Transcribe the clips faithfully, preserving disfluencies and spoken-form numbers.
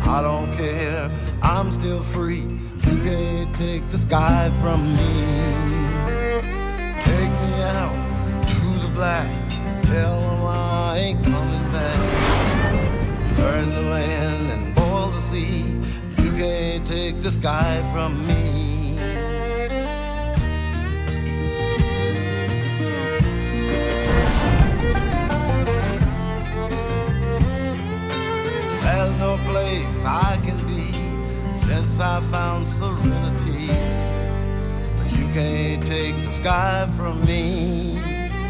I don't care, I'm still free. You can't take the sky from me. Take me out to the black. Tell them I ain't coming back. Burn the land and boil the sea. You can't take the sky from me. There's no place I can be since I found serenity. But you can't take the sky from me.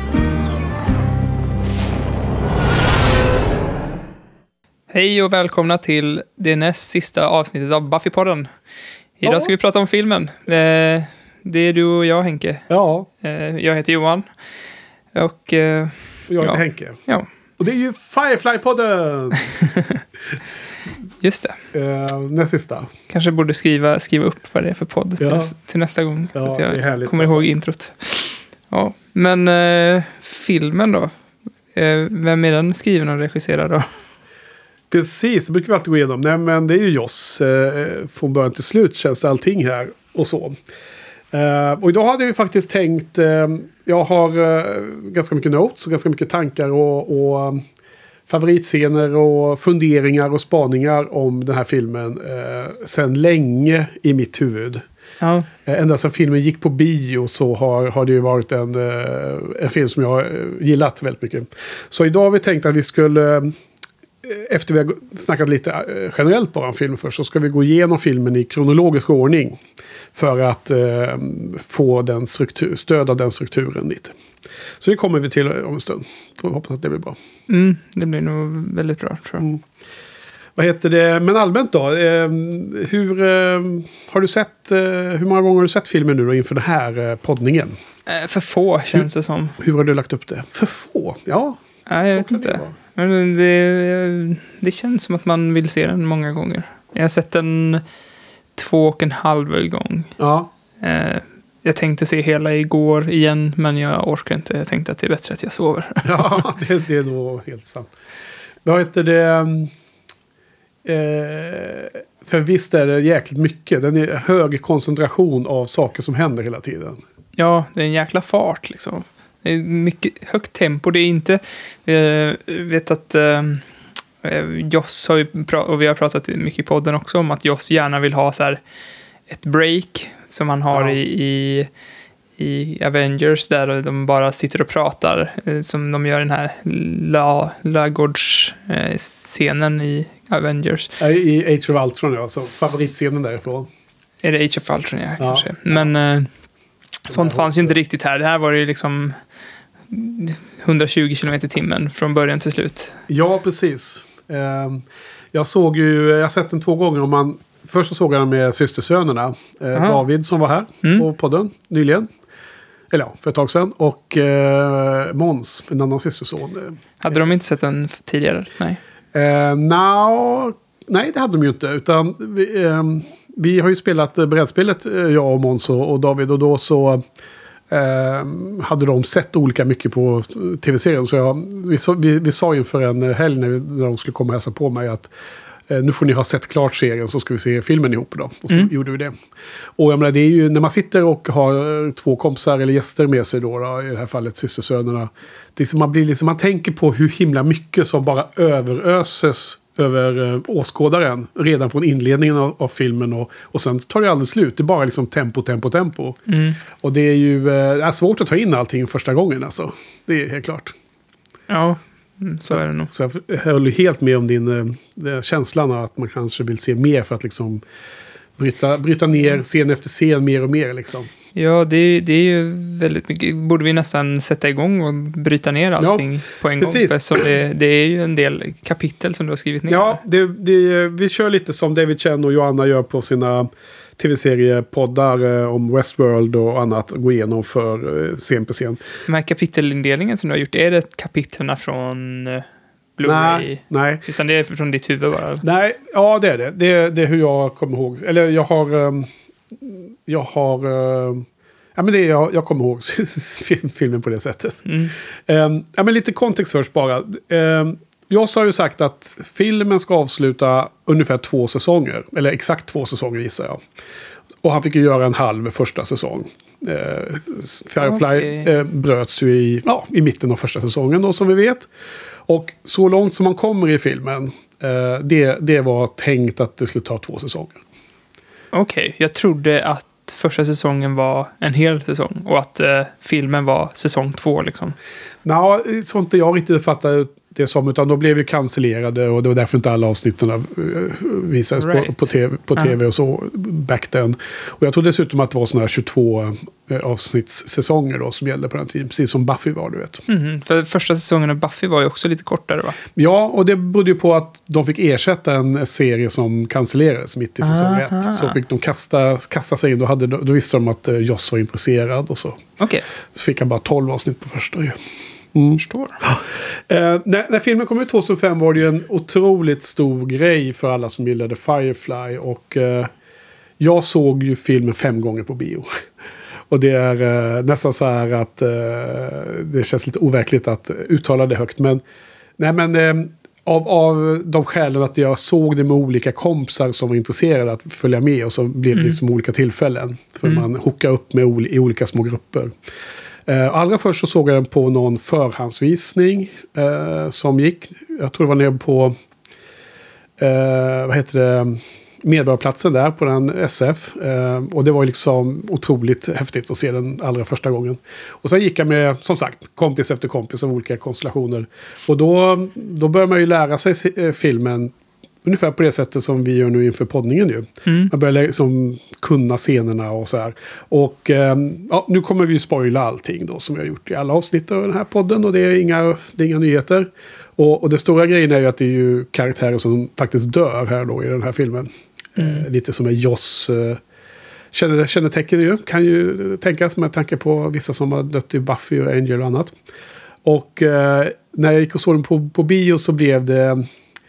Hej och välkomna till det näst sista avsnittet av Buffy-podden. Idag ja. ska vi prata om filmen. Det är du och jag, Henke. Ja. Jag heter Johan. Och jag heter ja. Henke. Ja. Och det är ju Firefly-podden! Just det. Uh, näst sista. Kanske borde skriva, skriva upp vad det är för podd ja. till, till nästa gång. Ja, så att jag det är härligt. kommer ihåg introt. Ja. Men uh, filmen då? Uh, vem är den skriven och regisserad då? Precis, det brukar vi alltid gå igenom. Nej, men det är ju Joss. Uh, från början till slut känns det allting här och så. Uh, och idag hade vi faktiskt tänkt... Uh, jag har uh, ganska mycket notes och ganska mycket tankar och... och um, favoritscener och funderingar och spaningar om den här filmen eh, sedan länge i mitt huvud. Ja. Eh, ända sedan filmen gick på bio så har, har det ju varit en, eh, en film som jag har eh, gillat väldigt mycket. Så idag har vi tänkt att vi skulle, eh, efter vi har snackat lite eh, generellt bara om filmen först, så ska vi gå igenom filmen i kronologisk ordning för att eh, få den struktur, stöd av den strukturen lite. Så det kommer vi till om en stund. Får hoppas att det blir bra. Mm, det blir nog väldigt bra, tror jag. Mm. Vad heter det? Men allmänt då. Eh, hur eh, har du sett... Eh, hur många gånger har du sett filmen nu då inför den här eh, poddningen? Eh, för få, känns hur, det som. Hur har du lagt upp det? För få? Ja. Ja, jag vet inte. Men det, det känns som att man vill se den många gånger. Jag har sett den två och en halv gång. Ja. Eh, Jag tänkte se hela igår igen, men jag orkar inte. Jag tänkte att det är bättre att jag sover. Ja, det, det är nog helt sant. Vad heter det? Eh, för visst är det jäkligt mycket. Den är hög koncentration av saker som händer hela tiden. Ja, det är en jäkla fart liksom. Det är mycket högt tempo. Det är inte... Jag vet att... Eh, Joss har ju pra- och vi har pratat mycket i podden också om att Joss gärna vill ha så här ett break som han har ja. i, i, i Avengers där de bara sitter och pratar eh, som de gör i den här La, Lagårds-scenen eh, i Avengers. I Age of Ultron, ja. Så favoritscenen därifrån. Är det Age of Ultron, ja, kanske. Ja. Men eh, sånt fanns ju inte riktigt här. Det här var ju liksom hundratjugo kilometer i timmen från början till slut. Ja, precis. Eh, jag såg ju, jag har sett den två gånger om man först så såg jag den med systersönerna. Eh, David som var här mm. på podden nyligen. Eller ja, för ett tag sedan. Och eh, Måns, en annan systerson. Hade de inte sett den tidigare? Nej. Eh, no, nej, det hade de ju inte. Utan vi, eh, vi har ju spelat brädspelet, jag och Måns och, och David. Och då så eh, hade de sett olika mycket på tv-serien. Så jag, vi, vi, vi sa inför en helg när, vi, när de skulle komma och hälsa på mig att nu får ni ha sett klart serien så ska vi se filmen ihop då. Och så mm. gjorde vi det. Och jag menar, det är ju när man sitter och har två kompisar eller gäster med sig då, då i det här fallet systersönerna. Det är som man blir liksom, man tänker på hur himla mycket som bara överöses över äh, åskådaren redan från inledningen av, av filmen och, och sen tar det aldrig slut. Det är bara liksom tempo, tempo, tempo. Mm. Och det är ju äh, är svårt att ta in allting första gången alltså. Det är helt klart. Ja. Mm, så är det nog. Så jag håller helt med om din eh, känslan att man kanske vill se mer för att liksom bryta, bryta ner mm. scen efter scen mer och mer liksom. Ja, det är, det är ju väldigt mycket. Borde vi nästan sätta igång och bryta ner allting ja, på en precis. gång. Så det, det är ju en del kapitel som du har skrivit ner. Ja, det, det, vi kör lite som David Chen och Joanna gör på sina tv-seriepoddar eh, om Westworld och annat. Gå igenom för eh, scen på scen. De här kapitelindelningen som du har gjort, är det kapitlerna från eh, Blu-ray? Nej, nej. Utan det är från ditt huvud bara? Nej, ja det är det. Det är, det är hur jag kommer ihåg. Eller jag har... Um, jag har... Uh, ja men det är, jag, jag kommer ihåg film, filmen på det sättet. Mm. Um, ja men lite kontext först bara. Um, jag har ju sagt att filmen ska avsluta ungefär två säsonger. Eller exakt två säsonger gissar jag. Och han fick ju göra en halv första säsong. Eh, Firefly Okay. eh, bröts ju i, ja, i mitten av första säsongen då, som vi vet. Och så långt som man kommer i filmen, eh, det, det var tänkt att det skulle ta två säsonger. Okej, okay. Jag trodde att första säsongen var en hel säsong och att eh, filmen var säsong två liksom. Nej, no, sånt jag riktigt fattade det som, utan de blev ju cancellerade och det var därför inte alla avsnitten uh, visades right. på, på, tv, på tv uh. och så back then. Och jag tror dessutom att det var sådana här tjugotvå uh, avsnittssäsonger då som gällde på den tiden, precis som Buffy var, du vet. Mm, för första säsongen av Buffy var ju också lite kortare, va? Ja, och det berodde ju på att de fick ersätta en serie som cancellerades mitt i säsong Aha. ett. Så fick de kasta, kasta sig in, då, hade, då visste de att uh, Joss var intresserad och så. Okej. Okay. Så fick han bara tolv avsnitt på första ju. Mm. Förstår. Eh, när, när filmen kom ut tjugohundrafem var det ju en otroligt stor grej för alla som gillade Firefly. Och eh, jag såg ju filmen fem gånger på bio. Och det är eh, nästan så här att eh, det känns lite overkligt att uttala det högt. Men, nej, men eh, av, av de skälen att jag såg det med olika kompisar som var intresserade att följa med. Och så blev det mm. liksom olika tillfällen. För mm. man hookade upp med ol- i olika små grupper. Uh, allra först så såg jag den på någon förhandsvisning uh, som gick. Jag tror det var nere på uh, vad heter det, Medborgarplatsen där på den S F. Uh, och det var liksom otroligt häftigt att se den allra första gången. Och sen gick jag med, som sagt, kompis efter kompis av olika konstellationer. Och då, då börjar man ju lära sig se, filmen ungefär på det sättet som vi gör nu inför poddningen ju. Mm. Man börjar liksom kunna scenerna och så här. Och eh, ja, nu kommer vi ju spoila allting då som vi har gjort i alla avsnitt av den här podden. Och det är inga, det är inga nyheter. Och, och det stora grejen är ju att det är ju karaktärer som faktiskt dör här då i den här filmen. Mm. Eh, lite som är Joss eh, känner, kännetecken ju. Kan ju tänkas med tanke på vissa som har dött i Buffy och Angel och annat. Och eh, när jag gick och såg den på, på bio så blev det...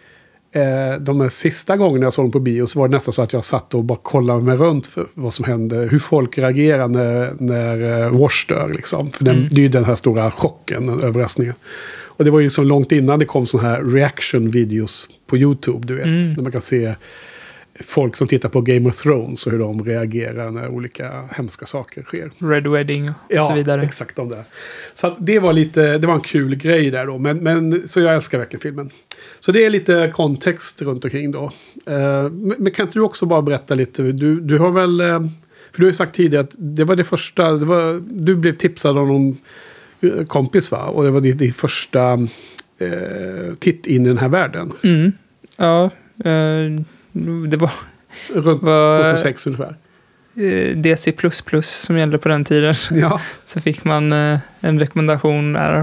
Eh, de här sista gångerna jag såg dem på bio så var det nästan så att jag satt och bara kollade mig runt för vad som hände. Hur folk reagerar när, när eh, Wash dör liksom. För den, mm. det är ju den här stora chocken, den överraskningen. Och det var ju så långt innan det kom såna här reaction-videos på YouTube, du vet. Mm. Där man kan se folk som tittar på Game of Thrones och hur de reagerar när olika hemska saker sker. Red Wedding och ja, så vidare. Ja, exakt de där. Så att det var lite, det var en kul grej där då. Men, men så jag älskar verkligen filmen. Så det är lite kontext runt omkring då. Uh, men kan inte du också bara berätta lite? Du, du har väl, uh, för du har ju sagt tidigare att det var det första, det var, du blev tipsad av någon kompis, va? Och det var din, din första uh, titt in i den här världen. Mm. Ja, uh, det var... Runt var, sex ungefär. D C plus plus som gällde på den tiden. Ja. Så fick man uh, en rekommendation där.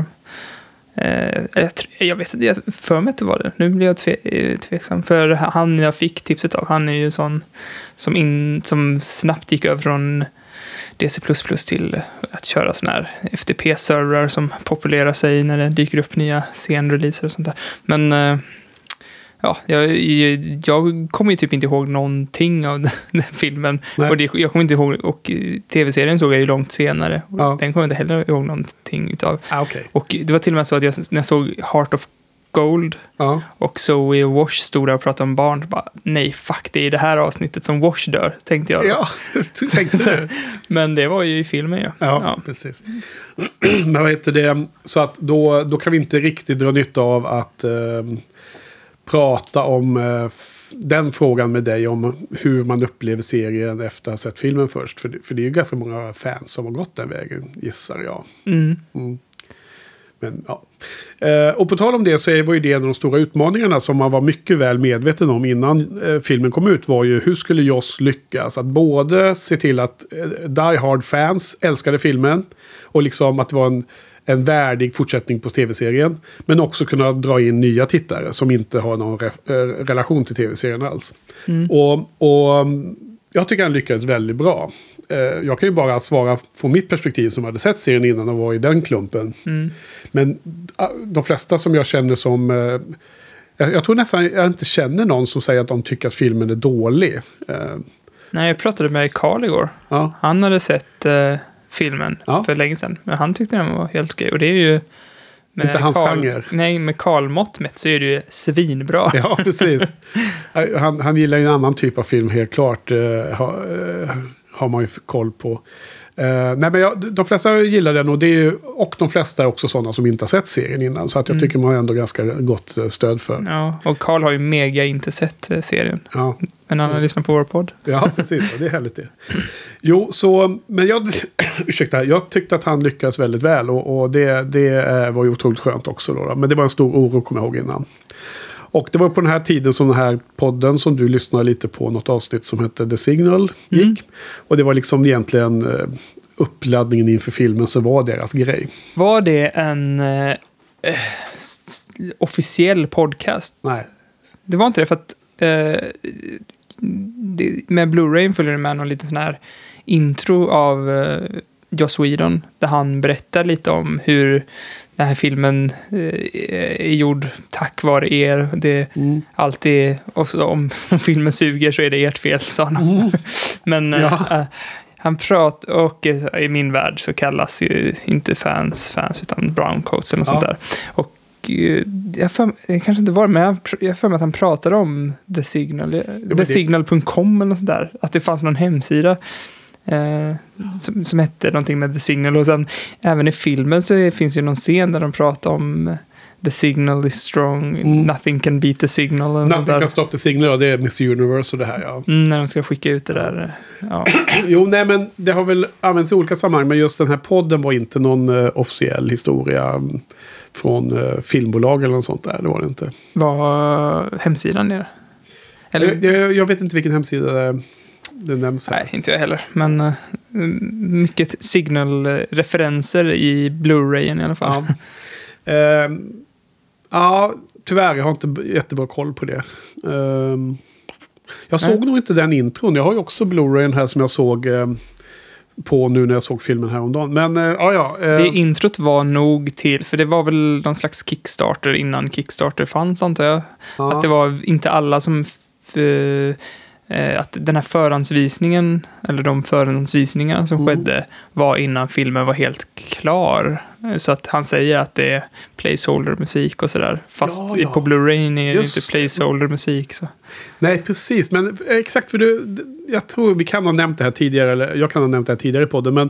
Uh, jag, jag vet inte, jag för mig att det var det. Nu blir jag tve, tveksam. För han jag fick tipset av, han är ju sån som, in, som snabbt gick över från D C plus plus till att köra sån här F T P-servrar som populerar sig när det dyker upp nya scenreleaser och sånt där. Men... Uh, Ja, jag, jag kommer ju typ inte ihåg någonting av den, den filmen. Nej. Och det, jag kommer inte ihåg, och tv-serien såg jag ju långt senare. Och ja. Den kommer jag inte heller ihåg någonting utav. Ah, okay. Och det var till och med så att jag, när jag såg Heart of Gold ja. och Zoe och Wash stod där och pratade om barn, bara, nej, fuck, det är det här avsnittet som Wash dör, tänkte jag. Ja, tänkte du. Men det var ju i filmen, ja. Ja, ja. Precis. Men vad heter det? Så att då, då kan vi inte riktigt dra nytta av att... Um, prata om uh, f- den frågan med dig om hur man upplever serien efter att ha sett filmen först. För det, för det är ju ganska många fans som har gått den vägen, gissar jag. Mm. Mm. Men, ja. Uh, och på tal om det så var ju det en av de stora utmaningarna som man var mycket väl medveten om innan uh, filmen kom ut, var ju hur skulle Joss lyckas att både se till att uh, Die Hard-fans älskade filmen och liksom att det var en en värdig fortsättning på tv-serien. Men också kunna dra in nya tittare som inte har någon re- relation till tv-serien alls. Mm. Och, och jag tycker han lyckades väldigt bra. Jag kan ju bara svara från mitt perspektiv som hade sett serien innan och var i den klumpen. Mm. Men de flesta som jag känner som... Jag, jag tror nästan jag inte känner någon som säger att de tycker att filmen är dålig. Nej, jag pratade med Carl igår. Ja. Han hade sett... Uh... filmen ja. för länge sedan. Men han tyckte den var helt okej. Och det är ju med Inte hans Karl, genre. Nej, med Karl-mått mätt så är det ju svinbra. Ja, precis. Han, han gillar ju en annan typ av film, helt klart. Uh, ha, uh, har man ju koll på. Uh, nej, men jag, de flesta gillar den och, det är ju, och de flesta är också sådana som inte har sett serien innan. Så att jag mm. tycker man har ändå ganska gott stöd för. Ja, och Carl har ju mega inte sett serien. Ja. Men han har lyssnat på vår podd. Ja, precis. Det är härligt det. Jo, så, men jag, ursäkta, jag tyckte att han lyckades väldigt väl. Och, och det, det var ju otroligt skönt också. Då, men det var en stor oro, kommer jag ihåg innan. Och det var på den här tiden som den här podden som du lyssnade lite på, något avsnitt som hette The Signal gick. Mm. Och det var liksom egentligen uh, uppladdningen inför filmen, så var deras grej. Var det en uh, officiell podcast? Nej. Det var inte det, för att uh, det, med Blu-ray följer det med någon liten sån här intro av uh, Joss Whedon, där han berättar lite om hur den här filmen eh, är gjord tack vare er. Det mm. alltid, också om, om filmen suger så är det ert fel, sa han. Mm. Men ja. eh, han pratar, och eh, i min värld så kallas ju inte fans fans utan browncoats eller något ja. sånt där. Och eh, jag för, det kanske inte var, men jag, jag för mig att han pratade om The Signal, ja, the signal punkt com eller något sånt där. Att det fanns någon hemsida Eh, som, som hette någonting med The Signal, och sen även i filmen så är, finns ju någon scen där de pratar om The Signal is strong, mm. nothing can beat the signal. Nothing can stop the signal, och det är Miss Universe och det här, ja. Mm, när de ska skicka ut det där. Ja. Jo, nej, men det har väl använts i olika sammanhang, men just den här podden var inte någon uh, officiell historia från uh, filmbolag eller något sånt där, det var det inte. Var uh, hemsidan det? Eller? Jag, jag, jag vet inte vilken hemsida det är. Det nämns här. Nej, inte jag heller. Men uh, mycket signal-referenser i Blu-rayen i alla fall. Ja. uh, ja, tyvärr. Jag har inte jättebra koll på det. Uh, jag såg Nej. nog inte den intron. Jag har ju också Blu-rayen här som jag såg uh, på nu när jag såg filmen häromdagen. Men uh, ja, ja. Uh, det introt var nog till, för det var väl någon slags Kickstarter innan Kickstarter fanns, antar jag. Ja. Att det var inte alla som... F- att den här förhandsvisningen, eller de förhandsvisningar som mm. skedde, var innan filmen var helt klar. Så att han säger att det är placeholder-musik och sådär. Fast ja, ja. på Blu-ray är det inte placeholder-musik. Så. Nej, precis. Men exakt, för du, jag tror vi kan ha nämnt det här tidigare, eller jag kan ha nämnt det här tidigare i podden, men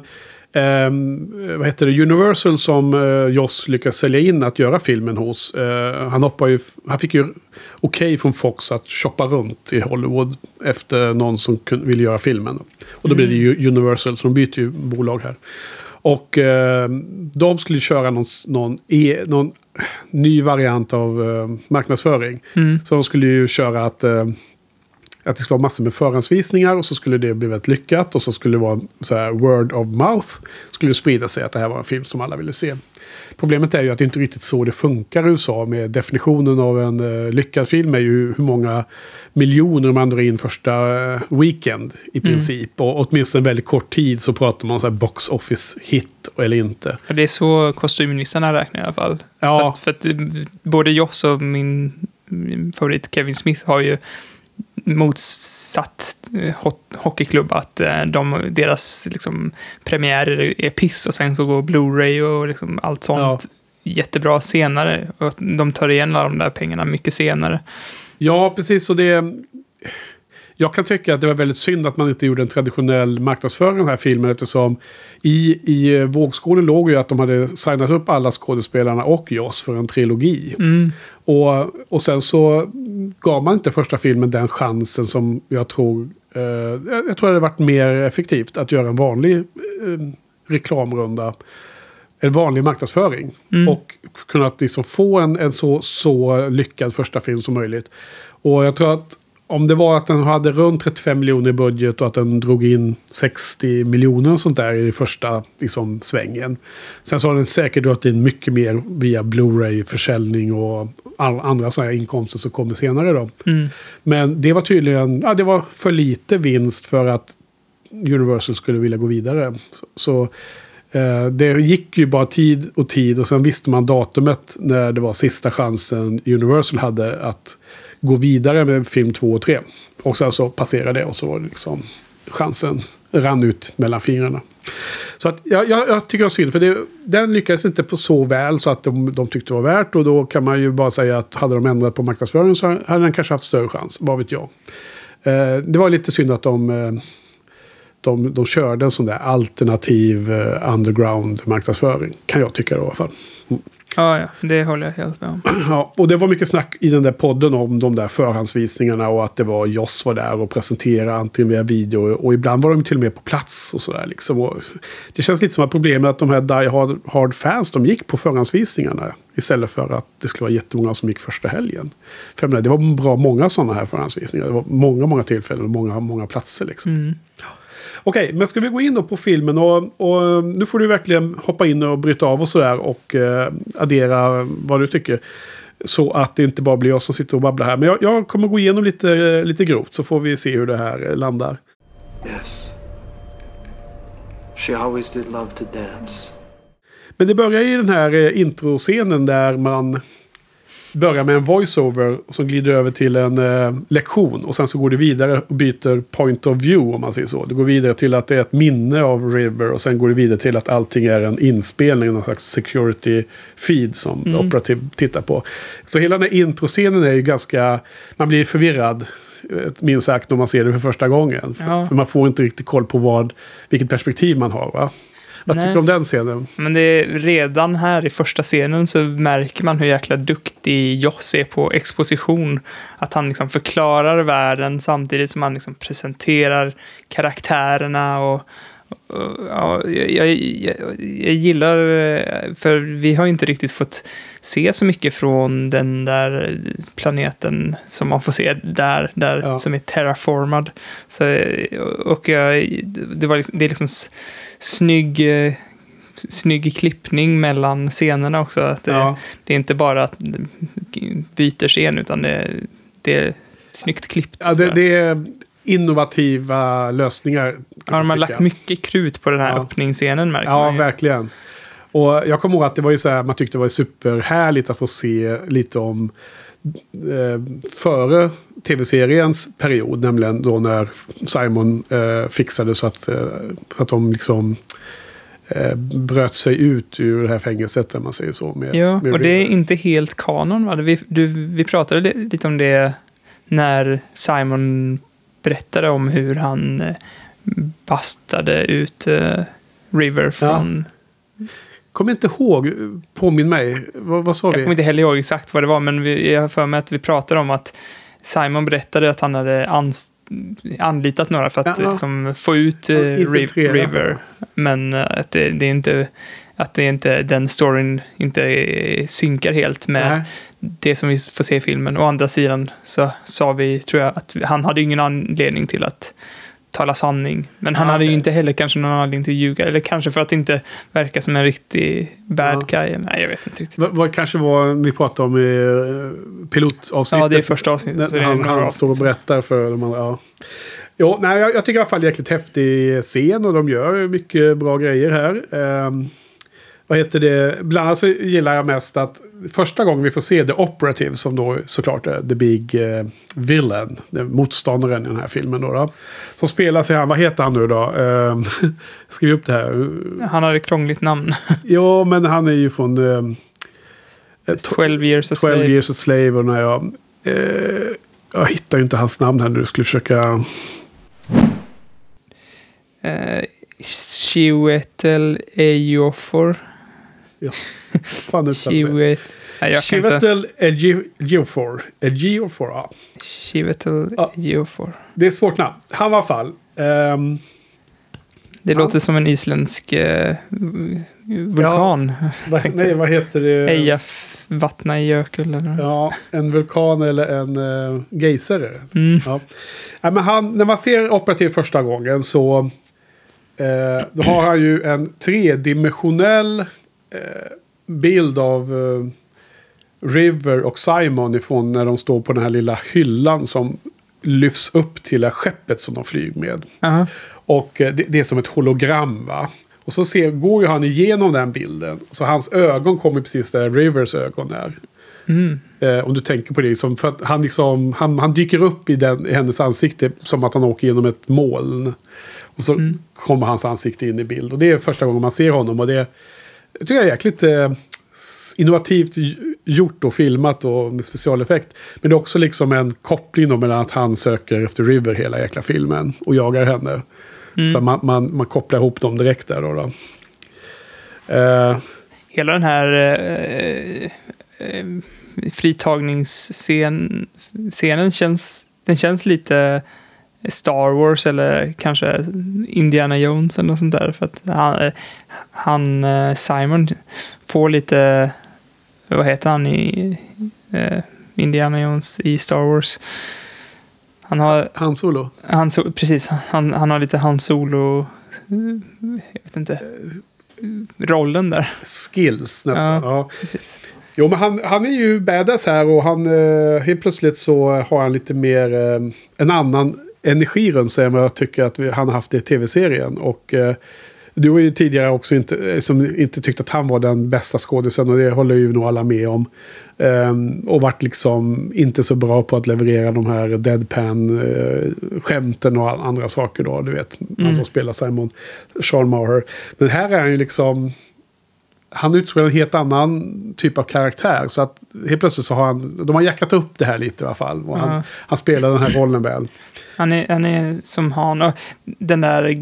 Um, vad heter det? Universal som uh, Joss lyckas sälja in att göra filmen hos. Uh, han hoppar ju, han fick ju okej okay från Fox att shoppa runt i Hollywood efter någon som kunde, ville göra filmen. Och då mm. blir det ju Universal, som byter ju bolag här. Och uh, de skulle köra någon, någon, e, någon ny variant av uh, marknadsföring. Mm. Så de skulle ju köra att uh, att det skulle vara massor med förhandsvisningar, och så skulle det bli väldigt lyckat, och så skulle det vara så här word of mouth, skulle det sprida sig att det här var en film som alla ville se. Problemet är ju att det inte riktigt så det funkar i U S A, med definitionen av en uh, lyckad film är ju hur många miljoner man drar in första uh, weekend i princip, mm. och åtminstone en väldigt kort tid så pratar man så här box office hit eller inte. Det är så kostymnissarna räknar i alla fall. Ja. För att, för att både Joss och min, min favorit Kevin Smith har ju motsatt hockeyklubb att de, deras liksom, premiärer är piss, och sen så går Blu-ray och liksom allt sånt ja. jättebra senare, och de tar igen alla de där pengarna mycket senare. Ja, precis, och det jag kan tycka att det var väldigt synd att man inte gjorde en traditionell marknadsföring av den här filmen, eftersom i, i vågskålen låg ju att de hade signat upp alla skådespelarna och Joss för en trilogi. Mm. Och, och sen så gav man inte första filmen den chansen som jag tror eh, jag tror det hade varit mer effektivt att göra en vanlig eh, reklamrunda, en vanlig marknadsföring, mm. och kunna liksom få en, en så, så lyckad första film som möjligt. Och jag tror att om det var att den hade runt trettiofem miljoner i budget och att den drog in sextio miljoner och sånt där i första liksom, svängen. Sen så har den säkert dragit in mycket mer via Blu-ray-försäljning och all, andra sådana här inkomster som kommer senare då. Mm. Men det var tydligen, ja, det var för lite vinst för att Universal skulle vilja gå vidare. Så, så eh, det gick ju bara tid och tid, och sen visste man datumet när det var sista chansen Universal hade att gå vidare med film två och tre. Och sen så passerade det, och så var det liksom chansen rann ut mellan fingrarna. Så att, jag, jag, jag tycker det var synd, för det, den lyckades inte på så väl så att de, de tyckte det var värt, och då kan man ju bara säga att hade de ändrat på marknadsföringen så hade den kanske haft större chans, vad vet jag. Eh, det var lite synd att de, eh, de, de körde en sån där alternativ eh, underground marknadsföring, kan jag tycka då, i alla fall. Mm. Ja, ja, det håller jag helt med om. Ja, och det var mycket snack i den där podden om de där förhandsvisningarna och att det var Joss var där och presenterade antingen via video, och ibland var de till och med på plats och sådär liksom. Och det känns lite som att problemet att de här Die Hard, Hard fans, de gick på förhandsvisningarna istället för att det skulle vara jättemånga som gick första helgen. För det var bra många sådana här förhandsvisningar. Det var många, många tillfällen och många, många platser liksom. Mm. Okej, men ska vi gå in då på filmen, och, och nu får du verkligen hoppa in och bryta av och sådär och eh, addera vad du tycker. Så att det inte bara blir jag som sitter och babblar här. Men jag, jag kommer gå igenom lite, lite grovt, så får vi se hur det här landar. Yes. She always did love to dance. Men det börjar i den här eh, introscenen där man börjar med en voiceover som glider över till en eh, lektion, och sen så går det vidare och byter point of view, om man säger så. Det går vidare till att det är ett minne av River, och sen går det vidare till att allting är en inspelning, någon slags security feed som mm. operativ tittar på. Så hela den här introscenen är ju ganska, man blir förvirrad minst sagt när man ser det för första gången. Ja. För, för man får inte riktigt koll på vad, vilket perspektiv man har, va? Vad tycker du om den scenen? Men det är redan här i första scenen så märker man hur jäkla duktig Joss är på exposition. Att han liksom förklarar världen samtidigt som han liksom presenterar karaktärerna. Och, och ja, jag, jag, jag, jag gillar, för vi har inte riktigt fått se så mycket från den där planeten som man får se där, där ja. Som är terraformad. Så, och jag, det, var liksom, det är liksom snygg, snygg klippning mellan scenerna också. Att det, ja. Det är inte bara att byter scen, utan det, det är snyggt klippt. Ja, det, det är innovativa lösningar. Ja, de har lagt mycket krut på den här ja. Öppningsscenen, märker Ja, man ju. Verkligen. Och jag kommer ihåg att det var ju så här, man tyckte det var superhärligt att få se lite om eh, före tv-seriens period, nämligen då när Simon eh, fixade så att, eh, så att de liksom eh, bröt sig ut ur det här fängelset, där man säger så. Med, ja, med och det är inte helt kanon, va? Vi, du, vi pratade lite om det när Simon berättade om hur han eh, bastade ut eh, River från... Ja. Kommer inte ihåg, påminn mig. Vad, vad sa jag vi? Jag kommer inte heller ihåg exakt vad det var, men vi, jag har för mig att vi pratade om att Simon berättade att han hade ans- anlitat några för att ja. liksom, få ut eh, Riv- River. Men uh, att, det, det är inte, att det inte, den storyn inte är, synkar helt med Nej. Det som vi får se i filmen. Å andra sidan så sa vi, tror jag, att han hade ingen anledning till att tala sanning. Men han ja, hade ju inte heller kanske någon anledning till att ljuga. Eller kanske för att inte verka som en riktig bad ja. guy. Nej, jag vet inte riktigt. Vad, vad kanske var vi pratade om i pilotavsnittet? Ja, det är första avsnittet. När, han han står och berättar för dem. Ja. Jo, nej, jag, jag tycker i alla fall det är jäkligt häftig scen, och de gör mycket bra grejer här. Um, vad heter det? Bland annat så gillar jag mest att första gången vi får se The Operative, som då såklart är The Big uh, Villain, motståndaren i den här filmen då, då. Som spelar sig han, vad heter han nu då? Uh, skriv upp det här. Han har ett krångligt namn. Ja, men han är ju från uh, twelve years a slave. twelve years a slave och när jag, uh, jag hittar ju inte hans namn här nu, jag skulle försöka... Uh, Chiwetel Ejiofor. Ja, fan Chiwet. Chiwetel Ejiofor. Ejiofor, ja. Chiwetel Ejiofor. Det är ett svårt namn. Han var i alla fall. Um, det låter han. Som en isländsk uh, vulkan. Ja, va, nej, vad heter det? Eyjafjallajökull eller något. Ja, en vulkan eller en uh, geysare. Mm. Ja. Ja, men han, när man ser Operativ första gången så Eh, då har han ju en tredimensionell eh, bild av eh, River och Simon ifrån när de står på den här lilla hyllan som lyfts upp till det skeppet som de flyger med. Uh-huh. Och eh, det, det är som ett hologram, va? Och så ser, går ju han igenom den bilden. Så hans ögon kommer precis där Rivers ögon är. Mm. Eh, om du tänker på det. Liksom, för att han, liksom, han, han dyker upp i, den, i hennes ansikte som att han åker genom ett moln. Och så Mm. kommer hans ansikte in i bild. Och det är första gången man ser honom. Och det jag tycker jag är jäkligt eh, innovativt gjort och filmat och med specialeffekt. Men det är också liksom en koppling då mellan att han söker efter River hela jäkla filmen och jagar henne. Mm. Så man, man, man kopplar ihop dem direkt där då. då. Eh, Hela den här eh, eh, fritagningsscenen scenen känns, den känns lite Star Wars eller kanske Indiana Jones eller något sånt där. För att han, han Simon får lite, vad heter han i eh, Indiana Jones i Star Wars? Han har... Han Solo. Han, precis, han, han har lite Han Solo, jag vet inte, rollen där. Skills nästan. Ja, ja. precis. Jo, men han, han är ju badass här och han eh, helt plötsligt så har han lite mer eh, en annan energi runt sig än vad jag tycker att vi, han har haft i tv-serien. Och eh, du har ju tidigare också inte, som inte tyckt att han var den bästa skådisen och det håller ju nog alla med om. Um, och varit liksom inte så bra på att leverera de här deadpan-skämten uh, och andra saker då, du vet. Mm. Han som spelar Simon Sean Maher. Men här är han ju liksom... Han utspelar en helt annan typ av karaktär. Så att helt plötsligt så har han... De har jackat upp det här lite i alla fall. Och han, Ja. han spelar den här rollen väl. Han är, han är som han och den där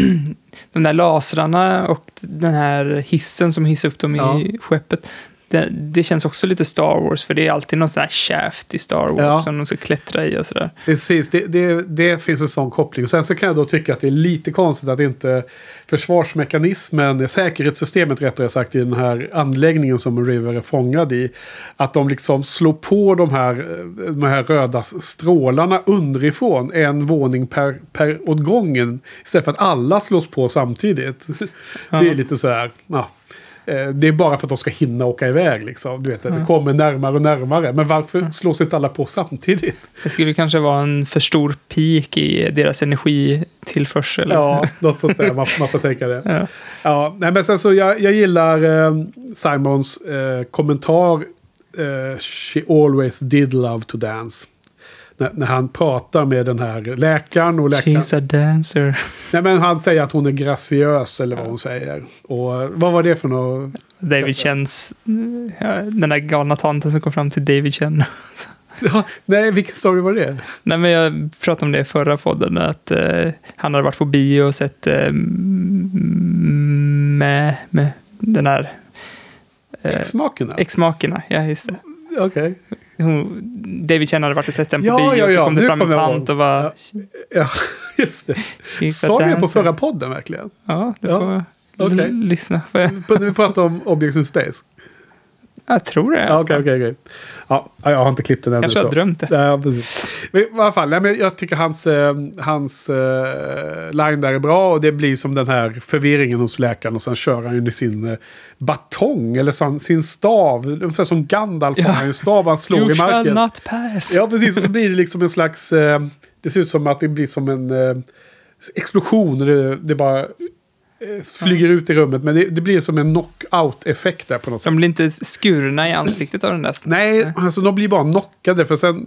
de där lasrarna och den här hissen som hissar upp dem Ja. i skeppet. Det, det känns också lite Star Wars för det är alltid någon sån här shaft i Star Wars Ja. som de ska klättra i och sådär. Precis, det, det, det finns en sån koppling. Och sen så kan jag då tycka att det är lite konstigt att inte försvarsmekanismen, säkerhetssystemet rättare sagt i den här anläggningen som River är fångad i, att de liksom slår på de här, de här röda strålarna underifrån en våning per, per åt gången istället för att alla slås på samtidigt. Ja. Det är lite så här, ja. Det är bara för att de ska hinna åka iväg liksom. Du vet, det Ja. kommer närmare och närmare. Men varför slås inte alla på samtidigt? Det skulle kanske vara en för stor peak i deras energitillförsel. Ja, något sånt där. Man, man får tänka det. Ja. Ja, nej, men sen så jag, jag gillar eh, Simons eh, kommentar eh, She always did love to dance. När, när han pratar med den här läkaren och läkaren. She's a dancer. Nej, men han säger att hon är graciös eller vad hon säger. Och vad var det för något? David Chens, ja, den där galna tanten som kom fram till David Chen. Ja, nej, vilken story var det? Nej, men jag pratade om det i förra podden, att eh, han hade varit på bio och sett eh, med, med den här eh, X-makerna? X-makerna, ja just det. Okej. Hon, David Chen hade varit och sett den på Ja, bio ja, och så ja, kom det nu fram en kommer jag tant ihåg. och var... Ja, just det. She's a Sa vi det på dancer. förra podden verkligen? Ja, du Ja, får okej. l- lyssna på det. När vi pratade om Objects in Space. Jag tror det. Ja, okej, okej, okej. Ja, jag har inte klippt den ännu. Kanske har så. drömt det. Ja, precis. Men i alla fall, nej, men jag tycker hans, eh, hans eh, line där är bra. Och det blir som den här förvirringen hos läkaren. Och sen kör han ju med sin eh, batong. Eller sin, sin stav. Ungefär som Gandalf har Ja. han en stav han slår You i shall marken. not pass. Ja, precis. Och så blir det liksom en slags... Eh, det ser ut som att det blir som en eh, explosion. Det, det bara eh, flyger ut i rummet. Men det, det blir som en knockout-effekt där på något sätt. De blir inte skurna i ansiktet av den där. Nej, alltså de blir bara knockade. För sen...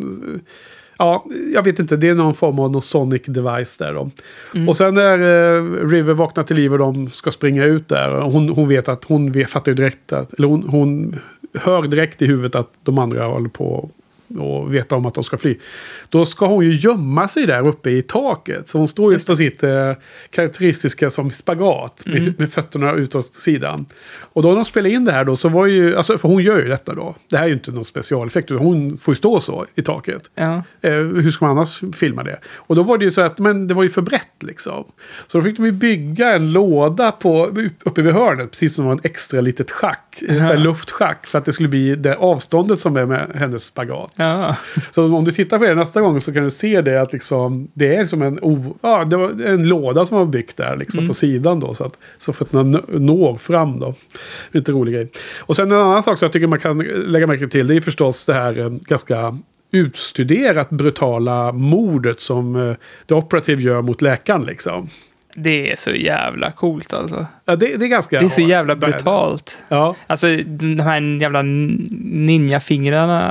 Ja, jag vet inte. Det är någon form av någon sonic device där då. Mm. Och sen när eh, River vaknar till liv och de ska springa ut där. Och hon, hon vet att... Hon vet, fattar ju direkt att... Eller hon, hon hör direkt i huvudet att de andra håller på och veta om att de ska fly. Då ska hon ju gömma sig där uppe i taket. Så hon står ju på sitt eh, karaktäristiska som spagat. Mm. Med, med fötterna utåt sidan. Och då när de spelar in det här då så var ju... Alltså, för hon gör ju detta då. Det här är ju inte någon specialeffekt. Utan hon får ju stå så i taket. Ja. Eh, hur ska man annars filma det? Och då var det ju så att men det var ju för brett liksom. Så då fick de ju bygga en låda på, uppe vid hörnet. Precis som en extra litet schack. En sån här Ja. luftschack. För att det skulle bli det avståndet som är med hennes spagat. Ja. Så om du tittar på det nästa gång så kan du se det att liksom, det är som en, o, ja, det var en låda som var byggt där liksom Mm. på sidan då. Så att så fötterna når fram då. Lite rolig grej. Och sen en annan sak som jag tycker man kan lägga märke till. Det är förstås det här eh, ganska utstuderat brutala mordet som eh, The Operative gör mot läkaren liksom. Det är så jävla coolt alltså. Ja, det, det är ganska... Det är så jävla badass. brutalt. Ja. Alltså de här jävla ninja-fingrarna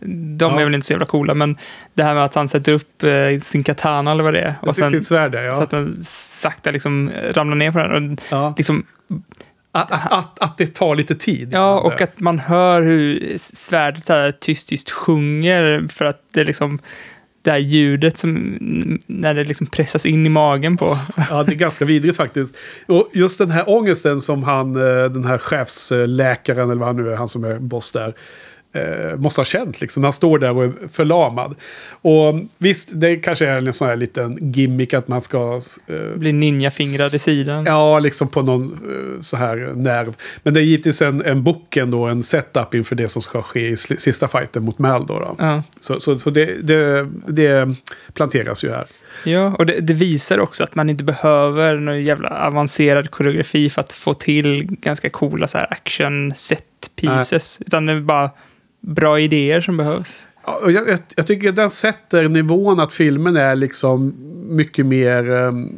de Ja. är väl inte så jävla coola, men det här med att han sätter upp eh, sin katana eller vad det är. Och sen, sitt svärd där, ja. Så att den sakta liksom ramlar ner på den. Och ja. liksom, Att, att, att, att det tar lite tid. ja, och att man hör hur svärdet så här tyst, tyst sjunger för att det liksom det här ljudet som när det liksom pressas in i magen på. Ja, det är ganska vidrigt faktiskt. Och just den här ångesten som han, den här chefsläkaren eller vad han nu är, han som är boss där, måste ha känt liksom. Han står där och är förlamad. Och visst, det kanske är en sån här liten gimmick att man ska uh, bli ninjafingrad i sidan. Ja, liksom på någon uh, så här nerv. Men det är givetvis en, en boken då, en setup inför det som ska ske i sista fighten mot Mal då. då. Ja. Så, så, så det, det, det planteras ju här. Ja, och det, det visar också att man inte behöver någon jävla avancerad koreografi för att få till ganska coola så här action set pieces. Nej. Utan det är bara bra idéer som behövs. Ja, och jag, jag, jag tycker den sätter nivån att filmen är liksom mycket mer um,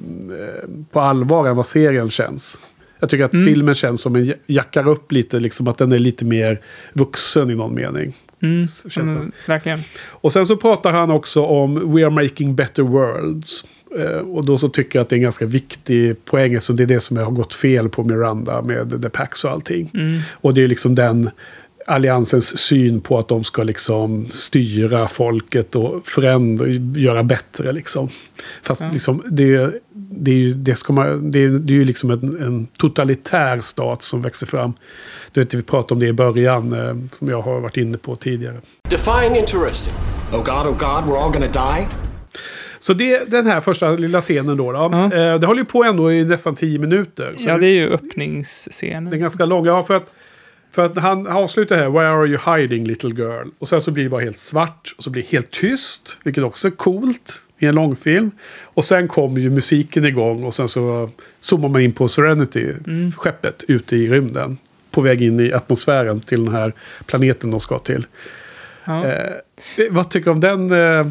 um, på allvar än vad serien känns. Jag tycker att mm. filmen känns som en jackar upp lite, liksom att den är lite mer vuxen i någon mening. Mm. Mm, verkligen. Och sen så pratar han också om We are making better worlds. Uh, och då så tycker jag att det är en ganska viktig poäng, så det är det som har gått fel på Miranda med The Pax och allting. Mm. Och det är liksom den alliansens syn på att de ska liksom styra folket och förändra, göra bättre liksom. Fast ja. liksom, det, det är ju det ska man, det är, det är ju liksom en, en totalitär stat som växer fram. Du vet, vi pratade om det i början eh, som jag har varit inne på tidigare. Defying interesting. Oh God, oh God, we're all gonna die. Så det, den här första lilla scenen då, då ja. eh, det håller ju på ändå i nästan tio minuter. Så ja, det är ju öppningsscenen. Det är ganska lång, ja, för att För att han avslutar här, Where are you hiding little girl? Och sen så blir det bara helt svart. Och så blir det helt tyst. Vilket också är coolt i en långfilm. Och sen kommer ju musiken igång. Och sen så zoomar man in på Serenity. Mm. Skeppet ute i rymden. På väg in i atmosfären till den här planeten de ska till. Ja. Eh, vad tycker du om den eh,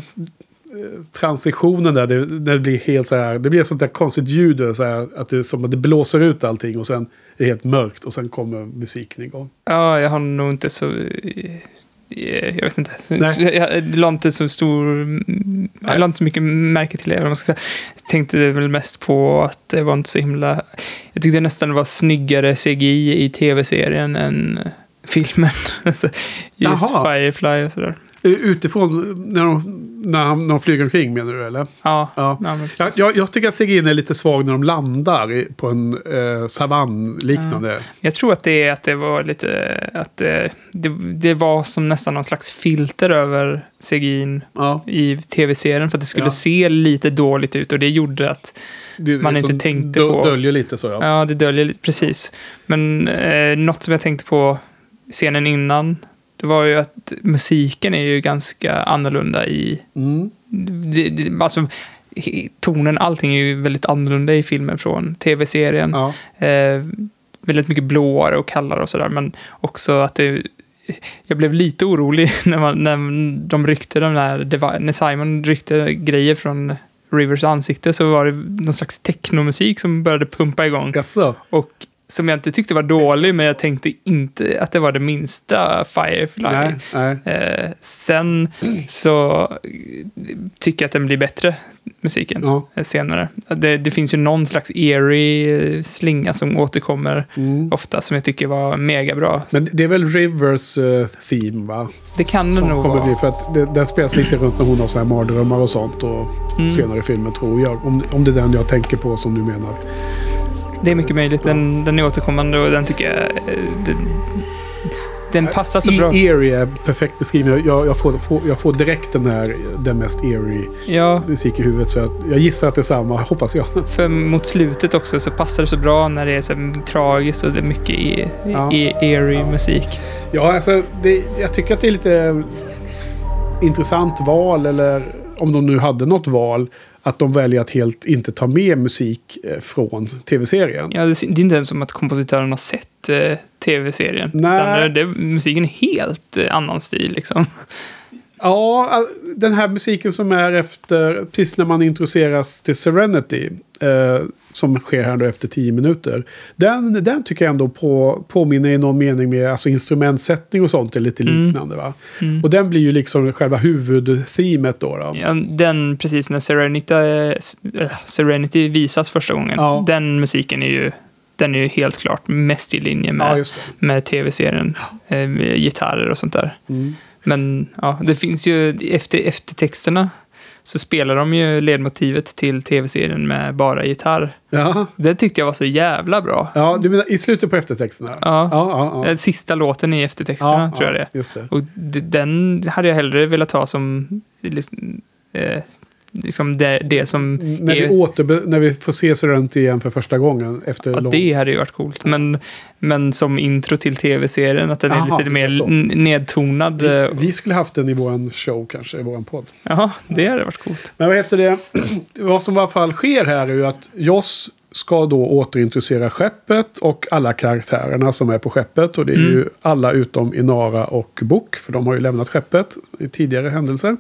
transitionen där? Det, det blir helt så här. Det blir ett sånt där konstigt ljud. Så här, att det är som att det blåser ut allting. Och sen det är helt mörkt och sen kommer musiken igång. Ja, jag har nog inte så... Jag vet inte. Nej. Jag la inte så stor... Jag la inte så mycket märke till det. Man ska säga. Jag tänkte väl mest på att det var inte så himla... Jag tyckte nästan det var snyggare C G I i tv-serien än filmen. Just Jaha. Firefly och sådär. Utifrån när de, när de, när de flyger omkring, menar du, eller? Ja. ja. ja jag, jag tycker att C G I är lite svag när de landar i, på en eh, savann liknande. Ja. Jag tror att det är att det var lite att det, det, det var som nästan någon slags filter över C G I ja. i tv-serien för att det skulle ja. se lite dåligt ut, och det gjorde att det, man inte tänkte dö, på... döljer lite så, ja. Ja, det döljer lite, precis. Men eh, något som jag tänkte på scenen innan, det var ju att musiken är ju ganska annorlunda i... Mm. Det, det, alltså, tonen, allting är ju väldigt annorlunda i filmen från tv-serien. Ja. Eh, väldigt mycket blåare och kallare och sådär. Men också att det... Jag blev lite orolig när, man, när de ryckte de där... När Simon ryckte grejer från Rivers ansikte, så var det någon slags technomusik som började pumpa igång. Jaså. Och som jag inte tyckte var dålig, men jag tänkte inte att det var det minsta Firefly. Nej, nej. Eh, sen så tycker jag att den blir bättre, musiken, ja. senare. Det, det finns ju någon slags eerie slinga som återkommer mm. ofta, som jag tycker var mega bra. Men det är väl Rivers uh, theme, va? Det kan det som nog vara. Bli, för att det, den spelas lite runt när hon har så här mardrömmar och sånt, och mm. senare i filmen, tror jag. Om, om det är den jag tänker på som du menar. Det är mycket möjligt. Den, den är återkommande och den tycker jag... Den, den passar så bra. Eerie är perfekt beskrivning. Jag, jag, får, får, jag får direkt den här, den mest eerie ja. musik i huvudet. Så jag, jag gissar att det är samma, hoppas jag. För mot slutet också så passar det så bra när det är så tragiskt och det är mycket i, ja. i eerie ja. musik. Ja, alltså det, jag tycker att det är lite intressant val, eller om de nu hade något val, att de väljer att helt inte ta med musik från tv-serien. Ja, det är inte ens som att kompositören har sett eh, tv-serien. Nej. Utan det, musiken är helt eh, annan stil liksom. Ja, den här musiken som är efter, precis när man introduceras till Serenity, eh, som sker här då efter tio minuter. Den, den tycker jag ändå på, påminner i någon mening med alltså instrumentsättning och sånt är lite liknande va? Mm. Och den blir ju liksom själva huvudthemet då. då. Ja, den precis när Serenity, äh, Serenity visas första gången. Ja. Den musiken är ju den är ju helt klart mest i linje med, ja, med tv-serien. Ja. Eh, gitarrer och sånt där. Mm. Men ja, det finns ju efter, efter texterna så spelar de ju ledmotivet till tv-serien med bara gitarr. Ja. Det tyckte jag var så jävla bra. Ja, du menar i slutet på eftertexterna? Ja, ja, ja, ja. Sista låten i eftertexterna ja, tror jag det är. Just det. Och den hade jag hellre velat ha som eh, liksom det, det som när, är, vi återbe- när vi får se Serenity igen för första gången efter ja, lång... det hade ju varit coolt. Men, men som intro till tv-serien att den Aha, är lite mer så. nedtonad. Vi, vi skulle haft den i våran show kanske, i våran podd. Ja, det hade varit coolt. Men vad heter det? Vad som i alla fall sker här är ju att Joss ska då återintroducera skeppet och alla karaktärerna som är på skeppet. Och det är mm. ju alla utom Inara och Book, för de har ju lämnat skeppet i tidigare händelser.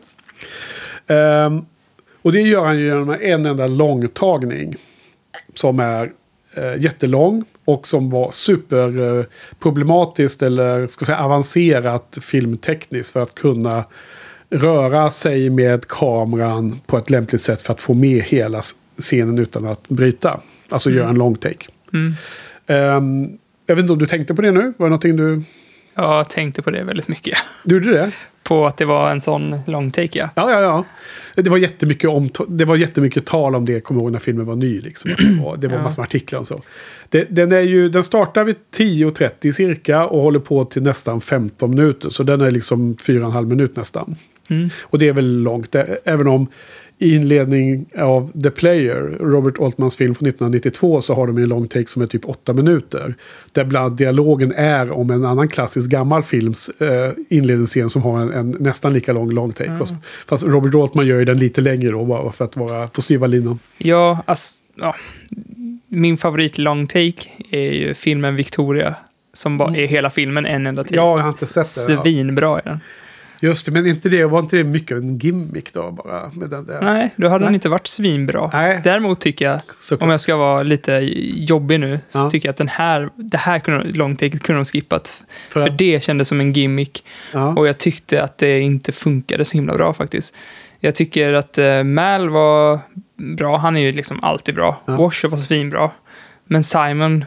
Um, Och det gör han ju genom en enda långtagning som är eh, jättelång och som var superproblematiskt eh, eller ska säga avancerat filmtekniskt för att kunna röra sig med kameran på ett lämpligt sätt för att få med hela scenen utan att bryta. Alltså mm. göra en lång take. Mm. Um, jag vet inte om du tänkte på det nu? Var det någonting du... Ja, jag tänkte på det väldigt mycket. Du gjorde det? På att det var en sån lång take, ja. Ja, ja, ja. Det var jättemycket, om, det var jättemycket tal om det, kommer ihåg när filmen var ny. Liksom. Och det var ja. massor med artiklar och så. Det, den, är ju, den startar vid tio trettio cirka och håller på till nästan femton minuter. Så den är liksom fyra och en halv minut nästan. Mm. Och det är väl långt, även om i inledning av The Player, Robert Altmans film från nittonhundranittiotvå, så har de en lång take som är typ åtta minuter. Där bland dialogen är om en annan klassisk gammal films eh, inledningsscen som har en, en nästan lika lång lång take. Mm. Fast, fast Robert Altman gör ju den lite längre då, bara för att vara på styva linan. Ja, alltså, ja, min favorit lång take är ju filmen Victoria, som bara är hela filmen en enda take. Ja, jag har inte sett det. Svinbra är den. Just det, men inte det, var inte det mycket en gimmick då bara? Med den där? Nej, då hade Nej. den inte varit svinbra. Nej. Däremot tycker jag, så om jag ska vara lite jobbig nu, så ja. tycker jag att den här, det här kunde, långtaket kunde de skippat. För, för det kändes som en gimmick. Ja. Och jag tyckte att det inte funkade så himla bra faktiskt. Jag tycker att uh, Mal var bra, han är ju liksom alltid bra. Ja. Washer var svinbra. Men Simon,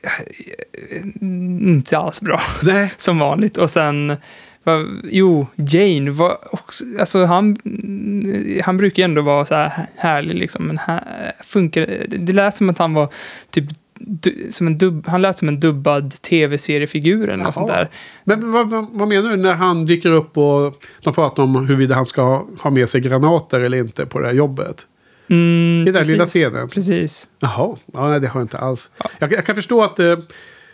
inte alls bra. Nej. Som vanligt. Och sen... Va, jo, Jane var också, alltså han, han brukar ändå vara så här härlig liksom, men här funkar det, det lät som att han var typ du, som en dubb, han lät som en dubbad tv-seriefigur eller något sånt där. Men vad, vad, vad menar du när han dyker upp och de pratar om huruvida han ska ha med sig granater eller inte på det här jobbet? Mm, I den lilla scenen. Precis. Jaha, ja, nej, det har jag inte alls. Ja. Jag, jag kan förstå att eh,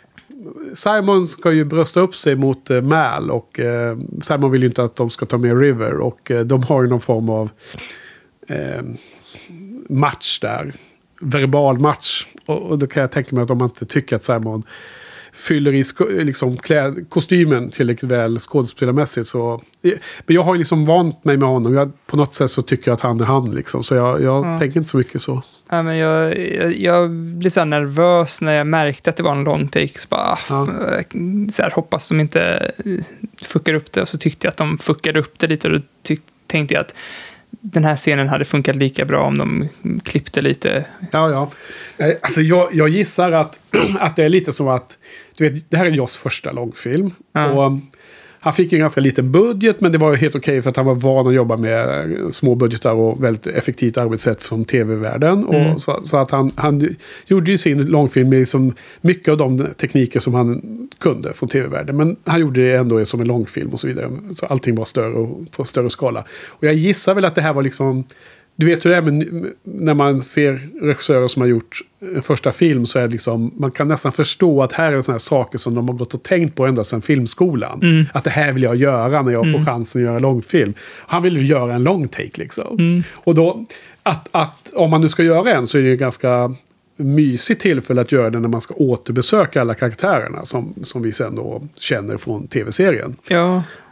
Simon ska ju brösta upp sig mot eh, Mal och eh, Simon vill ju inte att de ska ta med River och eh, de har ju någon form av eh, match där. Verbal match. Och, och då kan jag tänka mig att om man inte tycker att Simon fyller i sko- liksom kläd- kostymen tillräckligt väl skådespelarmässigt så... Men jag har ju liksom vant mig med honom. Jag, på något sätt så tycker jag att han är han liksom. Så jag, jag ja. tänker inte så mycket så. Ja, men jag, jag, jag blev så här nervös när jag märkte att det var en lång take. Så bara, ja. så här, hoppas de inte fuckar upp det. Och så tyckte jag att de fuckade upp det lite. Och då tyck, tänkte jag att den här scenen hade funkat lika bra om de klippte lite. Ja, ja. Alltså jag, jag gissar att, att det är lite som att du vet, det här är Joss första långfilm. Ja. Och han fick en ganska liten budget, men det var helt okej för att han var van att jobba med små budgetar och väldigt effektivt arbetssätt från tv-världen. Mm. Och så, så att han, han gjorde ju sin långfilm med liksom mycket av de tekniker som han kunde från tv-världen. Men han gjorde det ändå som en långfilm och så vidare. Så allting var större och på större skala. Och jag gissar väl att det här var liksom... Du vet hur det är, men när man ser regissörer som har gjort en första film så är det liksom, man kan nästan förstå att här är såna här saker som de har gått och tänkt på ända sedan filmskolan. Mm. Att det här vill jag göra när jag får mm. chansen att göra en långfilm. Han vill ju göra en lång take liksom. Mm. Och då, att, att om man nu ska göra en så är det ju ganska mysigt tillfälle att göra det när man ska återbesöka alla karaktärerna som, som vi sen då känner från tv-serien. Ja.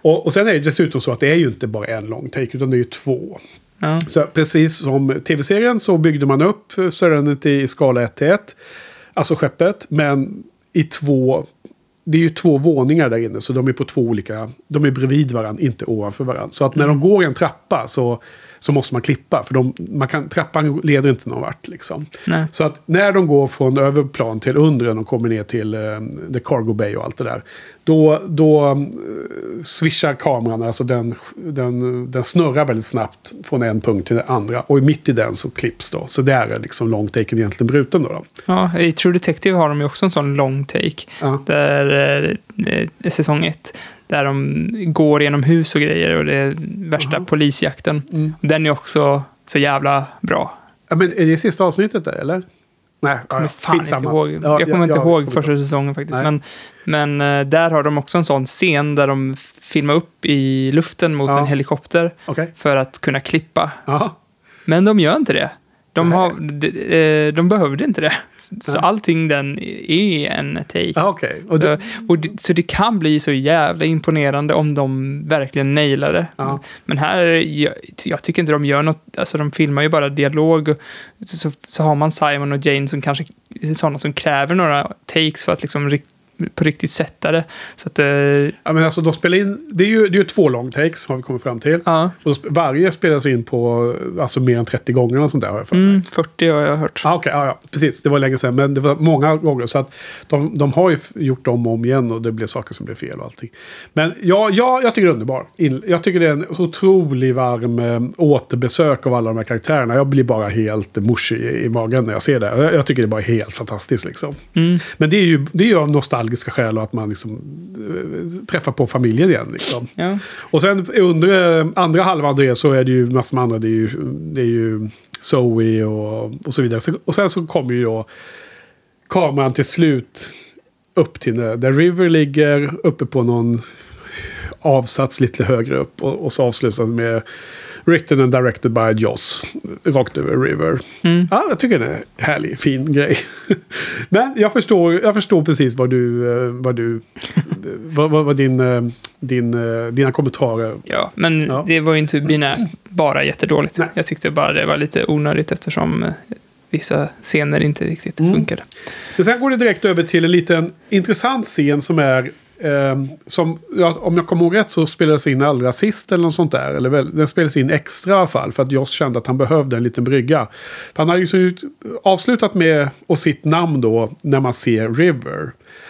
Och, och sen är det dessutom så att det är ju inte bara en lång take, utan det är ju två. Ja. Så precis som tv-serien så byggde man upp Serenity i skala ett till ett. Alltså skeppet, men i två... Det är ju två våningar där inne, så de är på två olika... De är bredvid varandra, inte ovanför varandra. Så att när de går i en trappa så, så måste man klippa. För de, man kan, trappan leder inte någon vart liksom. Nej. Så att när de går från överplan till undren och kommer ner till uh, the cargo bay och allt det där. Då, då uh, swishar kameran, alltså den, den, den snurrar väldigt snabbt från en punkt till den andra. Och mitt i den så klipps då. Så där är liksom long taken egentligen bruten då. då. Ja, i True Detective har de ju också en sån long take. Ja. Där eh, säsong ett. Där de går genom hus och grejer och det är värsta Aha. polisjakten. Mm. Den är också så jävla bra. Ja, men är det sista avsnittet där, eller? Nej, Jag kommer ja, fan skitsamma. inte ihåg. Ja, jag kommer inte jag- ihåg jag- första säsongen faktiskt. Nej. Men, men eh, där har de också en sån scen där de filmar upp i luften mot Ja. en helikopter Okej. för att kunna klippa. Ja. Men de gör inte det. De, Nej. har, de, de behövde inte det. Så Nej. allting den är en take. Ja, okej. Och Så, du, och det, så det kan bli så jävla imponerande om de verkligen nailar det. Ja. Men här, jag, jag tycker inte de gör något, alltså de filmar ju bara dialog. Och så, så har man Simon och Jane som kanske är sådana som kräver några takes för att liksom rikt, på riktigt sätta det. Så att, eh, ja, men alltså, de spelar in... Det är ju, det är ju två long takes, har vi kommit fram till. ja, Och sp- varje spelas in på alltså, mer än trettio gånger och sånt där, har jag för mig. mm, fyrtio har jag hört. Ah, okej, ja, ja, precis. Det var länge sedan, men det var många gånger. Så att de, de har ju f- gjort om och om igen och det blev saker som blev fel och allting. Men ja, ja jag tycker det är underbar. In, jag tycker det är en så otrolig varm eh, återbesök av alla de här karaktärerna. Jag blir bara helt mushig i, i magen när jag ser det. Jag, jag tycker det är bara helt fantastiskt liksom. Mm. Men det är ju, det är ju av nostalgiska skäl och att man liksom eh, träffar på familjen igen liksom. Ja. Och sen under eh, andra halvan av det så är det ju massor med andra. Det är ju, det är ju Zoe och, och så vidare. Så, och sen så kommer ju då kameran till slut upp till där, där River ligger uppe på någon avsats lite högre upp. Och, och så avslutas det med written and directed by Joss. Rakt över River. Mm. Ja, jag tycker det är en härlig, fin grej. Men jag förstår, jag förstår precis vad du, eh, vad du, vad, vad, vad din, eh, din, eh, dina kommentarer. Ja, men Ja. det var ju inte binär, bara jättedåligt. Nej. Jag tyckte bara det var lite onödigt eftersom eh, vissa scener inte riktigt Mm. funkade. Men sen går det direkt över till en liten intressant scen som är eh, som, ja, om jag kommer ihåg rätt så spelades in allra sist eller något sånt där. Eller väl, den spelades in extra i alla fall för att Joss kände att han behövde en liten brygga. För han hade ju så ut, avslutat med och sitt namn då när man ser River.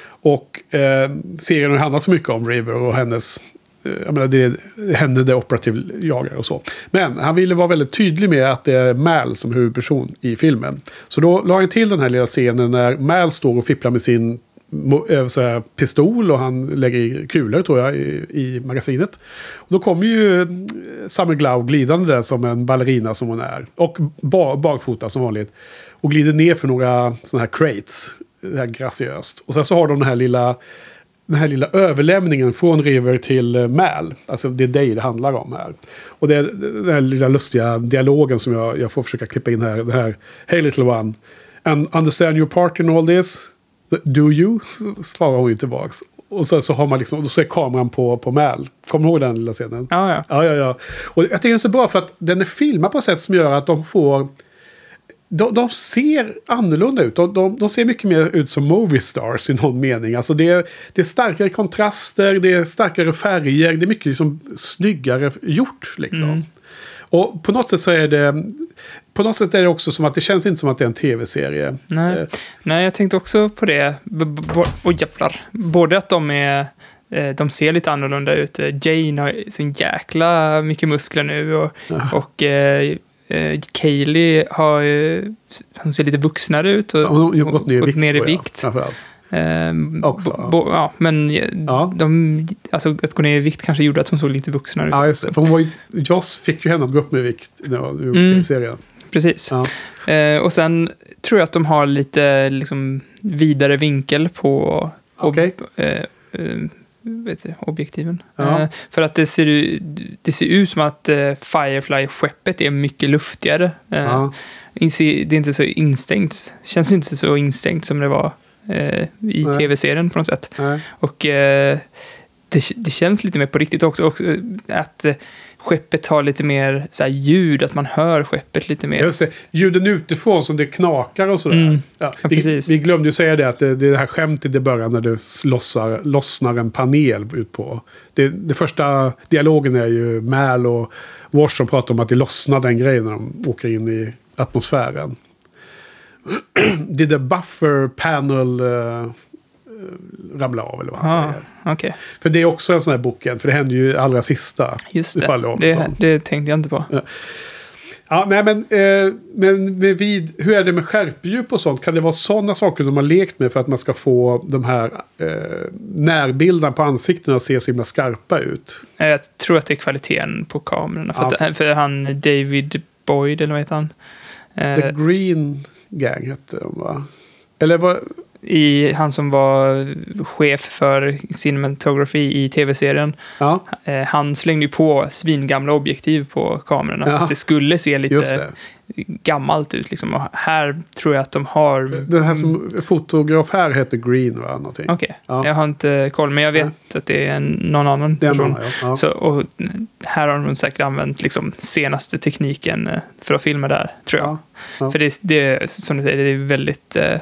Och eh, serien handlar så mycket om River och hennes... eh, Jag menar, det är henne det operativ jagar och så. Men han ville vara väldigt tydlig med att det är Mal som huvudperson i filmen. Så då la han till den här lilla scenen när Mal står och fipplar med sin mo- eh, så här, pistol och han lägger i kulor tror jag i, i magasinet. Och då kommer ju eh, Summer Glau glidande där som en ballerina som hon är. Och ba- bakfota som vanligt. Och glider ner för några sådana här crates. Det här graciöst. Och sen så har de den här lilla den här lilla överlämningen från River till uh, Mal. Alltså det är dig det handlar om här. Och det är den här lilla lustiga dialogen som jag, jag får försöka klippa in här. Det här, hey little one, and understand your part in all this? Do you? Svarar hon ju tillbaks. Och så, så har man liksom, och så är kameran på, på Mal. Kommer du ihåg den lilla scenen? Ja, ja. Ja, ja, ja. Och jag tycker den är så bra för att den är filmad på ett sätt som gör att de får... De, de ser annorlunda ut. De, de, de ser mycket mer ut som movie stars i någon mening. Alltså det, är, det är starkare kontraster, det är starkare färger, det är mycket liksom snyggare gjort. Liksom. Mm. Och på något sätt så är det... På något sätt är det också som att det känns inte som att det är en tv-serie. Nej, Eh, Nej jag tänkte också på det. B- b- b- Oj, jävlar. Både att de är... eh, De ser lite annorlunda ut. Eh, Jane har så jäkla mycket muskler nu. Och, Ja. och eh, eh, Kaylee har... eh, Hon ser lite vuxnare ut. Och, hon har ju gått ner i och vikt. ner i tror jag, vikt. framförallt. Ehm, Också, bo- ja. bo- ja, men eh, Ja. de, alltså, att gå ner i vikt kanske gjorde att hon såg lite vuxnare ut. Ja, just det. För hon var ju, Joss fick ju henne att gå upp med vikt när hon gjorde Mm. serien. Precis. Ja. Eh, och sen tror jag att de har lite liksom, vidare vinkel på ob- Okej. eh, eh, vet du, objektiven. Ja. Eh, för att det ser, u- det ser ut som att eh, Firefly-skeppet är mycket luftigare. Eh, Ja. inse- Det är inte så instängt. Känns inte så instängt som det var eh, i Nej. tv-serien på något sätt. Nej. Och eh, det, det känns lite mer på riktigt också, också att eh, skeppet har lite mer så här, ljud, att man hör skeppet lite mer. Just det, ljuden utifrån som det knakar och sådär. Mm. Ja, Ja, vi, precis. vi glömde ju säga det att det, det är det här skämtet i början när det lossar, lossnar en panel ut på. Det, det första dialogen är ju Mal och Wash som pratar om att det lossnar den grejen när de åker in i atmosfären. Det är the buffer panel uh, ramla av eller vad han Ah, säger. okay. För det är också en sån här boken, för det händer ju allra sista. Just det, faller om det, sån. det tänkte jag inte på. Ja. Ja, nej men, eh, men med vid, hur är det med skärpedjup och sånt? Kan det vara sådana saker de har lekt med för att man ska få de här eh, närbilderna på ansiktena att se så himla skarpa ut? Jag tror att det är kvaliteten på kamerorna. För, Ja. att, för han David Boyd, eller vad heter han? The Green Gang hette de, va? Eller vad? I, han som var chef för cinematography i tv-serien. Ja, Eh, han slängde ju på svingamla objektiv på kamerorna. Ja. Det skulle se just lite det. gammalt ut. Liksom. Och här tror jag att de har... Den här som fotograf här heter Green, va? Någonting. Okej, Ja. jag har inte koll. Men jag vet att det är en, någon annan Det är en person. annan, ja. Ja. Så, och här har de säkert använt liksom, senaste tekniken eh, för att filma där, tror jag. Ja. Ja. För det, det, som du säger, det är väldigt eh,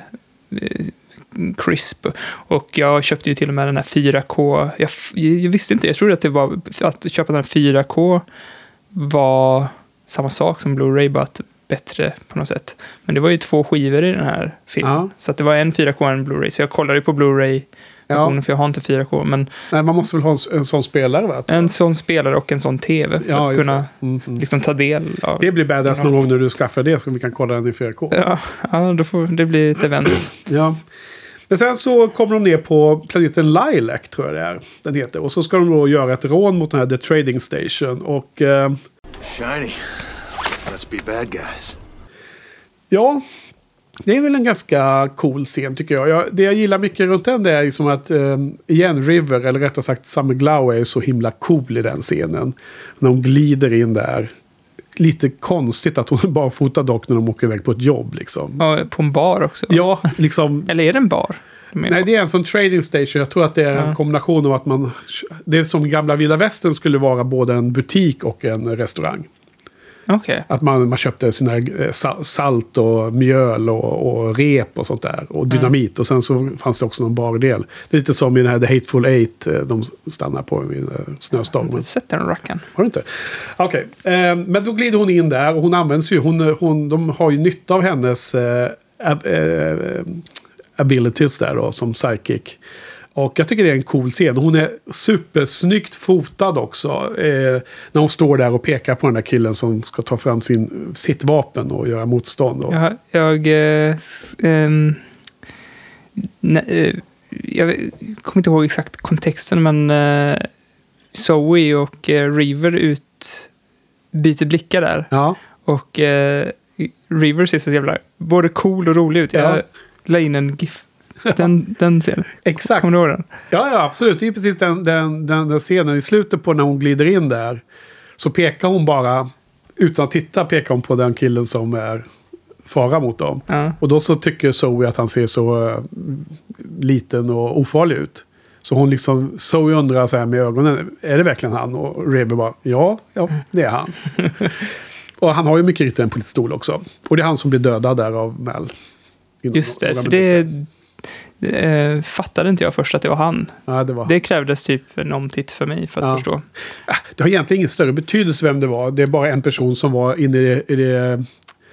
crisp. Och jag köpte ju till och med den här fyra K. Jag, jag visste inte, jag trodde att det var att köpa den här fyra K var samma sak som Blu-ray, bara att bättre på något sätt. Men det var ju två skivor i den här filmen. Ja. Så att det var en fyra K och en Blu-ray. Så jag kollade ju på Blu-ray Ja. för jag har inte fyra K. Men Nej, man måste väl ha en, en sån spelare, va? en sån spelare och en sån tv för Ja, att just kunna det. Mm, mm. liksom ta del av... Det blir badass någon gång när du skaffar det så vi kan kolla den i fyra K. Ja, ja, då får det bli ett event. Ja. Men sen så kommer de ner på planeten Lilac, tror jag det är, den heter. Och så ska de då göra ett rån mot den här The Trading Station. Och eh, Shiny. Let's be bad guys. ja, det är väl en ganska cool scen tycker jag. jag det jag gillar mycket runt den det är liksom att eh, igen River, eller rättare sagt Summer Glau är så himla cool i den scenen. När hon glider in där. Lite konstigt att hon bara fotar dock när de åker iväg på ett jobb liksom. Och på en bar också. Ja, liksom. Eller är det en bar? De är Nej, på? det är en sån trading station. Jag tror att det är en Ja. kombination av att man... Det är som gamla Vilda Västern skulle vara både en butik och en restaurang. Okej. Att man, man köpte sina eh, sa- salt och mjöl och, och rep och sånt där. Och dynamit. Och sen så fanns det också någon bardel. Det är lite som i den här The Hateful Eight. eh, De stannar på i eh, Jag har snöstormen. inte sett den rackaren. Har du inte? Okej. Eh, men då glider hon in där. Och hon används ju. Hon, hon, de har ju nytta av hennes eh, ab, eh, abilities där då. Som psychic. Och jag tycker det är en cool scen. Hon är supersnyggt fotad också. Eh, när hon står där och pekar på den där killen som ska ta fram sin, sitt vapen och göra motstånd. Och, Jag, jag, eh, s- ehm, ne, eh, jag vet- kommer inte ihåg exakt kontexten, men eh, Zoe och eh, River ut byter blickar där. ja. Och eh, River ser så jävla både cool och rolig ut. Jag Ja. la in en gif. Den, den ser Exakt. Kommer du ihåg den? Ja, ja, absolut. Det är precis den, den, den, den scenen i slutet på när hon glider in där. Så pekar hon bara, utan att titta, pekar hon på den killen som är fara mot dem. Ja. Och då så tycker Zoe att han ser så uh, liten och ofarlig ut. Så hon liksom, Zoe undrar så här med ögonen, är det verkligen han? Och Rebe bara, ja, ja, det är han. Och han har ju mycket riktigt en polistol också. Och det är han som blir dödad där av Mal. Inom Just det, några för minuter. det, det eh, fattade inte jag först att det var han. Ja, det var Det krävdes typ en omtitt för mig för att Ja. förstå. Ah, det har egentligen ingen större betydelse vem det var. Det är bara en person som var inne i det... I det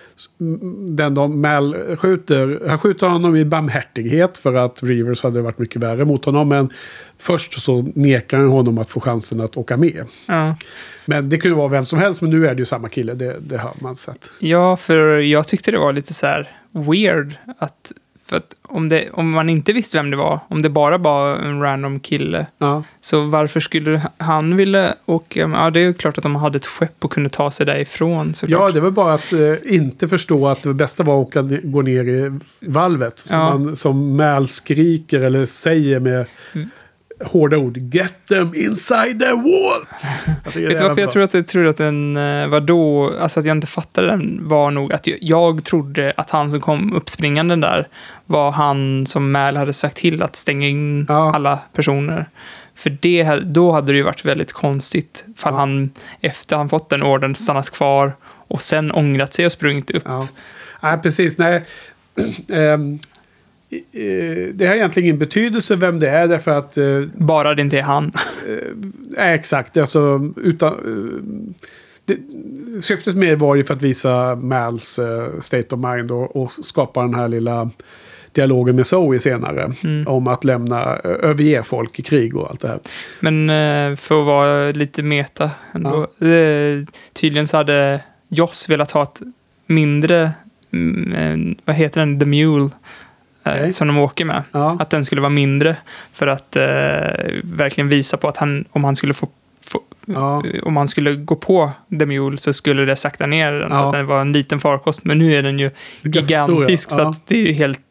den de Mal skjuter. Han skjuter honom i barmhärtighet för att Rivers hade varit mycket värre mot honom. Men först så nekar han honom att få chansen att åka med. Ja. Men det kunde vara vem som helst, men nu är det ju samma kille. Det, det har man sett. Ja, för jag tyckte det var lite så här weird att, för att om, det, om man inte visste vem det var, om det bara var en random kille, Ja, så varför skulle han vilja åka? Ja, det är ju klart att de hade ett skepp och kunde ta sig därifrån ja såklart. det var bara att eh, inte förstå att det bästa var att åka, ne- gå ner i valvet. Som, Ja. man, som Mal skriker eller säger med hårda ord. Get them inside the wall! Jag tycker Vet det du är varför jag bra. tror att jag tror att den eh, var då, alltså att jag inte fattade den, var nog att jag, jag trodde att han som kom uppspringande där var han som Mal hade sagt till att stänga in Ja. alla personer. För det, då hade det ju varit väldigt konstigt. För Ja. han, efter han fått den orden, stannat kvar och sen ångrat sig och sprungit upp. Ja. Nej, precis. Nej. Ehm, eh, det har egentligen ingen betydelse vem det är, därför att... eh, Bara det inte är han. Nej, exakt. Alltså, utan, eh, det, syftet med det var ju för att visa Mals eh, state of mind och, och skapa den här lilla dialogen med Zoe senare. Mm. Om att lämna, eh, överge folk i krig och allt det här. Men eh, för att vara lite meta ändå, eh, tydligen så hade Joss velat ha ett mindre, mm, eh, vad heter den, The Mule, eh, Okej. som de åker med. Ja. Att den skulle vara mindre för att eh, verkligen visa på att han, om han skulle få, få, Ja. om han skulle gå på The Mule så skulle det sakta ner den, Ja. för att den var en liten farkost. Men nu är den ju Ganska gigantisk stor, ja. så att det är ju helt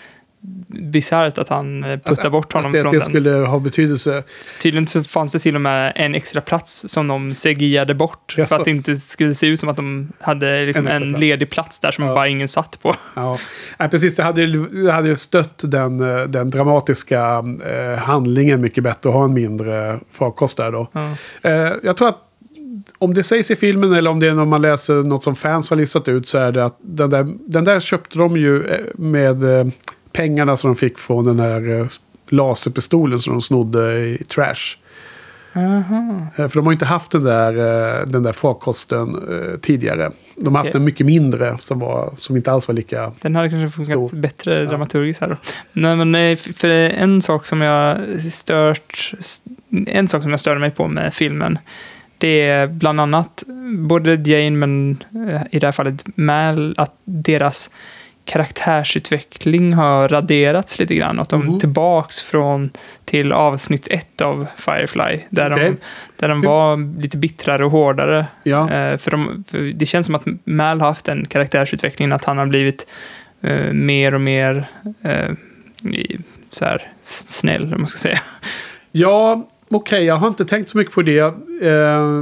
bisarrt att han eh, puttar Att- bort honom att det, från det den. skulle ha betydelse. Tydligen så fanns det till och med en extra plats som de C G I-ade bort Jaså. för att det inte skulle se ut som att de hade liksom En extra en plats. ledig plats där som Ja. bara ingen satt på. Ja, nej, precis. Det hade, ju- det hade ju stött den, eh, den dramatiska eh, handlingen mycket bättre att ha en mindre farkost där då. Ja. Eh, jag tror att om det sägs i filmen eller om det är när man läser något som fans har listat ut så är det att den där, den där köpte de ju eh, med eh, pengarna som de fick från den här eh, laserpistolen som de snodde i Trash. Aha. Eh, För de har ju inte haft den där, eh, den där farkosten eh, tidigare. De har haft Okej. en mycket mindre som, var, som inte alls var lika... Den hade kanske funkat Stor. bättre Ja. dramaturgiskt här då. Nej, men eh, f- för en sak som jag stört, en sak som jag störde mig på med filmen, det är bland annat både Jane men eh, i det här fallet Mal, att deras karaktärsutveckling har raderats lite grann. Att de Mhm. tillbaks från till avsnitt ett av Firefly. Där Okej. de, där de Hur- var lite bittrare och hårdare. Ja. Eh, för, de, för det känns som att Mal har haft en karaktärsutveckling, att han har blivit eh, mer och mer eh, i- så här, s- snäll, om man ska säga. Ja, okej, jag har inte tänkt så mycket på det. Eh,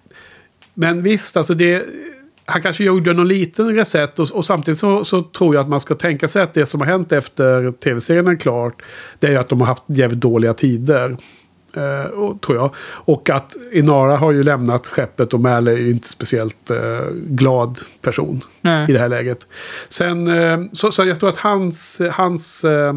men visst, alltså det... Han kanske gjorde någon liten reset och, och samtidigt så, så tror jag att man ska tänka sig att det som har hänt efter tv-serien är klart, det är ju att de har haft jävligt dåliga tider. Eh, och, tror jag. Och att Inara har ju lämnat skeppet och Mal är ju inte speciellt eh, glad person Nej. i det här läget. Sen, eh, så, så jag tror att hans, hans eh,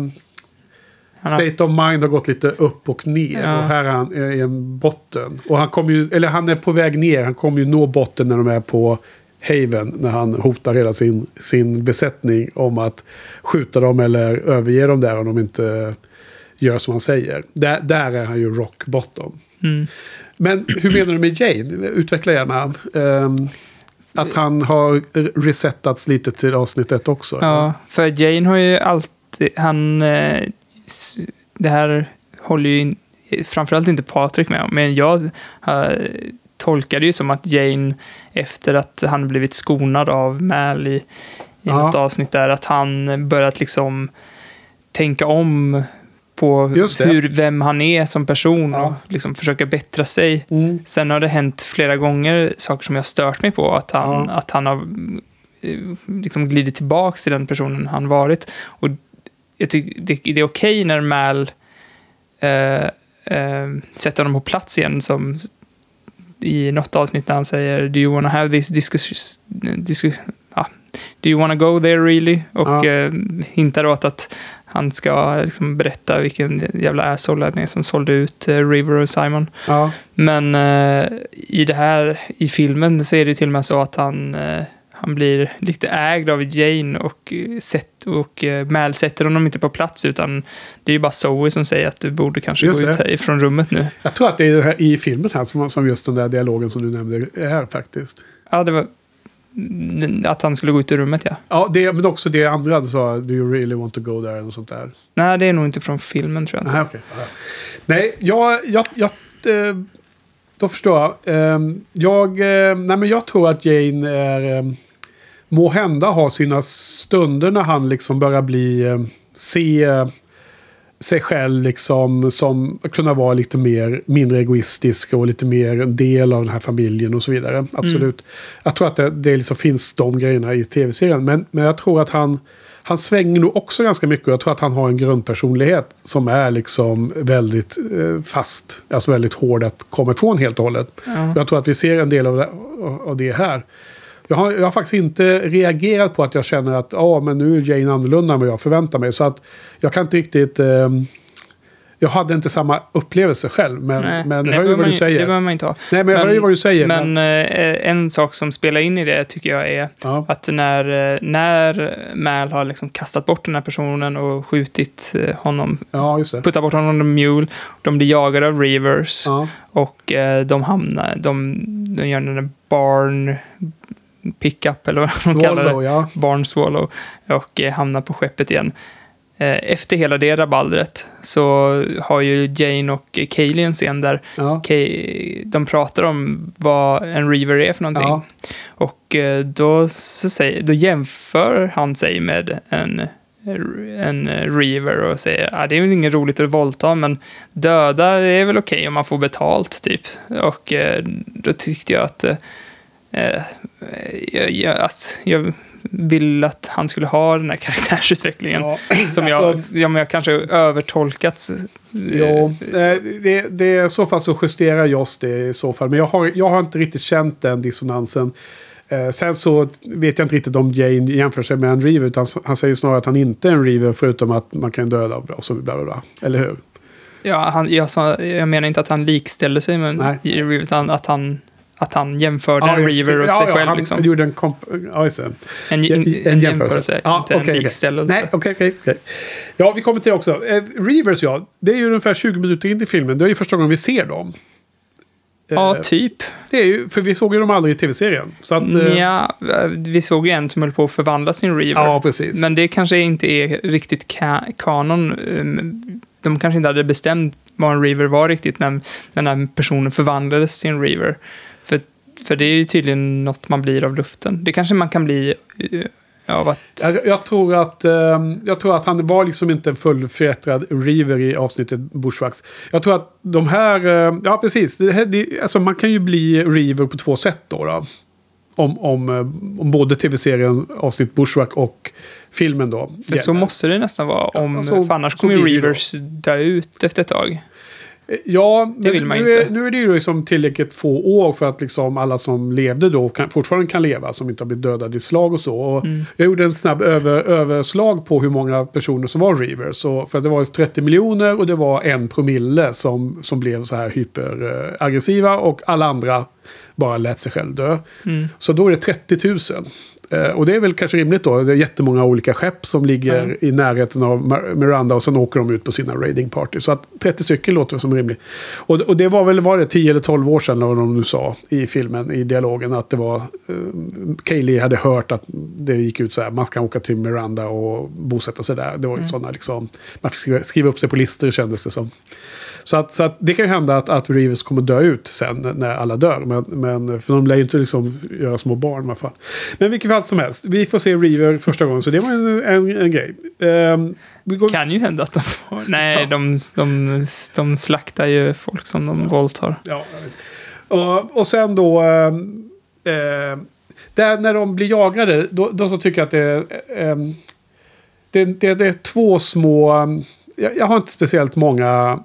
Han har- state of mind har gått lite upp och ner. Ja. Och här är han i en botten. Och han kommer ju, eller han är på väg ner. Han kommer ju nå botten när de är på Haven. När han hotar hela sin, sin besättning om att skjuta dem eller överge dem där om de inte gör som han säger. Där, där är han ju rock bottom. Mm. Men hur menar du med Jane? Utveckla gärna. Ehm, att han har resetats lite till avsnitt ett också. Ja, för Jane har ju alltid, han, eh, s- det här håller ju in, framförallt inte Patrik med om, men jag eh, tolkar det ju som att Jane, efter att han blivit skonad av Mal i, i Ja. något avsnitt där, att han börjat liksom tänka om på Just det. hur, vem han är som person Ja. och liksom försöka bättra sig. Mm. Sen har det hänt flera gånger saker som jag stört mig på. Att han, Ja. att han har eh, liksom glidit tillbaka till den personen han varit. Och jag tycker det, det är okej när Mal eh, eh, sätter honom på plats igen, som i något avsnitt när han säger Do you wanna have this discussion? Discuss, ah, do you wanna go there really? Och Ja. eh, hintar åt att han ska liksom berätta vilken jävla asshole han är som sålde ut eh, River och Simon. Ja. Men eh, i det här, i filmen så är det till och med så att han, eh, han blir lite ägd av Jane och, eh, sätt, och eh, Mal sätter honom inte på plats, utan det är ju bara Zoe som säger att du borde kanske Just gå ut det. här ifrån rummet nu. Jag tror att det är det här, i filmen här som, som just den där dialogen som du nämnde är faktiskt. Ja, det var mm, att han skulle gå ut ur rummet, ja. Ja, det, men också det andra du sa, do you really want to go there och sånt där. Nej, det är nog inte från filmen, tror jag inte. Nej, okej. Ja. Nej, jag, jag, jag eh, då förstår jag. Ehm, jag, eh, nej, men jag tror att Jane är, eh, må hända ha sina stunder när han liksom börjar bli, eh, se eh, sig själv liksom som kunna vara lite mer, mindre egoistisk och lite mer en del av den här familjen och så vidare. Absolut. Jag tror att det, det liksom finns de grejerna i tv-serien. Men, men jag tror att han, han svänger nog också ganska mycket. Jag tror att han har en grundpersonlighet som är liksom väldigt eh, fast. Alltså väldigt hård att komma ifrån helt och hållet. Ja. Jag tror att vi ser en del av det, av det här. Jag har, jag har faktiskt inte reagerat på att jag känner att ja, men nu är Jane annorlunda än vad jag förväntar mig. Så att jag kan inte riktigt... Eh, jag hade inte samma upplevelse själv. Men, Nej, men nej, hör ju vad du man, säger. Det behöver man inte ha. Nej, men jag hör ju vad du säger. Men, men eh, en sak som spelar in i det tycker jag är ja. att när, när Mal har liksom kastat bort den här personen och skjutit honom, Ja, just det. puttat bort honom on the mule, de blir jagade av Reavers Ja. och eh, de hamnar, de, de gör den där barn pickup eller vad de kallar det. Swallow, ja. Barn Swallow och eh, hamnar på skeppet igen. Efter hela det rabaldret så har ju Jane och Kaylee en scen där Ja. Kay, de pratar om vad en Reaver är för någonting. Ja. Och då, så säger, då jämför han sig med en, en Reaver och säger att ah, det är väl inget roligt att våldta, men döda är väl okej om man får betalt typ. Och då tyckte jag att, eh, jag, att jag vill att han skulle ha den här karaktärsutvecklingen Ja. som jag, Alltså, ja, men jag kanske övertolkat. Jo, det, det är i så fall så justerar Joss det i så fall. Men jag har, jag har inte riktigt känt den dissonansen. Eh, sen så vet jag inte riktigt om Jane jämför sig med en Reaver, utan han säger snarare att han inte är en Reaver förutom att man kan döda och så bla bla bla. Eller hur? Ja, han, jag, sa, jag menar inte att han likställer sig med en Reaver, utan att han att han jämförde ja, en Reaver och ja, sig ja, själv. Han liksom. gjorde en, komp- ja, just det. En, en, en, en jämförelse, ja, inte okay, en likställelse. Nej, okej, okay, okej. Okay, ja, vi kommer till också. Eh, Reavers, ja. Det är ju ungefär tjugo minuter in i filmen. Det är ju första gången vi ser dem. Ja, eh, typ. Det är ju, för vi såg ju dem aldrig i tv-serien. Så att, eh, ja, vi såg ju en som höll på att förvandla sin Reaver. Ja, precis. Men det kanske inte är riktigt ka- kanon. De kanske inte hade bestämt vad en Reaver var riktigt när, när den här personen förvandlades till en Reaver. För För det är ju tydligen något man blir av luften. Det kanske man kan bli uh, av att... Jag, jag, tror att, um, jag tror att han var liksom inte en fullfjättrad Reaver i avsnittet Bushwhacks. Jag tror att de här... Uh, ja, precis. Det här, det, alltså man kan ju bli Reaver på två sätt då. då. Om, om, om både tv-serien avsnitt Bushwhack och filmen då. För så måste det nästan vara. Om, alltså, för annars kommer ju Reavers dö ut efter ett tag. Ja, men vill man nu, inte. Är, nu är det ju liksom tillräckligt få år för att liksom alla som levde då kan, fortfarande kan leva, som inte har blivit dödade i slag och så. Och Mm. jag gjorde en snabb över, överslag på hur många personer som var Reavers. Så, för det var trettio miljoner och det var en promille som, som blev så här hyperaggressiva och alla andra bara lät sig själv dö. Mm. Så då är det trettio tusen. Eh, och det är väl kanske rimligt då. Det är jättemånga olika skepp som ligger Mm. i närheten av Mar- Miranda och sen åker de ut på sina raiding party. Så att trettio stycken låter som rimligt. Och, och det var väl var det tio eller tolv år sedan när de nu sa i filmen, i dialogen, att det var eh, Kaylee hade hört att det gick ut så här, man ska åka till Miranda och bosätta sig där. Det var ju Mm. sådana liksom, man fick skriva, skriva upp sig på listor, kändes det som. Så att, så att det kan ju hända att, att Reavers kommer dö ut sen när alla dör. Men, men för de lär ju inte liksom göra små barn i alla fall. Men vilket fall som helst. Vi får se Reaver första gången. Så det var en, en, en grej. Um, vi går... Kan ju hända att de får... Nej, ja. de, de, de slaktar ju folk som de ja. våldtar. Ja. Och, och sen då... Um, uh, där när de blir jagade, då, då så tycker jag att det, um, det, det, det är två små... Um, jag, jag har inte speciellt många...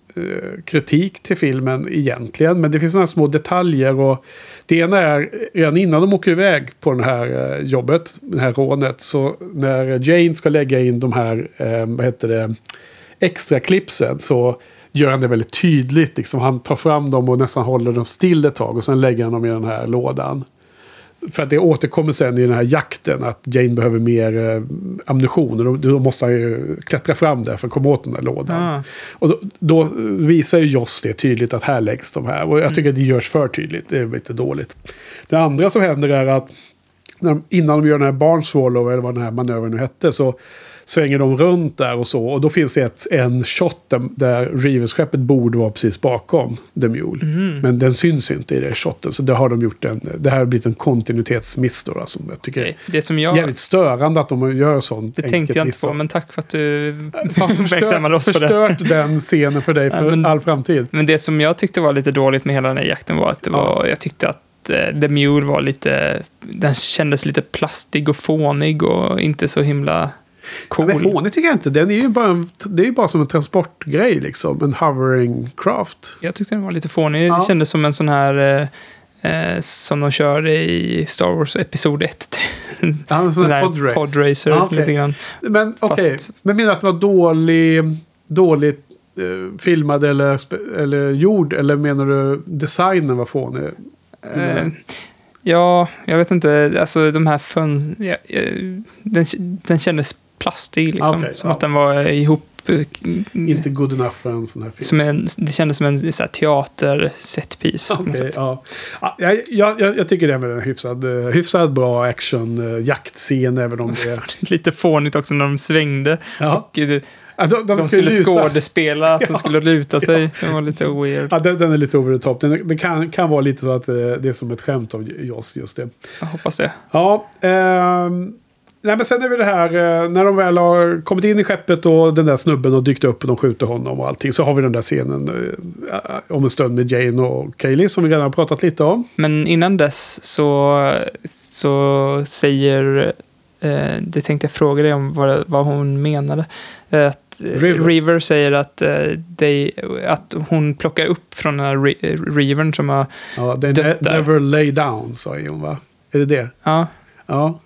kritik till filmen egentligen, men det finns några små detaljer och det ena är redan innan de åker iväg på det här jobbet, det här rånet, så när Jane ska lägga in de här eh, vad heter det, extra klippsen så gör han det väldigt tydligt, liksom han tar fram dem och nästan håller dem still ett tag och sen lägger han dem i den här lådan. För att det återkommer sen i den här jakten att Jane behöver mer eh, ammunition. Och då, då måste han ju klättra fram där för att komma åt den där lådan. Ah. Och då, då visar ju Joss det tydligt att här läggs de här. Och jag tycker mm. att det görs för tydligt. Det är lite dåligt. Det andra som händer är att när de, innan de gör den här Barn Swallow eller vad den här manövern nu hette så svänger de runt där och så. Och då finns det ett, en shot där, där Reavers-skeppet borde vara precis bakom The Mule. Mm. Men den syns inte i det shoten. Så det har de gjort en, det här har blivit en kontinuitetsmiss då, som jag tycker Nej, det som jag, är jävligt störande att de gör sånt. Det tänkte jag inte på, men tack för att du uppmärksammade oss på det. Förstört den scenen för dig för ja, men, all framtid. Men det som jag tyckte var lite dåligt med hela den här jakten var att det var, ja. jag tyckte att The Mule var lite, den kändes lite plastig och fånig och inte så himla... Cool. Ja, men fånig tycker jag inte. Den är ju bara, en, det är ju bara som en transportgrej liksom. En hovering craft. Jag tyckte den var lite fånig. Ja. Det kändes som en sån här eh, som de kör i Star Wars episod ett. Ja, en sån här podrace. Podracer Ja, okay. lite grann. Men okej, Fast... men menar att det var dålig, dåligt eh, filmad eller, eller gjord? Eller menar du designen var fånig? Eh, ja, jag vet inte. Alltså de här fön... Ja, den, den kändes plastig liksom. Okay, som ja. Att den var ihop... Inte good enough för en sån här film. Som en, det kändes som en så här, teater setpiece. Okay, ja. Ja, jag, jag, jag tycker det är en hyfsad, hyfsad bra action jaktscen även om det är... Lite fånigt också när de svängde. Ja. Och det, ja, de, de, de skulle luta. skådespela att ja. de skulle luta sig. Ja. Det var lite weird. Ja, den, den är lite over the top. Den, det kan, kan vara lite så att det är som ett skämt av Joss, just det. Jag hoppas det. Ja, ehm... Nej, men sen är vi det här, när de väl har kommit in i skeppet och den där snubben och dykt upp och de skjuter honom och allting, så har vi den där scenen äh, om en stund med Jane och Kaylee som vi redan har pratat lite om. Men innan dess så, så säger, eh, det tänkte jag fråga dig om vad, vad hon menade. Att Rivers. River säger att, eh, they, att hon plockar upp från den här Rivern som har ja, they dött där. Never lay down, sa hon, va? Är det det? Ja. Ja.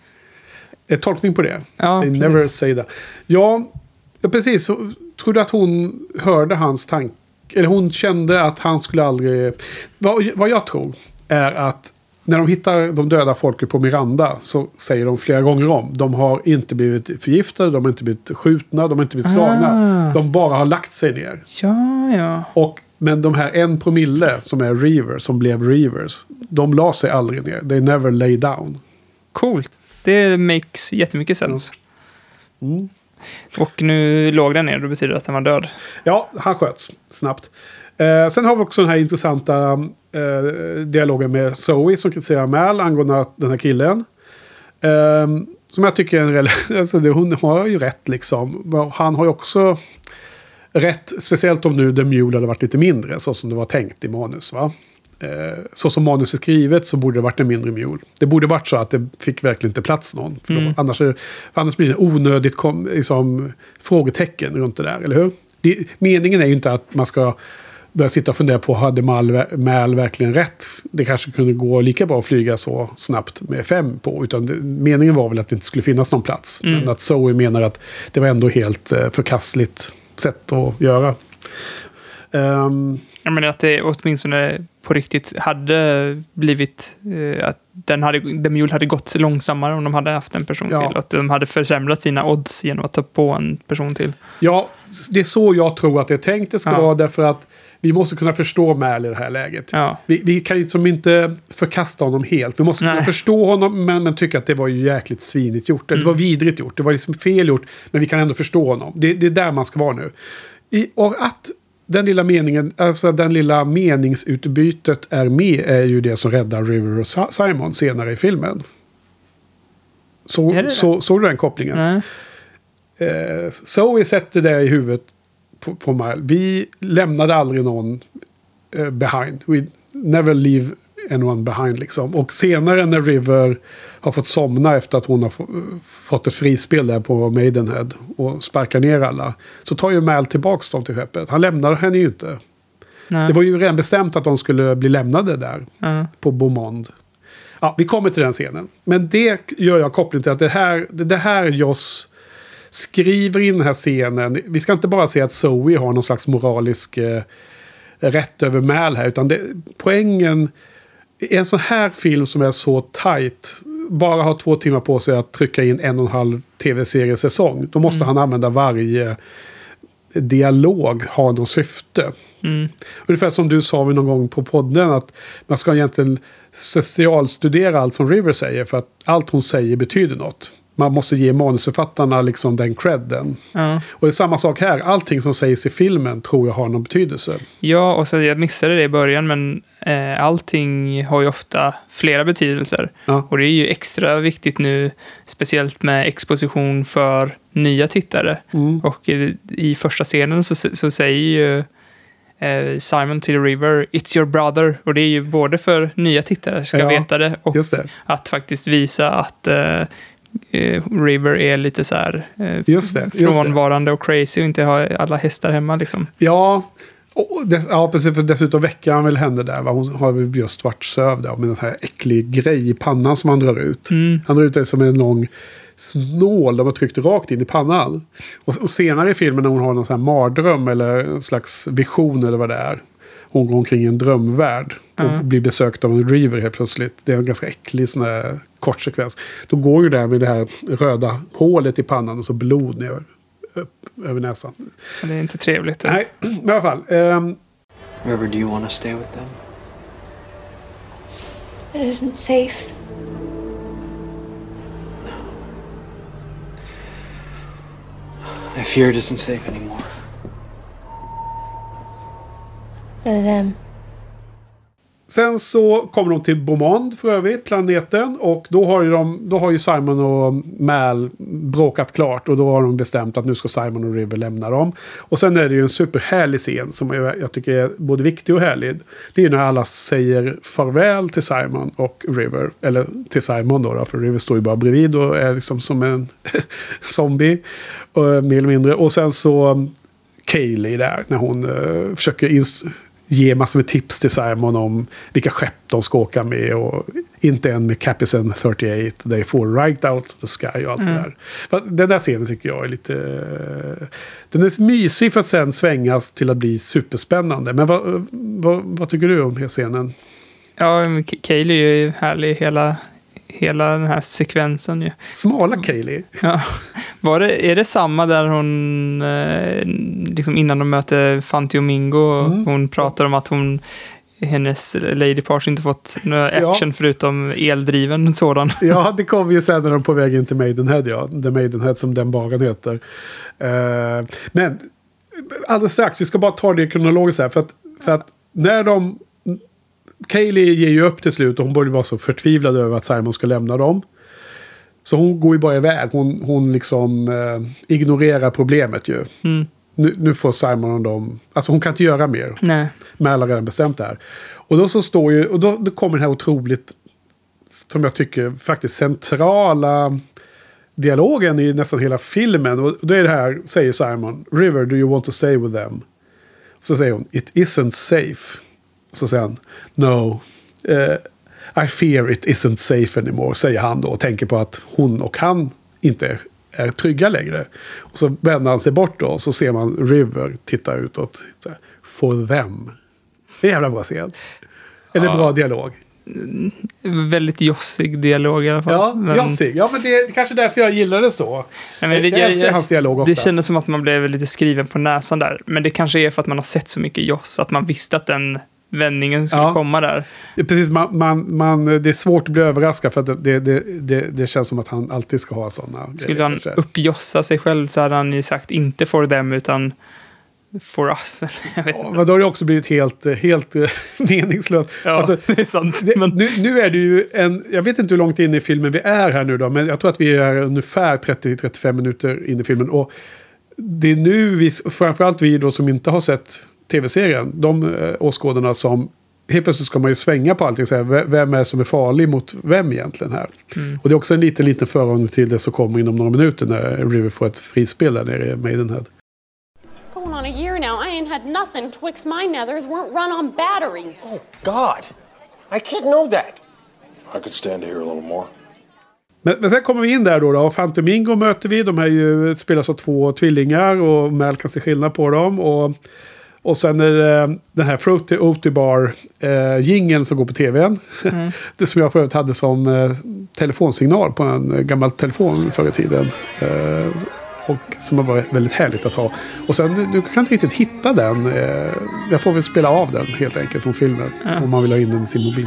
Är tolkning på det? Ja, They precis. never say that. Ja, precis. Tror du att hon hörde hans tanke? Eller hon kände att han skulle aldrig... Vad, vad jag tror är att när de hittar de döda folket på Miranda så säger de flera gånger om. De har inte blivit förgiftade, de har inte blivit skjutna, de har inte blivit slagna. Ah. De bara har lagt sig ner. Ja, ja. Och, men de här en promille som är Reavers, som blev Reavers, de la sig aldrig ner. They never lay down. Coolt. Det makes jättemycket sens. Mm. Och nu låg den ner, då betyder det att den var död. Ja, han sköts snabbt. Eh, sen har vi också den här intressanta eh, dialogen med Zoe som kritiserar Mal angående den här killen. Eh, som jag tycker är en rel- alltså det, hon har ju rätt liksom. Han har ju också rätt, speciellt om nu The Mule hade varit lite mindre, så som det var tänkt i manus, va? Så som manus är skrivet så borde det varit en mindre mjol. Det borde varit så att det fick verkligen inte plats någon. För då, mm. annars, är, för annars blir det onödigt kom, liksom, frågetecken runt det där, eller hur? Det, meningen är ju inte att man ska börja sitta och fundera på, hade Mal, Mal verkligen rätt? Det kanske kunde gå lika bra att flyga så snabbt med fem på. Utan det, meningen var väl att det inte skulle finnas någon plats. Mm. Men att Zoe menar att det var ändå helt eh, förkastligt sätt att göra. Um, Jag menar att det åtminstone på riktigt hade blivit eh, att den hade, The Mule hade gått långsammare om de hade haft en person ja. till. Att de hade försämrat sina odds genom att ta på en person till. Ja, det är så jag tror att det är tänkt det ska ja. vara. Därför att vi måste kunna förstå Mal i det här läget. Ja. Vi, vi kan liksom inte förkasta honom helt. Vi måste kunna Nej. förstå honom men, men tycka att det var ju jäkligt svinigt gjort. Mm. Det var vidrigt gjort. Det var liksom fel gjort. Men vi kan ändå förstå honom. Det, det är där man ska vara nu. I, och att den lilla meningen, alltså den lilla meningsutbytet är med är ju det som räddar River och Simon senare i filmen. Så, det så, såg du den kopplingen? Nej. Eh, Zoe sätter det i huvudet på, på mig. Vi lämnade aldrig någon eh, behind. We never leave anyone behind liksom. Och senare när River har fått somna efter att hon har få, fått ett frispel där på Maidenhead och sparkar ner alla, så tar ju Mal tillbaks dem till skeppet. Han lämnar henne ju inte. Nej. Det var ju redan bestämt att de skulle bli lämnade där Mm. på Beaumont. Ja, vi kommer till den scenen. Men det gör jag koppling till att det här, det, det här Joss skriver in den här scenen. Vi ska inte bara se att Zoe har någon slags moralisk eh, rätt över Mal här, utan det, poängen i en sån här film som är så tight, bara har två timmar på sig att trycka in en och en halv tv-seriesäsong, då måste mm. han använda varje dialog ha något syfte. Mm. Ungefär som du sa någon gång på podden, att man ska egentligen specialstudera allt som River säger, för att allt hon säger betyder något. Man måste ge manusförfattarna liksom den credden. Ja. Och det är samma sak här. Allting som sägs i filmen tror jag har någon betydelse. Ja, och så jag missade det i början, men eh, allting har ju ofta flera betydelser. Ja. Och det är ju extra viktigt nu, speciellt med exposition för nya tittare. Mm. Och i, i första scenen så, så säger ju eh, Simon till River, "It's your brother." Och det är ju både för nya tittare ska Ja, veta det, och just det. att faktiskt visa att eh, eh, River är lite så här eh, Just det, just frånvarande och crazy och inte har alla hästar hemma liksom. Ja, och dess, ja precis, för dessutom väcker han väl henne där. Va? Hon har väl just varit sövd av med en sån här äcklig grej i pannan som han drar ut. Mm. Han drar ut det som en lång snål de har tryckt rakt in i pannan. Och, och senare i filmen när hon har någon sån här mardröm eller en slags vision eller vad det är. Hon går omkring i en drömvärld och Mm. blir besökt av en River helt plötsligt. Det är en ganska äcklig sån här kort sekvens. Då går ju där med det här röda hålet i pannan och så blod ner upp över näsan. Och det är inte trevligt. Nej, men i alla fall. Um, River, do you want to stay with them? It isn't safe. I fear it isn't safe anymore. For them. Sen så kommer de till Beaumont för övrigt, planeten. Och då har ju, de, då har ju Simon och Mal bråkat klart. Och då har de bestämt att nu ska Simon och River lämna dem. Och sen är det ju en superhärlig scen som jag, jag tycker är både viktig och härlig. Det är när alla säger farväl till Simon och River. Eller till Simon då, då för River står ju bara bredvid och är liksom som en zombie. Och, mer eller mindre. Och sen så Kaylee där när hon uh, försöker inst- ge massor med tips till Simon om vilka skepp de ska åka med och inte en med Captain trettioåtta they fall right out of the sky och allt mm. det där. Men den där scenen tycker jag är lite den är mysig för att sen svängas till att bli superspännande. Men vad, vad, vad tycker du om den här scenen? Ja, Kaylee är ju härlig hela hela den här sekvensen ju. Smala Kaylee. Ja. Var det, är det samma där hon eh, liksom innan de möter Fanti och Mingo mm. hon pratar om att hon hennes Lady Pars inte fått några action ja. förutom eldriven sådan. Ja, det kommer ju sen när de är på väg in till Maidenhead, ja. The Maidenhead som den bagan heter. Uh, men alldeles strax, vi ska bara ta det kronologiskt här för att, för att när de Kaylee ger ju upp till slut och hon borde vara så förtvivlad över att Simon ska lämna dem. Så hon går ju bara iväg. Hon, hon liksom eh, ignorerar problemet ju. Mm. Nu, nu får Simon och dem... Alltså hon kan inte göra mer. Nej. Men alla har redan bestämt det här. Och då så står ju... Och då, då kommer den här otroligt... Som jag tycker faktiskt centrala dialogen i nästan hela filmen. Och då är det här, säger Simon. River, do you want to stay with them? Och så säger hon, it isn't safe. Så säger han, no, uh, I fear it isn't safe anymore, säger han då och tänker på att hon och han inte är trygga längre. Och så vänder han sig bort då och så ser man River titta utåt. Så här, for them. Det är jävla bra scen. Eller ja. Bra dialog. Väldigt jossig dialog i alla fall. Ja, men... jossig. Ja, men det är kanske därför jag gillar det så. Nej, men det, jag älskar jag, hans dialog ofta. Det kändes som att man blev lite skriven på näsan där. Men det kanske är för att man har sett så mycket joss att man visste att den vändningen skulle ja. komma där. Precis, man, man, man, det är svårt att bli överraskad för att det, det, det, det känns som att han alltid ska ha sådana. Skulle han kanske uppjossa sig själv så hade han ju sagt inte for them utan for us. Jag vet ja, inte. Men då har det också blivit helt, helt meningslöst. Ja, alltså, det är sant. Det, men... nu, nu är det ju en, jag vet inte hur långt in i filmen vi är här nu då, men jag tror att vi är ungefär trettio till trettiofem minuter in i filmen. Och det är nu vi, framförallt vi då som inte har sett tv-serien, de eh, åskådarna som helt plötsligt ska man ju svänga på allting och säga vem är som är farlig mot vem egentligen här. Mm. Och det är också en liten, liten förhållande till det som kommer inom några minuter när River får ett frispel där nere i Maidenhead. Going on a year now, I ain't had nothing twixt my nethers weren't run on batteries. Oh, God. I can't know that. I could stand here a little more. Men, men sen kommer vi in där då, då och Fanti och Mingo möter vi. De är ju spelas av två tvillingar och Mal kan se skillnad på dem och Och sen är det den här Fruity Oaty Bar eh, jingeln som går på tvn. Mm. Det som jag förut hade som eh, telefonsignal på en gammal telefon förr i tiden. Eh, och som har varit väldigt härligt att ha. Och sen, du, du kan inte riktigt hitta den. Eh, jag får väl spela av den helt enkelt från filmen. Mm. Om man vill ha in den i sin mobil.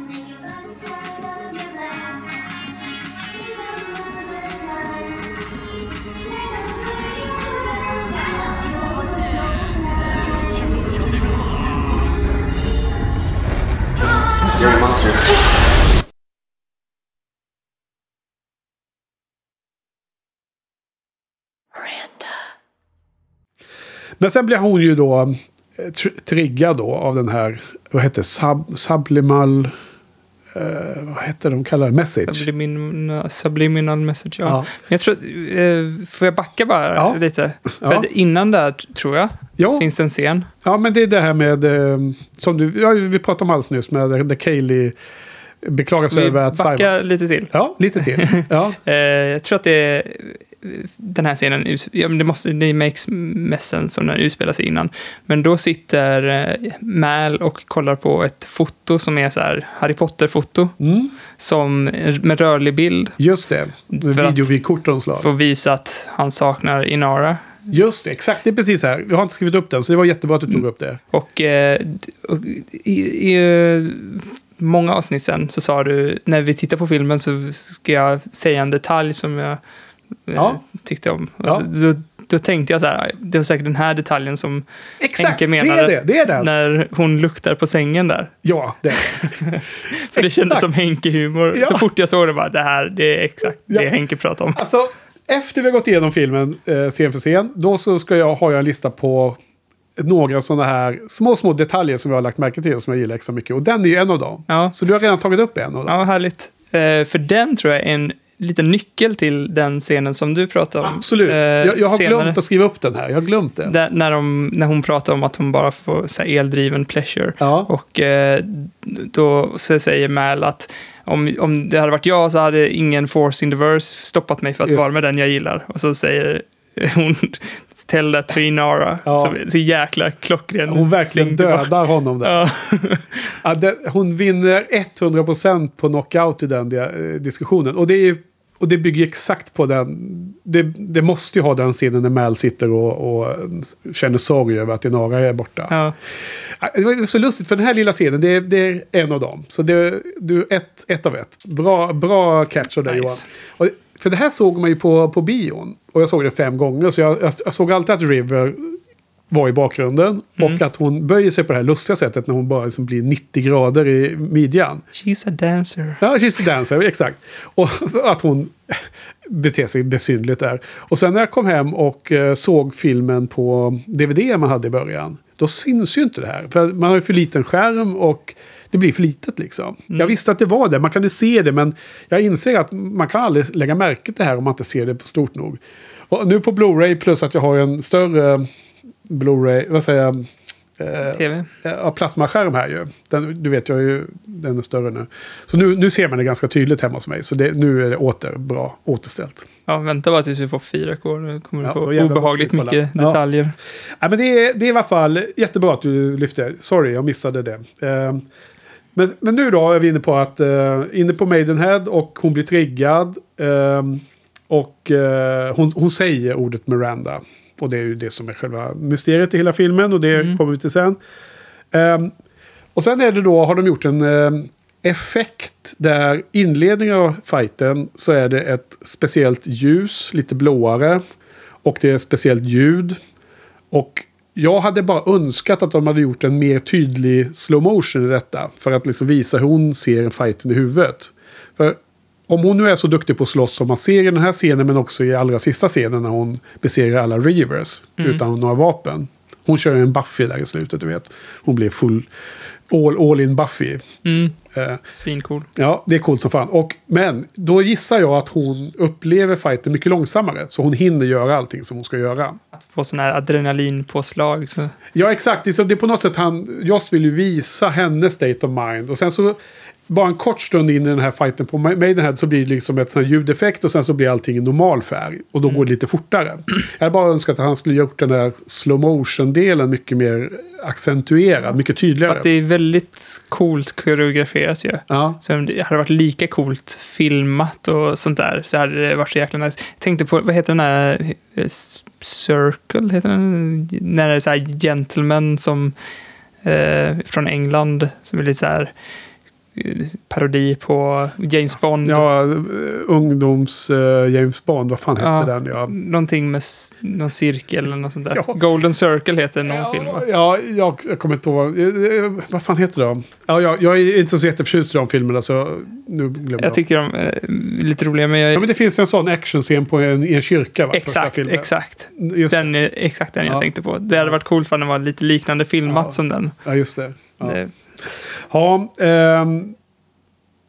Men sen blir hon ju då tr- triggad då av den här, vad heter det, Sub, sublimal Uh, vad heter de kallar det? Message. Subliminal, subliminal message, ja. Ja. Men jag tror, uh, får jag backa bara Ja. lite? För Ja. innan där, tror jag, Ja. finns det en scen. Ja, men det är det här med, uh, som du, ja, vi pratade om alldeles nyss, med där Kaylee beklagar sig Vi över att backar Simon... lite till. Ja, lite till. Ja. Uh, jag tror att det är den här scenen, us- ja, men det, måste, det makes messen som den utspelar sig innan. Men då sitter uh, Mal och kollar på ett foto som är så här Harry Potter-foto. Mm. Som med rörlig bild. Just det. För att Videokortomslag. få visa att han saknar Inara. Just det, exakt. Det är precis här. Jag har inte skrivit upp den, så det var jättebra att du tog upp det. Och, eh, och i, i många avsnitt sen så sa du, när vi tittar på filmen så ska jag säga en detalj som jag eh, Ja. tyckte om. Ja. Alltså, då, då tänkte jag så här, det var säkert den här detaljen som Exakt, Henke det menade är det. Det är den. när hon luktar på sängen där. Ja, det. För det kändes Exakt. som Henke-humor. Ja. Så fort jag såg det bara, det här, det är exakt Ja. det Henke pratar om. Alltså, efter vi har gått igenom filmen eh, scen för scen, då så ska jag, har jag en lista på några sådana här små, små detaljer som jag har lagt märke till som jag gillar extra mycket. Och den är ju en av dem. Ja. Så du har redan tagit upp en av dem. Ja, härligt. Eh, för den tror jag är en liten nyckel till den scenen som du pratade om. Absolut. Eh, jag, jag har senare. glömt att skriva upp den här. Jag har glömt den. Där, när, de, när hon pratar om att hon bara får så här, eldriven pleasure. Ja. Och eh, då så säger Mal att om, om det hade varit jag så hade ingen force in the verse stoppat mig för att Just. vara med den jag gillar. Och så säger hon tell that to Inara. Ja. Så, så jäkla klockren. Hon verkligen sing tillbaka. dödar honom där. Ja. Ja, det, hon vinner hundra procent på knockout i den dia- eh, diskussionen. Och det, är, och det bygger exakt på den. Det, det måste ju ha den scenen när Mal sitter och, och känner sorg över att Inara är borta. Ja. Ja, det var så lustigt, för den här lilla scenen, det, är- det är en av dem. Så det, du ett, ett av ett. Bra, bra catch av dig, Nice. Johan. Och, för det här såg man ju på, på bion. Och jag såg det fem gånger. Så jag, jag, jag såg alltid att River var i bakgrunden. Mm. Och att hon böjer sig på det här lustiga sättet när hon bara liksom blir nittio grader i midjan. She's a dancer. Ja, she's a dancer, exakt. Och så att hon beter sig besynligt där. Och sen när jag kom hem och eh, såg filmen på D V D man hade i början, då syns ju inte det här. För man har ju för liten skärm och det blir för litet liksom. Mm. Jag visste att det var det, man kan ju se det, men jag inser att man kan aldrig lägga märke till det här om man inte ser det på stort nog. Och nu på Blu-ray, plus att jag har en större Blu-ray, vad säger jag? Eh, T V. Ja, plasmaskärm här ju. Den, du vet, jag är ju, den är större nu. Så nu, nu ser man det ganska tydligt hemma hos mig. Så det, nu är det åter bra återställt. Ja, vänta bara tills vi får fyra K. Nu kommer Ja, du då få jävlar obehagligt måste vi kolla. mycket Ja. detaljer. Ja, men det, är, det är i alla fall jättebra att du lyfte. Sorry, jag missade det. Eh, men, men nu då är vi inne på att eh, inne på Maidenhead och hon blir triggad. Eh, och eh, hon, hon säger ordet Miranda. Och det är ju det som är själva mysteriet i hela filmen. Och det Mm. kommer vi till sen. Um, och sen är det då, har de gjort en um, effekt där inledningen av fighten så är det ett speciellt ljus, lite blåare. Och det är ett speciellt ljud. Och jag hade bara önskat att de hade gjort en mer tydlig slow motion i detta. För att liksom visa hur hon ser fighten i huvudet. För om hon nu är så duktig på att slåss som man ser i den här scenen, men också i allra sista scenen när hon besegrar alla Reavers Mm. utan några vapen. Hon kör en Buffy där i slutet, du vet. Hon blir full all, all in Buffy. Mm. Eh, Svincool. ja, det är coolt som fan. Och, men då gissar jag att hon upplever fighten mycket långsammare. Så hon hinner göra allting som hon ska göra. Att få sån här adrenalinpåslag. Så. Ja, exakt. Det är, så, det är på något sätt han, Joss vill ju visa hennes state of mind. Och sen så, bara en kort stund in i den här fighten på Maidenhead så blir det liksom ett sån här ljudeffekt och sen så blir allting i normal färg. Och då Mm. går det lite fortare. Jag hade bara önskat att han skulle gjort den här slow motion-delen mycket mer accentuerad, mycket För tydligare. att det är väldigt coolt koreograferat ju. Ja. Så om det hade varit lika coolt filmat och sånt där så hade det varit så jäkla nice. Jag tänkte på, vad heter den här eh, Circle, heter den? När det är så här gentlemen som eh, från England som är lite så här eh, parodi på James Bond. Ja, uh, ungdoms uh, James Bond, vad fan hette Ja. den? Ja. Någonting med s- någon cirkel eller något sånt där. Ja. Golden Circle heter någon film. va? Ja, jag, jag kommer inte ihåg. Eh, eh, Vad fan heter de? Ja, jag, jag är inte så jätteförtjust i de filmerna så nu glömmer jag. Jag tycker de är lite roliga, men jag... Ja, men det finns en sån actionscen på en, i en kyrka, va? Första exakt, filmen. exakt. Just, Den är exakt den Ja. jag tänkte på. Det hade varit coolt för den var lite liknande filmat Ja. som den. ja, just det. Ja. Det, Ja, ehm,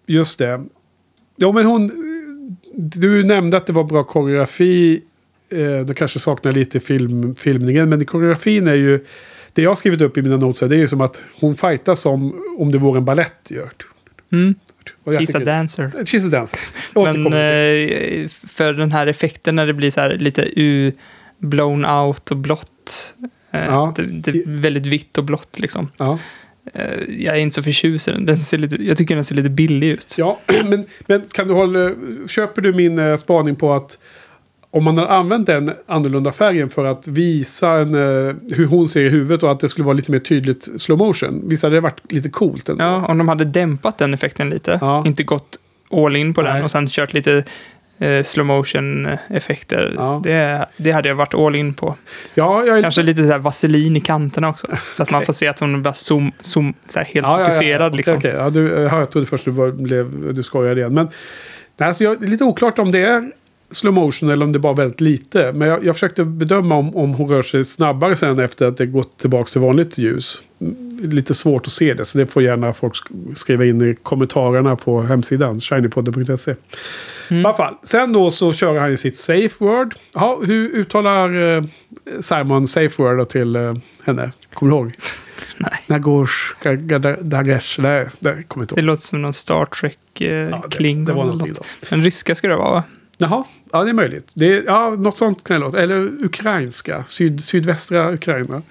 just det. Ja, men hon... Du nämnde att det var bra koreografi. Eh, det kanske saknar lite i film, filmningen. Men koreografin är ju... Det jag har skrivit upp i mina notes det är ju som att hon fightas som om det vore en ballett gör. Mm. She's a dancer. She's a dancer. Men eh, för den här effekten när det blir så här lite u blown out och blått. Eh, ja. det, det är väldigt vitt och blått liksom. Ja. Eh, jag är inte så förtjust i den. den ser lite, jag tycker den ser lite billig ut. Ja, men, men kan du hålla... Köper du min eh, spaning på att om man har använt den annorlunda färgen för att visa en, uh, hur hon ser i huvudet och att det skulle vara lite mer tydligt slow motion. Visst hade det varit lite coolt ändå. Ja, om de hade dämpat den effekten lite. Ja. Inte gått all in på Nej. den och sen kört lite uh, slow motion effekter. Ja. Det, det hade jag varit all in på. Ja, jag är... Kanske lite så här vaselin i kanterna också. Så okay. att man får se att hon bara zoom, zoom, så här helt ja, fokuserad. Ja, ja. Liksom. Okej, okay, okay. ja, du, ja, jag trodde först du, var, blev, du skojade igen. Men alltså, jag, det är lite oklart om det är slow motion eller om det bara väldigt lite. Men jag, jag försökte bedöma om, om hon rör sig snabbare sen efter att det gått tillbaka till vanligt ljus. Lite svårt att se det, så det får gärna folk skriva in i kommentarerna på hemsidan shinypodden punkt se. Mm. I alla fall. Sen då så kör han i sitt safe word. Ja, hur uttalar eh, Simon safe word till eh, henne? Kommer du ihåg? Nej. Nagors, Dagesh. Nej, det kommer inte ihåg. Det låter som någon Star Trek eh, ja, det, kling. Det var någonting då. Men ryska ska det vara, va? Jaha, ja det är möjligt. Det är, ja, något sånt kan det låta. Eller ukrainska, syd, sydvästra Ukraina.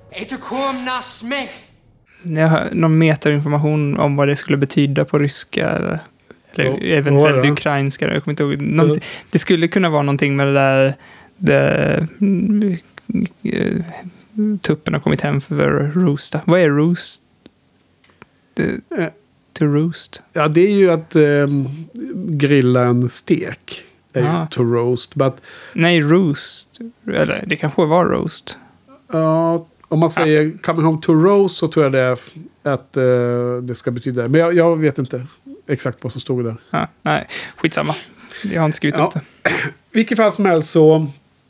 Jag har någon metainformation om vad det skulle betyda på ryska eller, eller oh, eventuellt oh, ja. ukrainska. Jag kommer inte ihåg. Någonting, mm. Det skulle kunna vara någonting med det där det, uh, tuppen har kommit hem för roosta. Vad är roost? Det, äh. To roast? Ja, det är ju att um, grilla en stek. Ah. To roast. But, Nej, roast. Eller det kanske var roast. Ja, uh, om man säger ah. coming home to roast så tror jag det är att uh, det ska betyda. Men jag, jag vet inte exakt vad som stod där. Ah, nej, skitsamma. Jag har inte skrivit ja. upp det. Vilket fall som helst så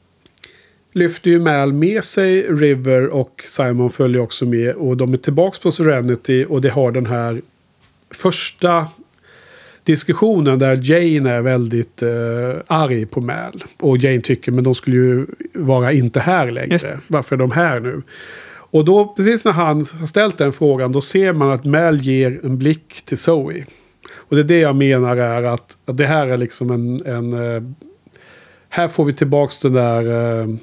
lyfter ju Mal med sig River och Simon följer också med. Och de är tillbaka på Serenity och det har den här första diskussionen där Jane är väldigt uh, arg på Mal. Och Jane tycker, men de skulle ju vara inte här längre. Varför är de här nu? Och då, precis när han har ställt den frågan, då ser man att Mal ger en blick till Zoe. Och det är det jag menar är att, att det här är liksom en... en uh, här får vi tillbaka den där... Uh,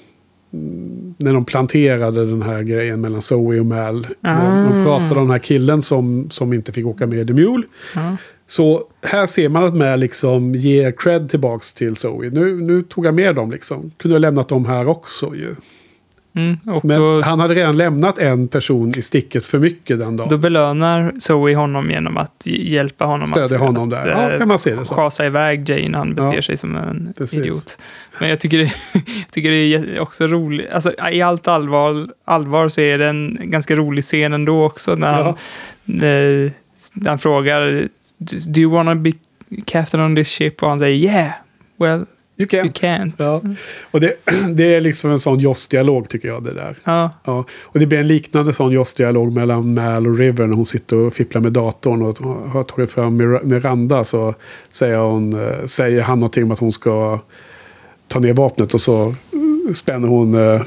när de planterade den här grejen mellan Zoe och Mal. Ah. De pratade om den här killen som, som inte fick åka med i The Mule. Ah. Så här ser man att Mal liksom ger cred tillbaks till Zoe. Nu, nu tog jag med dem liksom. Kunde ha lämnat dem här också ju. Mm, och Men då, han hade redan lämnat en person i sticket för mycket den dagen. Då belönar Zoe honom genom att hjälpa honom Stödja att, honom där. att ja, kan man se det så. Schasa iväg Jane när han beter ja, sig som en precis. idiot. Men jag tycker det, jag tycker det är också roligt. Alltså, i allt allvar, allvar så är det en ganska rolig scen ändå också när han, ja. eh, när han frågar Do you wanna be captain on this ship? Och han säger yeah, well You can't. You can't. Ja. Och det, det är liksom en sån Joss-dialog tycker jag det där. Ja. Ja. Och det blir en liknande sån Joss-dialog mellan Mal och River när hon sitter och fipplar med datorn och har tagit fram Miranda så säger, hon, säger han någonting om att hon ska ta ner vapnet och så spänner hon uh,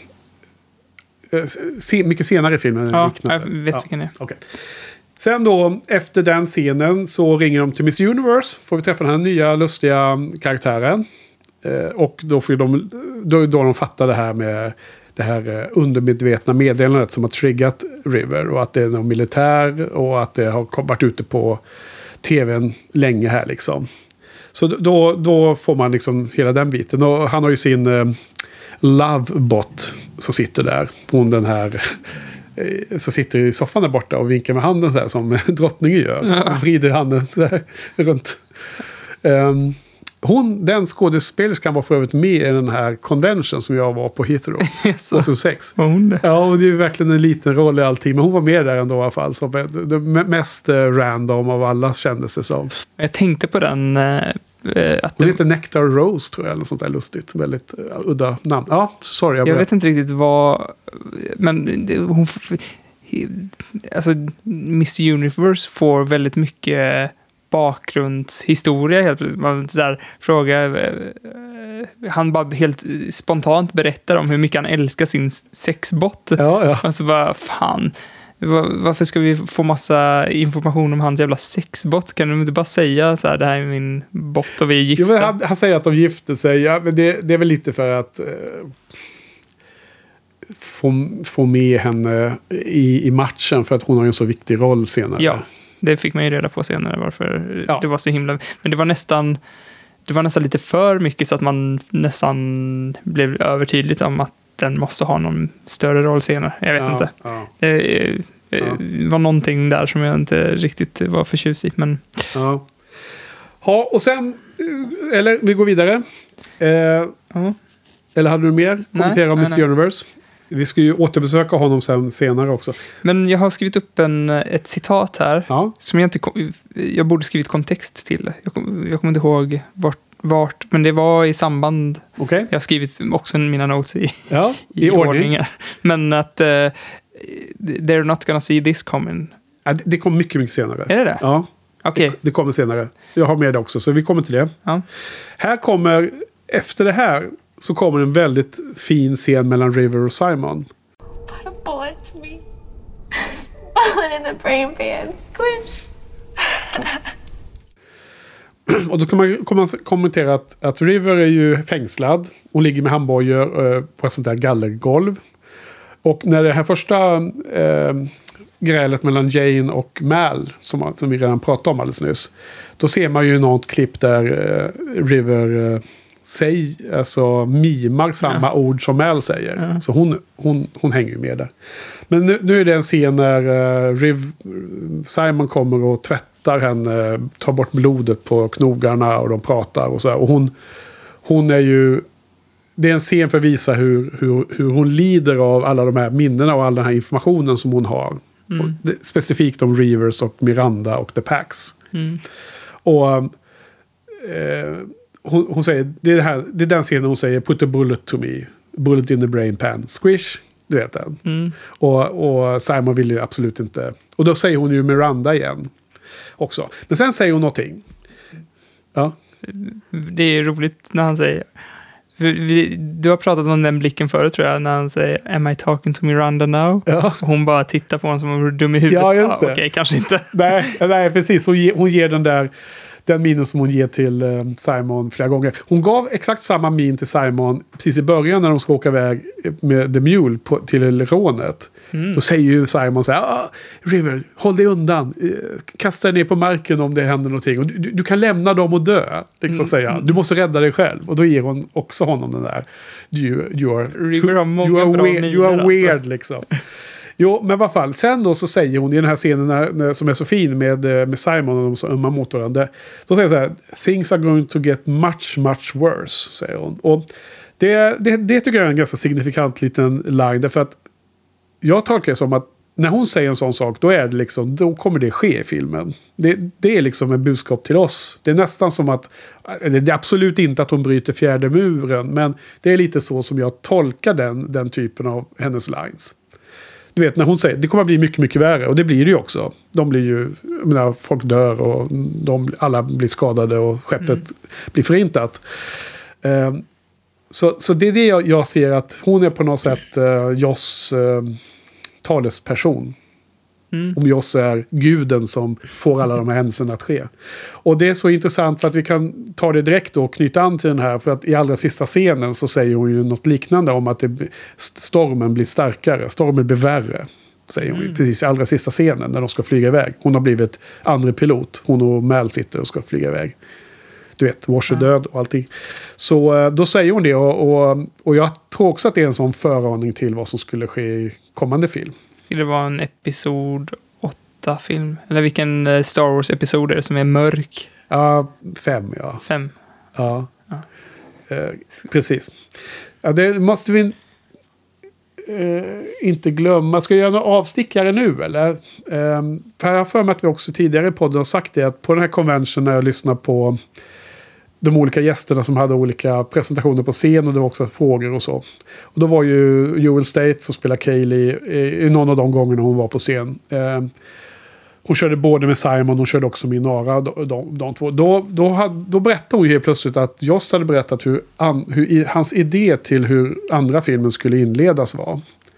se, mycket senare i filmen. Ja, jag vet vilken det är. Ja, okay. Sen då, efter den scenen så ringer de till Miss Universe. Får vi träffa den här nya lustiga karaktären. Eh, och då får de, då, då de fattar det här med det här undermedvetna meddelandet som har triggat River. Och att det är någon militär och att det har varit ute på tvn länge här liksom. Så då, då får man liksom hela den biten. Och han har ju sin eh, Lovebot som sitter där. Hon den här... så sitter i soffan där borta och vinkar med handen så här, som drottningen gör. Ja. Och vrider handen så här, runt. Um, hon, den skådespelerskan var för övrigt med i den här convention som jag var på Heathrow. tjugohundrasex. Var hon det? Ja, och det är verkligen en liten roll i allting. Men hon var med där ändå i alla fall. Så det mest random av alla kändes det som. Jag tänkte på den... Uh... Att det heter Nectar Rose tror jag, eller sånt där lustigt. Väldigt uh, udda namn. Ja, sorry. Jag, jag vet inte riktigt vad... Men det, hon... Alltså, Miss Universe får väldigt mycket bakgrundshistoria helt plötsligt. Man så där frågar, eh, han bara helt spontant berättar om hur mycket han älskar sin sexbot. Ja, ja. Alltså bara, fan, varför ska vi få massa information om hans jävla sexbot? Kan du inte bara säga så här, det här är min bot och vi är gifta? Jo, men han, han säger att de gifte sig, ja, men det, det är väl lite för att eh, få, få med henne i, i matchen, för att hon har en så viktig roll senare. Ja, det fick man ju reda på senare varför Ja. det var så himla... Men det var nästan det var nästan lite för mycket så att man nästan blev övertydligt om att den måste ha någon större roll senare. Jag vet Ja, inte. ja. Det Ja. var någonting där som jag inte riktigt var förtjust i, men... Ja. Ja, och sen, eller vi går vidare. Eh, Ja. eller hade du mer kommentera Nej, om nej, Mister nej. Universe? Vi ska ju återbesöka honom sen, senare också. Men jag har skrivit upp en, ett citat här Ja. som jag inte kom, jag borde skrivit kontext till. Jag, kom, jag kommer inte ihåg vart, vart, men det var i samband. Okej. Jag har skrivit också mina notes i, Ja, i, i ordning. ordning. Men att uh, they're not gonna see this coming. Ja, det, det kommer mycket, mycket senare. Är det det? Ja, Okej. det, det kommer senare. Jag har med det också, så vi kommer till det. Ja. Här kommer, efter det här, så kommer en väldigt fin scen mellan River och Simon. Put a bullet to me. Bullet in the brain pan. Squish. Och då kan man, kan man kommentera att, att River är ju fängslad. Hon ligger med handbojor eh, på ett sånt där gallergolv. Och när det här första eh, grälet mellan Jane och Mal, som, som vi redan pratade om alldeles nyss, då ser man ju något klipp där eh, River eh, säg, alltså, mimar samma Ja. ord som Mal säger. Ja. Så hon, hon, hon hänger ju med där. Men nu, nu är det en scen när uh, Riv, Simon kommer och tvättar henne, tar bort blodet på knogarna och de pratar och så här. Och hon, hon är ju... Det är en scen för att visa hur, hur, hur hon lider av alla de här minnena och all den här informationen som hon har. Mm. Och det, specifikt om Rivers och Miranda och The Pax. Mm. Och eh, hon, hon säger, det är, det, här, det är den scenen hon säger, put a bullet to me. Bullet in the brain pan. Squish. Du vet den. Mm. Och, och Simon vill ju absolut inte. Och då säger hon ju Miranda igen. Också. Men sen säger hon någonting. Ja. Det är roligt när han säger... Vi, vi, du har pratat om den blicken förut, tror jag, när han säger am I talking to Miranda now? Ja. Och hon bara tittar på honom som om hon var dum i huvudet. Ja, just det. Ah, Okej, kanske inte. Nej, nej, precis. Hon, ge, hon ger den där den minen som hon ger till eh, Simon flera gånger. Hon gav exakt samma min till Simon precis i början när de ska åka iväg med The Mule på, till rånet. Mm. Då säger ju Simon så här, ah, River, håll dig undan. Eh, kasta dig ner på marken om det händer någonting. Och du, du, du kan lämna dem och dö. Liksom Mm. säga. Du måste rädda dig själv. Och då ger hon också honom den där. You, you are, River har många you are bra weird, you are miner, weird alltså. liksom. Jo, men i alla fall. Sen då så säger hon i den här scenen när, när, som är så fin med, med Simon och de så ömmar mot varandra. Då säger hon så här, things are going to get much, much worse, säger hon. Och det, det, det tycker jag är en ganska signifikant liten line. Därför att jag tolkar det som att när hon säger en sån sak, då är det liksom, då kommer det ske i filmen. Det, det är liksom en budskap till oss. Det är nästan som att, det är absolut inte att hon bryter fjärde muren, men det är lite så som jag tolkar den, den typen av hennes lines. Du vet, när hon säger, det kommer att bli mycket, mycket värre. Och det blir det ju också. De blir ju, jag menar, folk dör och de, alla blir skadade och skeppet mm. blir förintat. Uh, så, så det är det jag, jag ser, att hon är på något sätt uh, Joss uh, talesperson. Mm. Om Joss är guden som får alla de här händelserna att ske. Och det är så intressant för att vi kan ta det direkt och knyta an till den här. För att i allra sista scenen så säger hon ju något liknande om att det, stormen blir starkare. Stormen blir värre. Säger hon ju precis i allra sista scenen när de ska flyga iväg. Hon har blivit andra pilot. Hon och Mal sitter och ska flyga iväg. Du vet, Wash är död och allting. Så då säger hon det. Och, och, och jag tror också att det är en sån föraning till vad som skulle ske i kommande film. Det var en episod åtta film. Eller vilken Star Wars-episod är det som är mörk? Ja, fem, ja. Fem. Ja, ja. Eh, precis. Ja, det måste vi eh, inte glömma. Ska jag göra några avstickare nu, eller? Eh, för jag har för mig att vi också tidigare i podden har sagt det, att på den här convention när jag lyssnar på de olika gästerna som hade olika presentationer på scen, och det var också frågor och så. Och då var ju Joel States som spelar Kaylee i, i någon av de gångerna hon var på scen. Eh, hon körde både med Simon, hon körde också med Nara, de, de, de två. Då, då, hade, då berättade hon ju helt plötsligt att Joss hade berättat hur, an, hur i, hans idé till hur andra filmen skulle inledas var.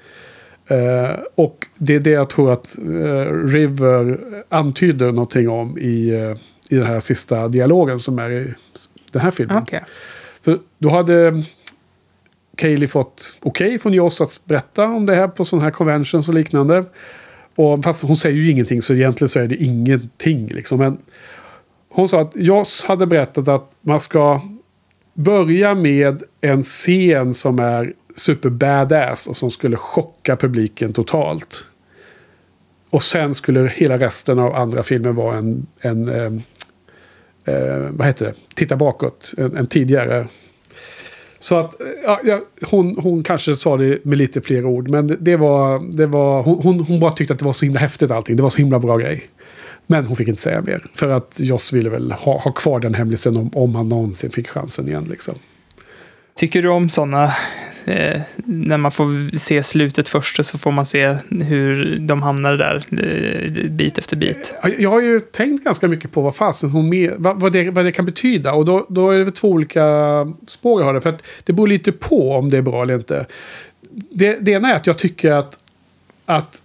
Uh, och det är det jag tror att uh, River antyder någonting om i, uh, i den här sista dialogen som är i den här filmen. Okay. För då hade Kaylee fått okej okay från Joss att berätta om det här på sådana här conventions och liknande. Och fast hon säger ju ingenting, så egentligen så är det ingenting liksom. Men hon sa att Joss hade berättat att man ska börja med en scen som är super badass och som skulle chocka publiken totalt. Och sen skulle hela resten av andra filmen vara en, en eh, eh, vad heter det? Titta bakåt. En, en tidigare. Så att ja, ja, hon, hon kanske sa det med lite fler ord. Men det, det var, det var hon, hon, hon bara tyckte att det var så himla häftigt allting. Det var så himla bra grej. Men hon fick inte säga mer. För att Joss ville väl ha, ha kvar den hemlisen om, om han någonsin fick chansen igen liksom. Tycker du om sådana, eh, när man får se slutet först så får man se hur de hamnar där eh, bit efter bit? Jag har ju tänkt ganska mycket på vad fasen hon med, vad, vad, det, vad det kan betyda. Och då, då är det väl två olika spår jag har det. För att det beror lite på om det är bra eller inte. Det, det ena är att jag tycker att, att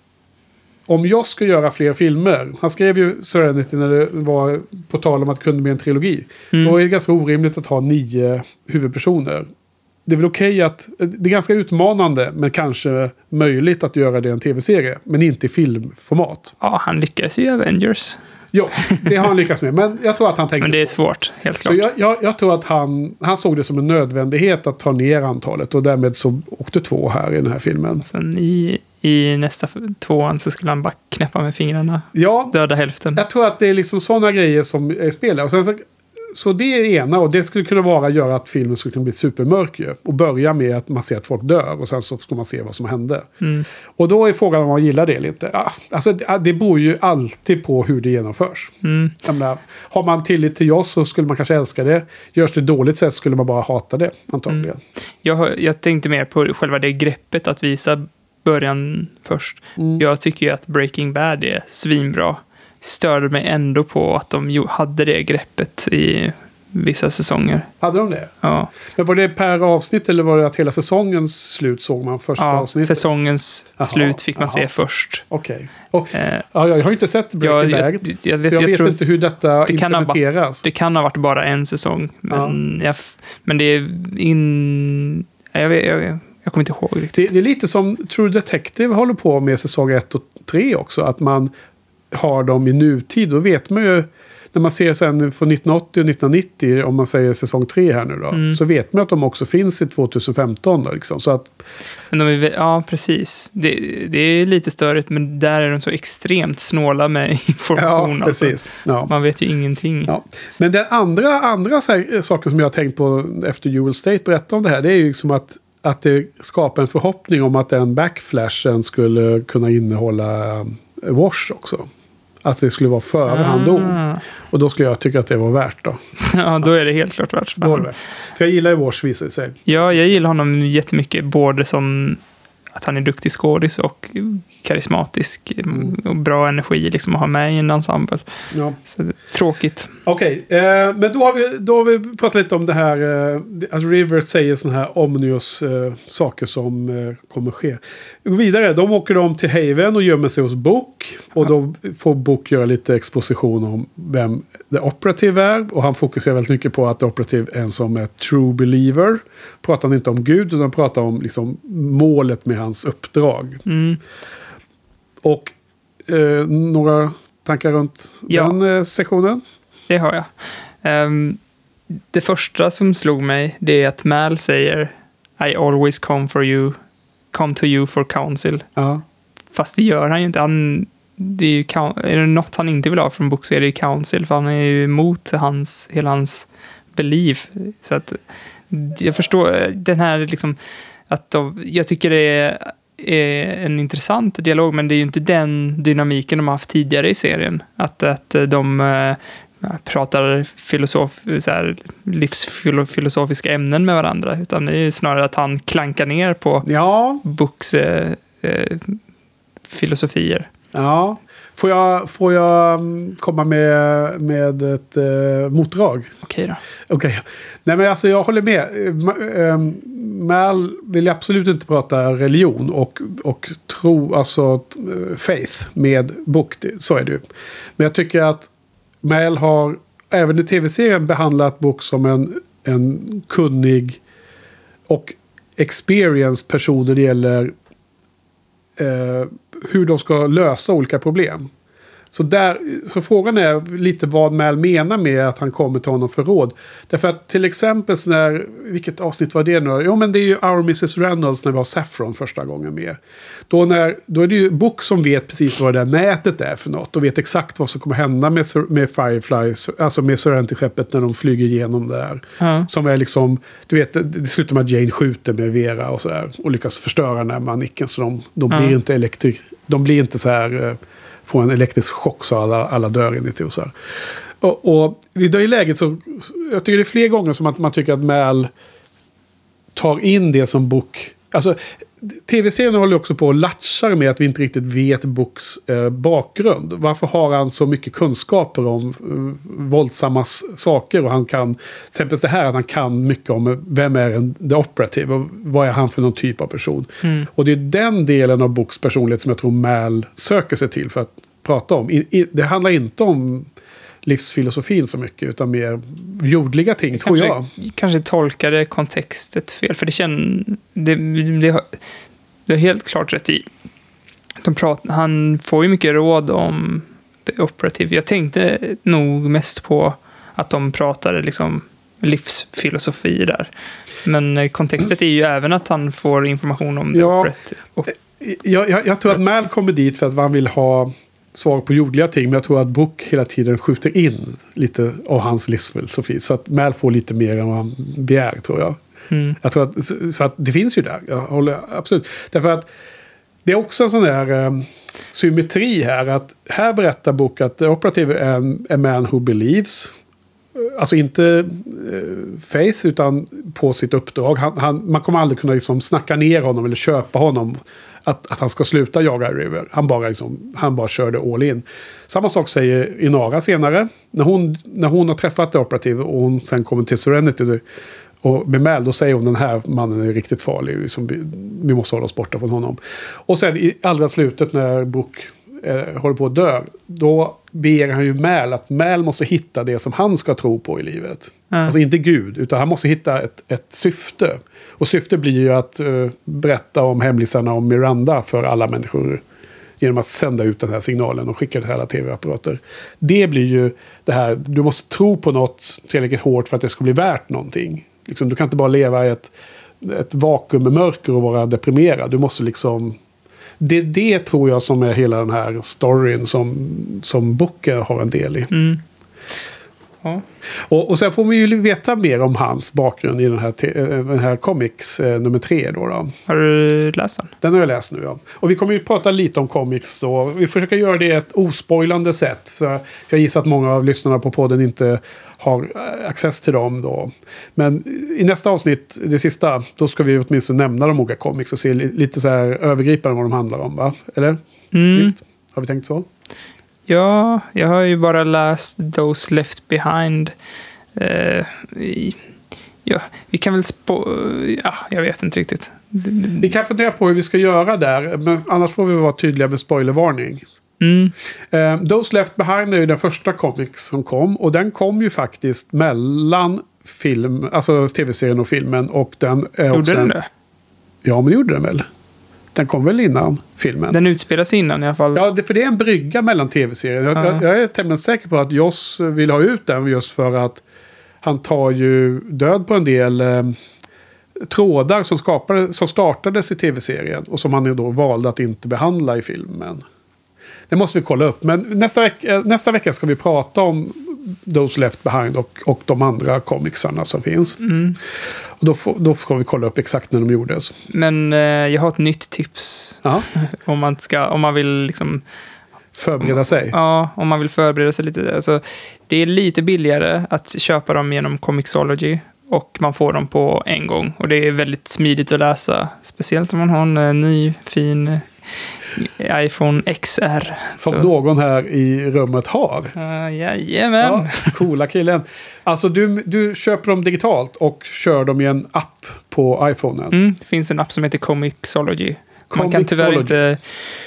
om jag ska göra fler filmer. Han skrev ju Serenity när det var på tal om att det kunde bli en trilogi. Mm. Då är det ganska orimligt att ha nio huvudpersoner. Det är väl okej okay att... Det är ganska utmanande, men kanske möjligt att göra det i en tv-serie. Men inte i filmformat. Ja, han lyckades ju i Avengers. Jo, det har han lyckats med. Men jag tror att han tänkte... Men det är svårt, helt klart. Så jag, jag, jag tror att han, han såg det som en nödvändighet att ta ner antalet. Och därmed så åkte två här i den här filmen. Sen i, i nästa tvåan så skulle han bara knäppa med fingrarna. Ja, döda hälften. Jag tror att det är liksom sådana grejer som är spelare. Och sen så... Så det är ena, och det skulle kunna vara göra att filmen skulle kunna bli supermörk ju. Och börja med att man ser att folk dör och sen så ska man se vad som hände. Mm. Och då är frågan om man gillar det eller inte. Ja, alltså det, det beror ju alltid på hur det genomförs. Mm. Jag menar, har man tillit till oss så skulle man kanske älska det. Görs det dåligt sätt skulle man bara hata det, antagligen. Mm. Jag, jag tänkte mer på själva det greppet att visa början först. Mm. Jag tycker ju att Breaking Bad är svinbra. Störde mig ändå på att de hade det greppet i vissa säsonger. Hade de det? Ja. Men var det per avsnitt eller var det att hela säsongens slut såg man första ja, avsnittet? Säsongens aha, slut fick man aha. se först. Okej. Okay. Eh, ja, jag har ju inte sett Breaking Bad. Jag, jag, jag, vet, jag vet tror inte hur detta det implementeras. Kan det kan ha varit bara en säsong. Men, ja. jag, men det är in... Jag, vet, jag, jag kommer inte ihåg riktigt. Det, det är lite som True Detective håller på med säsong ett och tre också. Att man har dem i nutid. Då vet man ju, när man ser sen från nittonhundraåttio och nittonhundranittio, om man säger säsong tre här nu då, mm. så vet man att de också finns i tjugohundrafemton då, liksom. Så att... Men de är, ja, precis. Det, det är lite störigt, men där är de så extremt snåla med information. Ja, precis. Alltså. Ja. Man vet ju ingenting. Ja. Men den andra, andra här, saker som jag har tänkt på efter You Will State berätta om det här, det är ju liksom att att det skapar en förhoppning om att den backflashen skulle kunna innehålla Wash också. Att det skulle vara före ah. han dog. Och då skulle jag tycka att det var värt då. Ja, då är det helt klart värt. Då är det värt. För jag gillar ju Wash, visar det sig. Ja, jag gillar honom jättemycket. Både som att han är duktig skådis och karismatisk. Mm. Och bra energi liksom att ha med i en ensemble. Ja. Så tråkigt. Okej, okay, eh, men då har, vi, då har vi pratat lite om det här. Eh, att River säger sådana här omnius eh, saker som eh, kommer ske. Vi går vidare. De åker de till Haven och gömmer sig hos Book. Och ja. Då får Book göra lite exposition om vem The Operative är. Och han fokuserar väldigt mycket på att The Operative är en som är true believer. Pratar inte om Gud, utan pratar om liksom, målet med hans uppdrag. Mm. Och eh, några tankar runt ja. den eh, sektionen? Det har jag. Um, det första som slog mig, det är att Mal säger I always come for you, come to you for counsel. Ja. Fast det gör han ju inte. Han, det är, ju, är det något han inte vill ha från Book så är det counsel, för han är ju emot hans, hela hans belief. Så att jag förstår den här liksom, att de, jag tycker det är, är en intressant dialog, men det är ju inte den dynamiken de har haft tidigare i serien. Att, att de äh, pratar filosof, så här, livsfilosofiska ämnen med varandra, utan det är ju snarare att han klankar ner på ja. Books äh, äh, filosofier. Ja, Får jag, får jag komma med, med ett uh, motdrag? Okej då. Okej. Okay. Nej, men alltså jag håller med. Mal vill absolut inte prata religion och, och tro, alltså faith med Book. Så är det ju. Men jag tycker att Mal har även i tv-serien behandlat Book som en, en kunnig och experienced person när det gäller eh, hur de ska lösa olika problem. Så, där, så frågan är lite vad Mal menar med att han kommer till honom för råd. Därför att till exempel när, vilket avsnitt var det nu? Jo, men det är ju Our missus Reynolds när vi har Saffron första gången med. Då, när, då är det ju Book som vet precis vad det där nätet är för något och vet exakt vad som kommer hända med, med Firefly, alltså med Sorrento-skeppet när de flyger igenom det där. Mm. Som är liksom, du vet, det slutar med att Jane skjuter med Vera och sådär och lyckas förstöra den här manicken så de, de blir mm. inte elektrik, de blir inte så här får en elektrisk chock så alla, alla dör inuti och så här. Och, och i det läget så jag tycker det är fler gånger som att man tycker att Mal tar in det som Book. Alltså tv-serien håller också på och latchar med att vi inte riktigt vet Books eh, bakgrund. Varför har han så mycket kunskaper om eh, våldsamma saker och han kan, till exempel det här att han kan mycket om vem är en the operative och vad är han för någon typ av person. Mm. Och det är den delen av Books personlighet som jag tror Mal söker sig till för att prata om. I, i, det handlar inte om livsfilosofin så mycket utan mer jordliga ting jag tror kanske, jag. Kanske tolkade kontextet fel för det känns det, det, har, det är helt klart rätt i. De pratar, han får ju mycket råd om det operativa. Jag tänkte nog mest på att de pratade liksom livsfilosofi där. Men kontextet är ju även att han får information om det ja, operativa. Jag, jag, jag tror att Mal kommer dit för att han vill ha svar på jordliga ting, men jag tror att Book hela tiden skjuter in lite av hans livsfilosofi så att Mal får lite mer än vad han begär, tror jag. Mm. Jag tror att, så att det finns ju där. Jag håller absolut. Därför att det är också en sån där um, symmetri här att här berättar Book att the operative är en a man who believes. Alltså inte uh, faith utan på sitt uppdrag. Han, han, man kommer aldrig kunna liksom snacka ner honom eller köpa honom Att, att han ska sluta jaga River. Han bara, liksom, han bara körde all in. Samma sak säger Inara senare. När hon, när hon har träffat det operativ och hon sen kommer till Serenity och med Mal, då säger hon den här mannen är riktigt farlig. Liksom, vi, vi måste hålla oss borta från honom. Och sen i allra slutet när Book eh, håller på att dö, då ber han ju Mal att Mal måste hitta det som han ska tro på i livet. Mm. Alltså inte Gud, utan han måste hitta ett, ett syfte. Och syftet blir ju att uh, berätta om hemlisarna om Miranda för alla människor genom att sända ut den här signalen och skicka det till alla tv-apparater. Det blir ju det här, du måste tro på något tillräckligt hårt för att det ska bli värt någonting. Liksom, du kan inte bara leva i ett, ett vakuum med mörker och vara deprimerad. Du måste liksom... Det, det tror jag som är hela den här storyn som, som boken har en del i. Mm. Ja. Och, och sen får vi ju veta mer om hans bakgrund i den här, te, den här comics eh, nummer tre. Då, då. Har du läst den? Den har jag läst nu, ja. Och vi kommer ju prata lite om comics då. Vi försöker göra det ett ospoilande sätt. För, för jag gissar att många av lyssnarna på podden inte har access till dem då. Men i nästa avsnitt, det sista, då ska vi åtminstone nämna de olika comics och se lite så här övergripande vad de handlar om, va? Eller? Mm. Visst? Har vi tänkt så? Ja, jag har ju bara läst Those Left Behind. Uh, ja, vi kan väl spå... Ja, jag vet inte riktigt. Vi kan fundera på hur vi ska göra där, men annars får vi vara tydliga med spoilervarning. Mm. Uh, Those Left Behind är ju den första comics som kom, och den kom ju faktiskt mellan film, alltså tv-serien och filmen, och den är gjorde också den en... det? Ja, men gjorde den väl? Den kom väl innan filmen? Den utspelas innan i alla fall. Ja, det, för det är en brygga mellan tv-serien. Jag, ja. jag, jag är tämligen säker på att Joss vill ha ut den just för att han tar ju död på en del eh, trådar som, skapade, som startades i tv-serien och som han ju då valde att inte behandla i filmen. Det måste vi kolla upp. Men nästa, veck, nästa vecka ska vi prata om Those Left Behind och, och de andra comicsarna som finns. Mm. Och då, får, då får vi kolla upp exakt när de gjordes. Men eh, jag har ett nytt tips. om, man ska, om man vill liksom... Förbereda sig? Ja, om man vill förbereda sig lite. Alltså, det är lite billigare att köpa dem genom Comixology. Och man får dem på en gång. Och det är väldigt smidigt att läsa. Speciellt om man har en ny, fin iPhone X R. Som Så. någon här i rummet har. Uh, jajamän. Ja, coola killen. Alltså du, du köper dem digitalt och kör dem i en app på iPhonen. Mm, det finns en app som heter Comixology. Man kan Comixology. tyvärr inte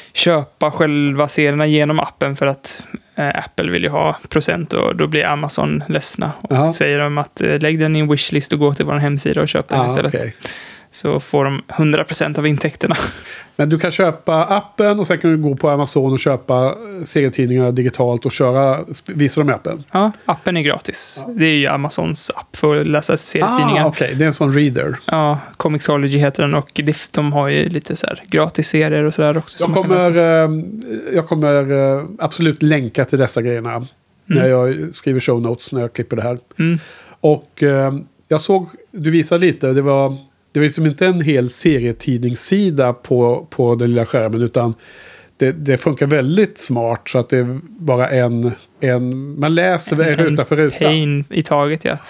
köpa själva serierna genom appen för att eh, Apple vill ju ha procent och då blir Amazon ledsna. Och Aha. säger de att eh, lägg den i en wishlist och gå till vår hemsida och köp den Ah, istället. okay. Så får de hundra procent av intäkterna. Men du kan köpa appen och sen kan du gå på Amazon och köpa serietidningar digitalt och köra, visa dem i appen. Ja, appen är gratis. Det är ju Amazons app för att läsa serietidningar. Ah, okej. Okay. Det är en sån reader. Ja, Comixology heter den och de har ju lite så här gratis serier och sådär också. Jag kommer, eh, jag kommer eh, absolut länka till dessa grejerna mm. när jag skriver show notes när jag klipper det här. Mm. Och eh, jag såg, du visade lite, det var, det var liksom inte en hel serietidningssida på, på den lilla skärmen utan det, det funkar väldigt smart så att det är bara en, en man läser en, ruta för ruta. En i taget, ja.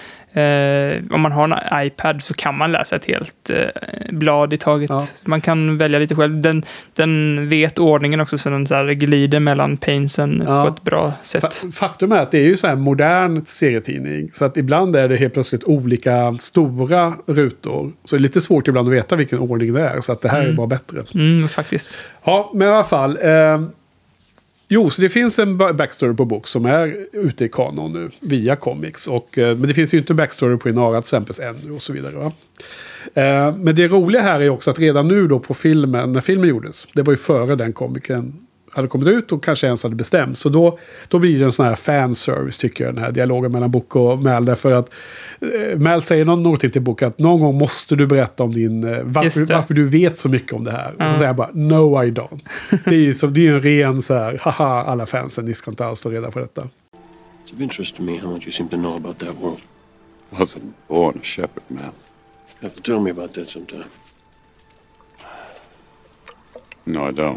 Eh, om man har en iPad så kan man läsa ett helt eh, blad i taget. Ja. Man kan välja lite själv. Den, den vet ordningen också så den så här glider mellan painsen Ja. på ett bra sätt. Fa- faktum är att det är ju så här modern serietidning så att ibland är det helt plötsligt olika stora rutor. Så det är lite svårt ibland att veta vilken ordning det är så att det här Mm. är bara bättre. Mm, faktiskt. Ja, men i alla fall. Eh, jo, så det finns en backstory på bok som är ute i kanon nu via comics. Och, eh, men det finns ju inte backstory på Inara till exempel ännu och så vidare. Va? Eh, men det roliga här är också att redan nu då på filmen, när filmen gjordes, det var ju före den komikern hade kommit ut och kanske ens hade bestämt. Så då, då blir det en sån här fanservice tycker jag, den här dialogen mellan Book och Mal. Därför att eh, Mal säger någon, någonting till Book att någon gång måste du berätta om din, eh, varför, varför du vet så mycket om det här. Ja. Och så säger jag bara, no I don't. Det är ju som, det är ju en ren så här, haha, alla fansen, ni ska inte alls få reda på detta. It's of interest to me how much you seem to know about that world. Wasn't born a shepherd, man. You have to tell me about that sometime. No, I don't.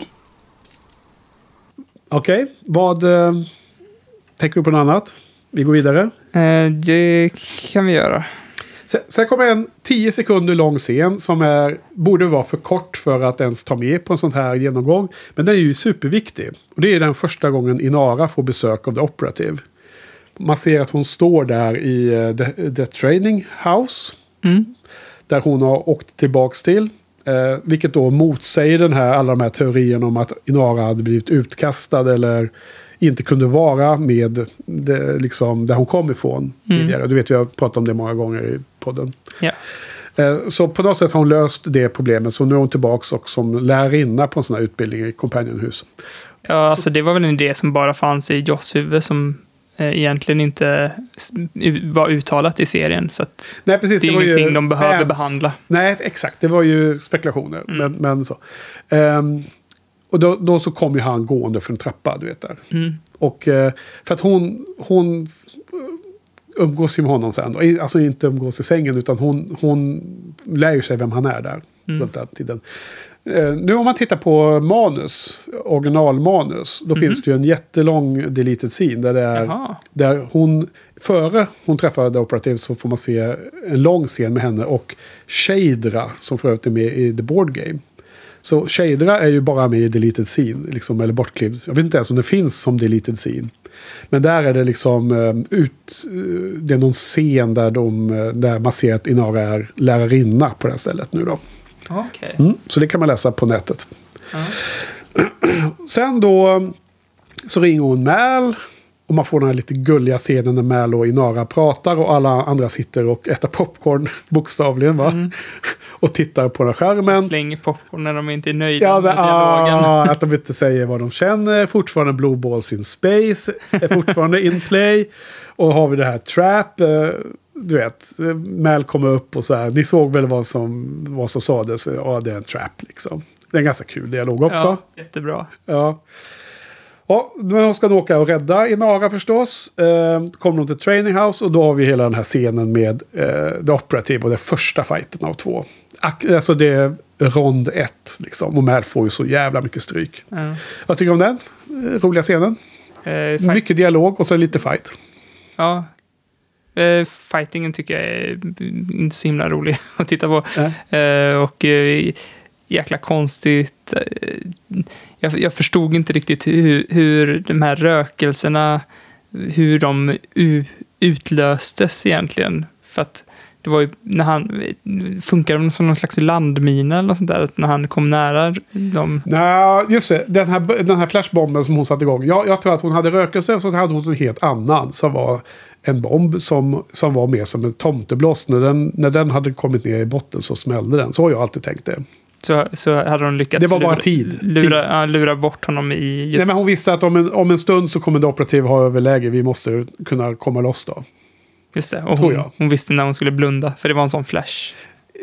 Okej, okay, vad eh, tänker du på något annat? Vi går vidare. Eh, det kan vi göra. Sen, sen kommer en tio sekunder lång scen som är, borde vara för kort för att ens ta med på en sån här genomgång. Men den är ju superviktig. Och det är den första gången Inara får besök av The Operative. Man ser att hon står där i uh, the, the Training House. Mm. Där hon har åkt tillbaks till. Eh, vilket då motsäger den här, alla de här teorierna om att Inara hade blivit utkastad eller inte kunde vara med det, liksom, där hon kom ifrån Mm. tidigare. Du vet, vi har pratat om det många gånger i podden. Ja. Eh, så på något sätt har hon löst det problemet. Så nu är hon tillbaka och som lärarinna på en sån här utbildning i Companionhus. Ja, alltså det var väl en idé som bara fanns i Joss huvud som eh, egentligen inte s- u- var uttalat i serien. Så att Nej, precis, det är var ju ingenting de behöver fans- behandla. Nej, exakt. Det var ju spekulationer. Mm. Men, men så. Ehm, och då, då så kom ju han gående för en trappa, du vet där. Mm. Och eh, för att hon, hon umgås ju med honom sen då. I- Alltså inte umgås i sängen utan hon, hon lär ju sig vem han är där. Mm. Runt den tiden. Eh, nu om man tittar på manus, originalmanus, då Mhm. finns det ju en jättelång deleted scene där det är Jaha. där hon, före hon träffar The Operative så får man se en lång scen med henne och Shadra som för övrigt är med i The Board Game. Så Shadra är ju bara med i deleted scene, liksom, eller bortklippt. Jag vet inte ens om det finns som deleted scene. Men där är det liksom eh, ut, eh, det är någon scen där, de, eh, där man ser att Inara är lärarinna på det här stället nu då. Okej. Mm, så det kan man läsa på nätet. Ja. Sen då så ringer hon Mal. Och man får den här lite gulliga scenen när Mal och Inara pratar. Och alla andra sitter och äter popcorn bokstavligen va. Mm. Och tittar på den här skärmen. Slänger popcorn när de inte är nöjda Ja, med det, dialogen. ah, att de inte säger vad de känner. Fortfarande Blue Balls in Space. Är fortfarande in play. Och har vi det här Trap. Eh, du vet, Mal kommer upp och så här. Ni såg väl vad som, vad som sades. Ja, det är en trap liksom. Det är en ganska kul dialog också. Ja, jättebra. Ja. Ja, men de ska då åka och rädda Inara förstås. Eh, kommer de till Training House och då har vi hela den här scenen med eh, The Operative och den första fighten av två. Ak- alltså det är rond ett liksom. Och Mal får ju så jävla mycket stryk. Ja. Vad tycker du om den? Eh, roliga scenen. Eh, fight- Mycket dialog och så lite fight. Ja. Eh, fightingen tycker jag är inte så himla rolig att titta på. Äh. Eh, och eh, jäkla konstigt. Jag, jag förstod inte riktigt hur, hur de här rökelserna, hur de u, utlöstes egentligen. För att det var ju när han funkar de som någon slags landmina eller något sånt där, att när han kom nära dem. Nej, just det. Den här, den här flashbomben som hon satte igång. Jag, jag tror att hon hade rökelse och så hade hon en helt annan som var en bomb som, som var mer som en tomteblås. När den, när den hade kommit ner i botten så smällde den. Så har jag alltid tänkt det. Så, så hade de lyckats det var bara lura, tid. Lura, tid. Ja, lura bort honom i... Just... Nej, men hon visste att om en, om en stund så kommer det operativ ha överläge. Vi måste kunna komma loss då. Just det, och hon, hon visste när hon skulle blunda, för det var en sån flash.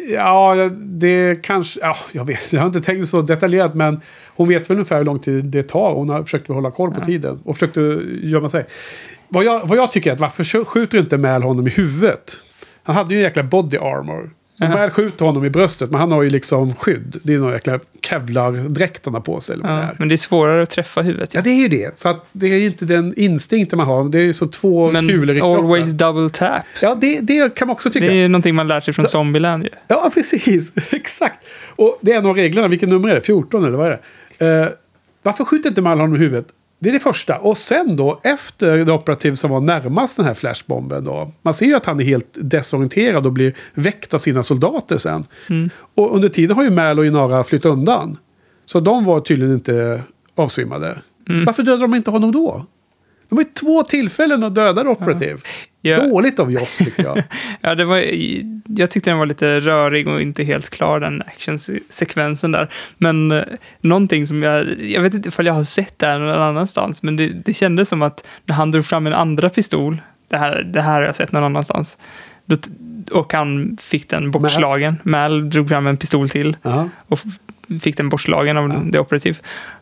Ja, det kanske... Ja, jag vet, jag har inte tänkt så detaljerat, men hon vet väl ungefär hur lång tid det tar. Hon har försökt hålla koll på ja. tiden och försökt gömma sig. Vad jag, vad jag tycker är att varför skjuter inte Mal honom i huvudet? Han hade ju en jäkla body armor. Så Mal skjuter honom i bröstet, men han har ju liksom skydd. Det är några jäkla kevlar-dräkterna på sig. Eller ja, det är. Men det är svårare att träffa huvudet. Ja. ja, det är ju det. Så att det är ju inte den instinkten man har. Det är ju så två men kulor i kroppen. Always double tap. Ja, det, det kan man också tycka. Det är någonting man lär sig från Zombieland ju. Ja, precis. Exakt. Och det är en av reglerna. Vilken nummer är det? fjorton eller vad är det? Uh, varför skjuter inte Mal honom i huvudet? Det är det första. Och sen då, efter det operativ som var närmast den här flashbomben då. Man ser ju att han är helt desorienterad och blir väckt av sina soldater sen. Mm. Och under tiden har ju Mal och Inara flyttat undan. Så de var tydligen inte avsvimmade. Mm. Varför dödade de inte honom då? De har ju två tillfällen att döda operativ. Ja. Dåligt av Joss, tycker jag. ja, det var, jag tyckte den var lite rörig och inte helt klar, den actionsekvensen där. Men eh, någonting som jag... Jag vet inte ifall jag har sett det här någon annanstans, men det, det kändes som att när han drog fram en andra pistol, det här, det här har jag sett någon annanstans, då, och han fick den bortslagen. Mal, Mal drog fram en pistol till uh-huh. och f- fick den bortslagen av uh-huh. det operativ.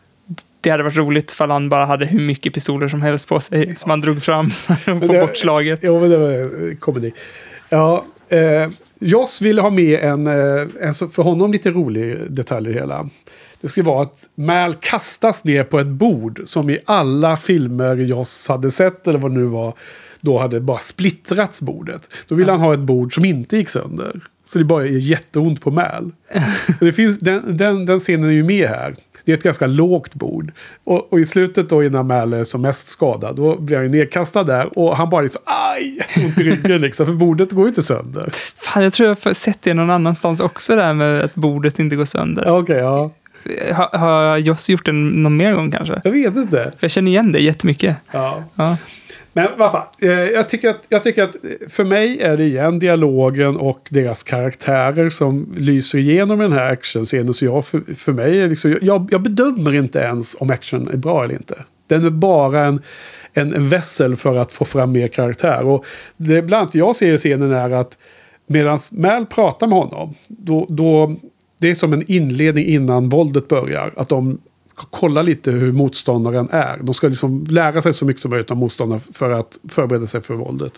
Det hade varit roligt för han bara hade hur mycket pistoler som helst på sig som han drog fram på bortslaget. Ja, men det var komedi. Ja, eh, Joss ville ha med en, en för honom lite rolig detalj i hela. Det skulle vara att Mal kastas ner på ett bord som i alla filmer Joss hade sett eller vad det nu var, då hade bara splittrats bordet. Då ville ja. han ha ett bord som inte gick sönder. Så det bara är jätteont på Mal. det finns, den, den, den scenen är ju med här. Det är ett ganska lågt bord. Och, och i slutet då innan Mal är som mest skadad, då blir han ju nedkastad där. Och han bara liksom, aj, ont i ryggen liksom. För bordet går ju inte sönder. Fan, jag tror jag har sett det någon annanstans också där med att bordet inte går sönder. Okej, okay, ja. Har, har Joss gjort det någon mer gång kanske? Jag vet inte. Jag känner igen det jättemycket. Ja. ja. Men vad fan, jag tycker, att, jag tycker att för mig är det igen dialogen och deras karaktärer som lyser igenom den här actionscenen. Så jag, för, för mig är liksom, jag, jag bedömer inte ens om action är bra eller inte. Den är bara en, en, en vässel för att få fram mer karaktär. Och det bland annat jag ser i scenen är att medan Mal pratar med honom, då, då det är som en inledning innan våldet börjar. Att de kolla lite hur motståndaren är. De ska liksom lära sig så mycket som möjligt om motståndaren för att förbereda sig för våldet.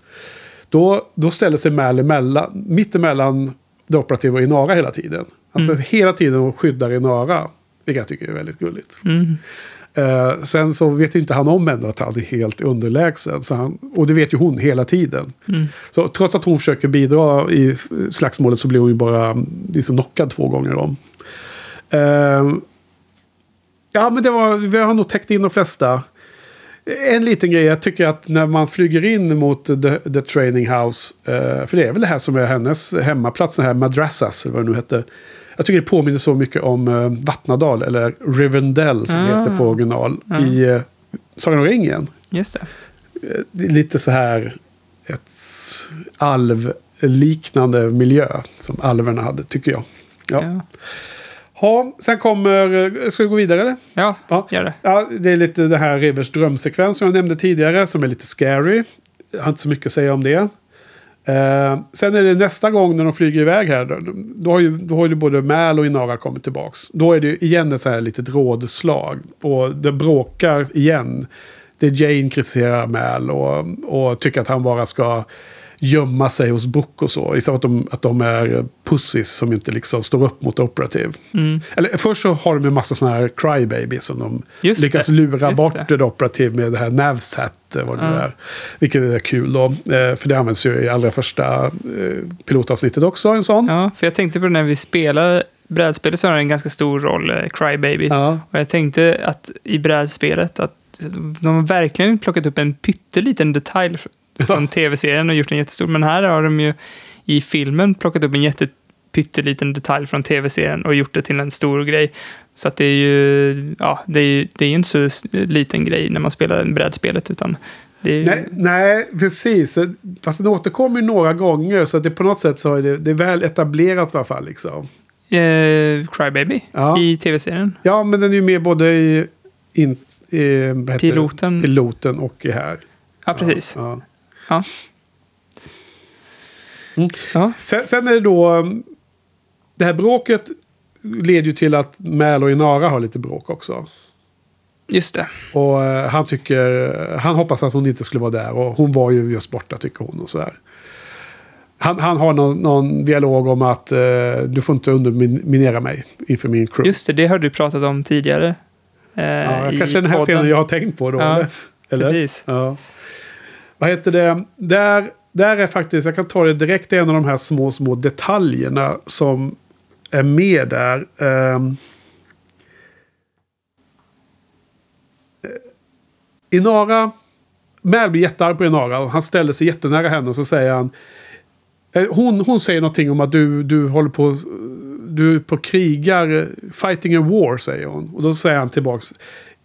Då, då ställer sig Mal emellan, mitt emellan det operativa och Inara hela tiden. Alltså mm. hela tiden och skyddar Inara. Vilket jag tycker är väldigt gulligt. Mm. Uh, sen så vet inte han om ändå att han är helt underlägsen. Så han, och det vet ju hon hela tiden. Mm. Så trots att hon försöker bidra i slagsmålet så blir hon ju bara liksom knockad två gånger om. Uh, Ja, men det var, vi har nog täckt in de flesta. En liten grej, jag tycker att när man flyger in mot The, the Training House, eh, för det är väl det här som är hennes hemmaplats, den här Madrassas, vad det nu heter. Jag tycker det påminner så mycket om eh, Vattnadal, eller Rivendell som ah. heter på original, ah. i eh, Sagan om ringen. Just det. Eh, det är lite så här ett alvliknande miljö som alverna hade, tycker jag. Ja. ja. Ja, sen kommer... Ska vi gå vidare eller? Ja, ja, gör det. Ja, det är lite det här Rivers drömsekvens som jag nämnde tidigare, som är lite scary. Jag har inte så mycket att säga om det. Eh, sen är det nästa gång när de flyger iväg här, då, då har ju, då har ju både Mal och Inara kommit tillbaks. Då är det igen ett så här litet rådslag. Och det bråkar igen. Det är Jane kritiserar Mal och, och tycker att han bara ska gömma sig hos Book och så. Istället att de, att de är pussies som inte liksom står upp mot operativ. Mm. Eller först så har de en massa sådana här crybabies som de just lyckas det. lura just bort det. det operativ med det här Navsat, vad det mm. är. Vilket är kul då. Eh, för det används ju i allra första eh, pilotavsnittet också, en sån. Ja, för jag tänkte på det när vi spelar brädspelet så har den en ganska stor roll, eh, Crybaby. Ja. Och jag tänkte att i brädspelet att de har verkligen plockat upp en pytteliten detalj från tv-serien och gjort den jättestor. Men här har de ju i filmen plockat upp en jättepytteliten detalj från tv-serien och gjort det till en stor grej. Så att det är ju, ja, det är, det är ju inte så liten grej när man spelar en brädspelet, utan det är ju... nej, nej, precis. Fast den återkommer ju några gånger, så att det på något sätt så är det, det är väl etablerat i alla fall liksom. Eh, Crybaby Ja. i tv-serien. Ja, men den är ju med både i, in, i vad heter Piloten. det? Piloten och i här. Ja, precis. Ja. Ja. Mm. Ja. Sen, sen är det då um, det här bråket leder ju till att Mal och Inara har lite bråk också. Just det. Och uh, han tycker, han hoppas att hon inte skulle vara där, och hon var ju just borta tycker hon och sådär. Han, han har någon, någon dialog om att uh, du får inte underminera mig inför min crew. Just det, det har du pratat om tidigare. Eh, Ja, i kanske den här podden. scenen jag har tänkt på då. Ja, eller? Eller? precis. Ja. Vad heter det? Där, där är faktiskt, jag kan ta det direkt, det är en av de här små, små detaljerna som är med där. Um, Inara, Mal blir jättearg på Inara och han ställer sig jättenära henne och så säger han, hon, hon säger någonting om att du, du håller på, du är på krigar, fighting a war, säger hon. Och då säger han tillbaks,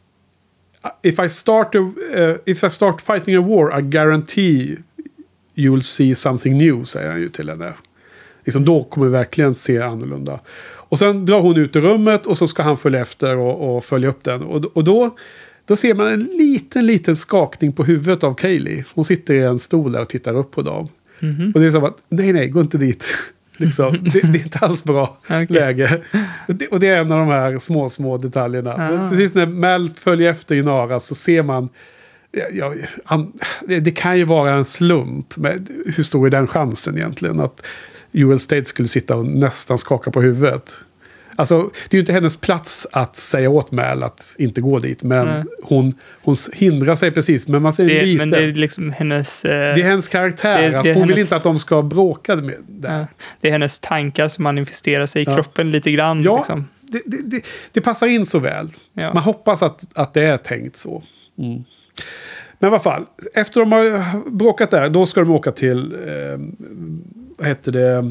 If I start a, uh, if I start fighting a war, I guarantee you'll see something new, säger han ju till henne. Liksom, då kommer vi verkligen se annorlunda. Och sen drar hon ut i rummet och så ska han följa efter och, och följa upp den. Och, och då, då ser man en liten, liten skakning på huvudet av Kaylee. Hon sitter i en stol där och tittar upp på dem. Mm-hmm. Och det är som att, nej, nej, gå inte dit. Liksom. det, det är inte alls bra Okay. läge. Det, och det är en av de här små, små detaljerna. Ah. Precis när Mal följer efter Inara så ser man, ja, ja, han, det, det kan ju vara en slump, men hur stor är den chansen egentligen att Jewel Staite skulle sitta och nästan skaka på huvudet? Alltså, det är ju inte hennes plats att säga åt Mal att inte gå dit, men hon, hon hindrar sig precis, men man ser det, lite. Men det är liksom hennes... Eh, det är hennes karaktär, det, det att är hon hennes, vill inte att de ska bråka med det. Ja, det är hennes tankar som manifesterar sig i Ja. kroppen lite grann. Ja, liksom. det, det, det, det passar in så väl. Ja. Man hoppas att, att det är tänkt så. Mm. Men i alla fall, efter de har bråkat där, då ska de åka till, eh, vad heter det?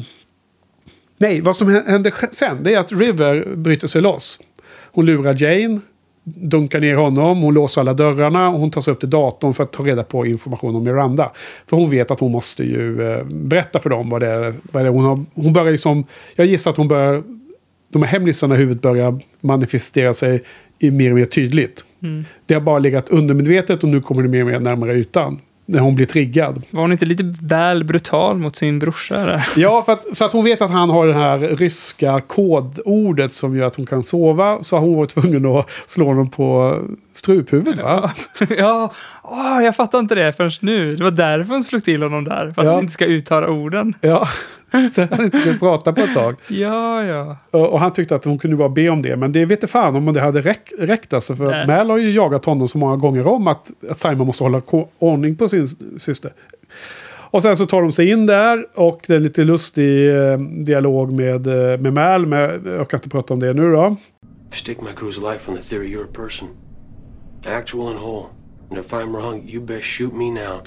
Nej, vad som händer sen, det är att River bryter sig loss. Hon lurar Jane, dunkar ner honom, hon låser alla dörrarna och hon tar sig upp till datorn för att ta reda på information om Miranda. För hon vet att hon måste ju eh, berätta för dem vad det är, vad det är hon har. Hon börjar liksom, jag gissar att hon börjar, de här hemlisarna i huvudet börjar manifestera sig i mer och mer tydligt. Mm. Det har bara legat undermedvetet och nu kommer det mer och mer närmare ytan. När hon blir triggad. Var hon inte lite väl brutal mot sin brorsa där? Ja, för att, för att hon vet att han har det här ryska kodordet som gör att hon kan sova. Så har hon varit tvungen att slå honom på struphuvudet, va? Ja, åh, jag fattar inte det förrän nu. Det var därför hon slog till honom där. För att Ja. han inte ska uttala orden. Ja, så han inte kunde prata på ett tag. Ja, ja. Och, och han tyckte att hon kunde bara be om det. Men det vet inte fan om det hade räck, räckt. Alltså, för Nej. Mal har ju jagat honom så många gånger om att, att Simon måste hålla ko- ordning på sin syster. Och sen så tar de sig in där och det är lite lustig eh, dialog med, eh, med Mal. Med, jag kan inte prata om det nu då. Stake my crew's life on the theory you're a person. Actual and whole. And if I'm wrong, you best shoot me now.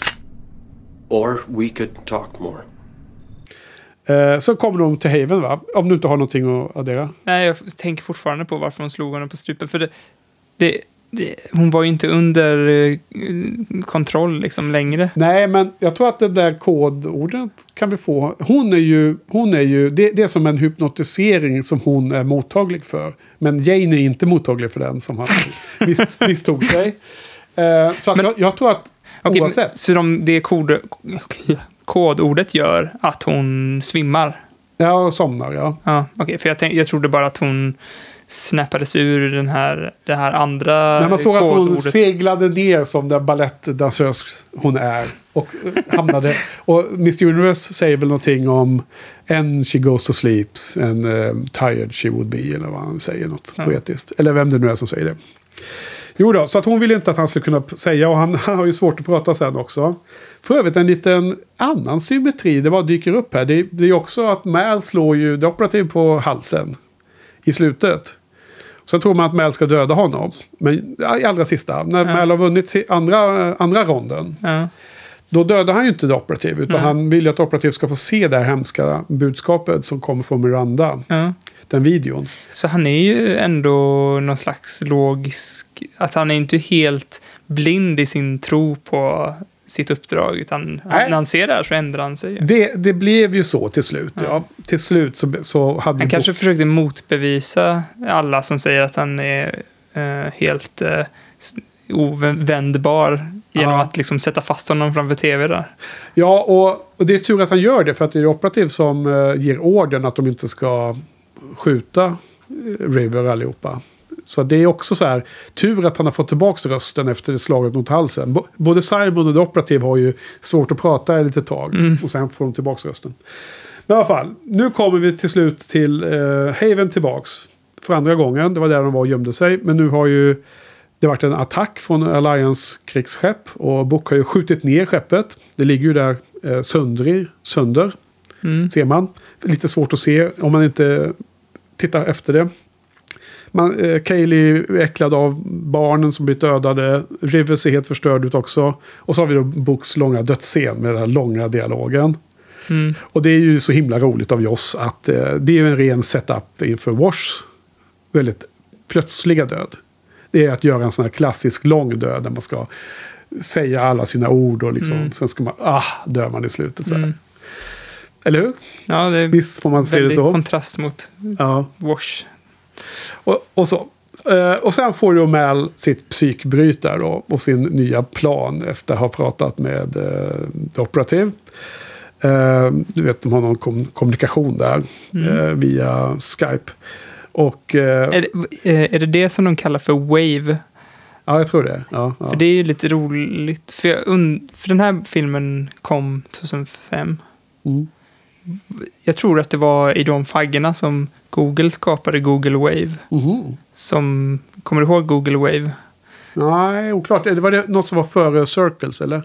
Or we could talk more. Eh, så kommer de till Haven, va? Om du inte har någonting att addera. Nej, jag tänker fortfarande på varför hon slog honom på strupen. För det, det, det, hon var ju inte under eh, kontroll liksom längre. Nej, men jag tror att det där kodordet kan vi få. Hon är ju, hon är ju det, det är som en hypnotisering som hon är mottaglig för. Men Jane är inte mottaglig för den som han miss, misstog sig. Eh, så att Men- jag, jag tror att Okej, oavsett. så de, det kod, kodordet gör att hon svimmar? Ja, somnar, ja. Ja, okej. För jag, tänk, jag trodde bara att hon snappades ur den här, det här andra När man såg att hon kodordet. seglade ner som den balettdansös hon är. Och eh, hamnade. Och Mister Universe säger väl någonting om and she goes to sleep and uh, tired she would be. Eller vad han säger, något Ja. poetiskt. Eller vem det nu är som säger det. Jo då, så att hon ville inte att han skulle kunna säga. Och han, han har ju svårt att prata sen också. För övrigt en liten annan symmetri. Det bara dyker upp här. Det, det är också att Mal slår ju det operativ på halsen. i slutet. Sen tror man att Mal ska döda honom. Men ja, i allra sista, när ja. Mal har vunnit andra, andra ronden. Ja. Då dödar han ju inte The Operative. Utan Nej. han vill ju att The Operative ska få se det här hemska budskapet som kommer från Miranda. Ja. Den videon. Så han är ju ändå någon slags logisk... Att han är inte helt blind i sin tro på sitt uppdrag. Utan Nej. när han ser det här så ändrar han sig. Det, det blev ju så till slut. Ja. Ja. Till slut så, så hade Han vi kanske bok- försökte motbevisa alla som säger att han är eh, helt eh, ovändbar genom Ja. att liksom sätta fast honom framför tv där. Ja, och, och det är tur att han gör det. För att det är Operative som uh, ger orden att de inte ska skjuta uh, River allihopa. Så det är också så här, tur att han har fått tillbaka rösten efter det slaget mot halsen. B- både Simon och The Operative har ju svårt att prata ett litet tag. Mm. Och sen får de tillbaka rösten. Men i alla fall, nu kommer vi till slut till uh, Haven tillbaks. För andra gången, det var där de var och gömde sig. Men nu har ju det varit en attack från Alliance krigsskepp. Och Book har ju skjutit ner skeppet. Det ligger ju där eh, sönder, sönder Mm. ser man. Lite svårt att se om man inte tittar efter det. Man, eh, Kaylee är äcklad av barnen som blir dödade. River ser helt förstörd ut också. Och så har vi då Books långa dödsscen med den här långa dialogen. Mm. Och det är ju så himla roligt av Joss att eh, det är en ren setup inför Washs väldigt plötsliga död. Det är att göra en sån här klassisk lång död där man ska säga alla sina ord och liksom, Mm. sen ska man, ah, dör man i slutet så här. Mm. Eller hur? Ja, det är Visst får man se det väldigt så. kontrast mot Ja. Wash. Och, och så. Eh, och sen får ju Mal sitt psykbryt där då, och sin nya plan efter att ha pratat med eh, The Operative. Eh, du vet, de har någon kom- kommunikation där Mm. eh, via Skype. Och, eh, Är det, är det det som de kallar för Wave? ja, jag tror det. Ja, ja. För det är ju lite roligt. För, jag und- för den här filmen kom tjugohundrafem. Mm. Jag tror att det var i de faggorna som Google skapade Google Wave. Mhm. Som, kommer du ihåg Google Wave? Nej, oklart. Det var det något som var före Circles, eller?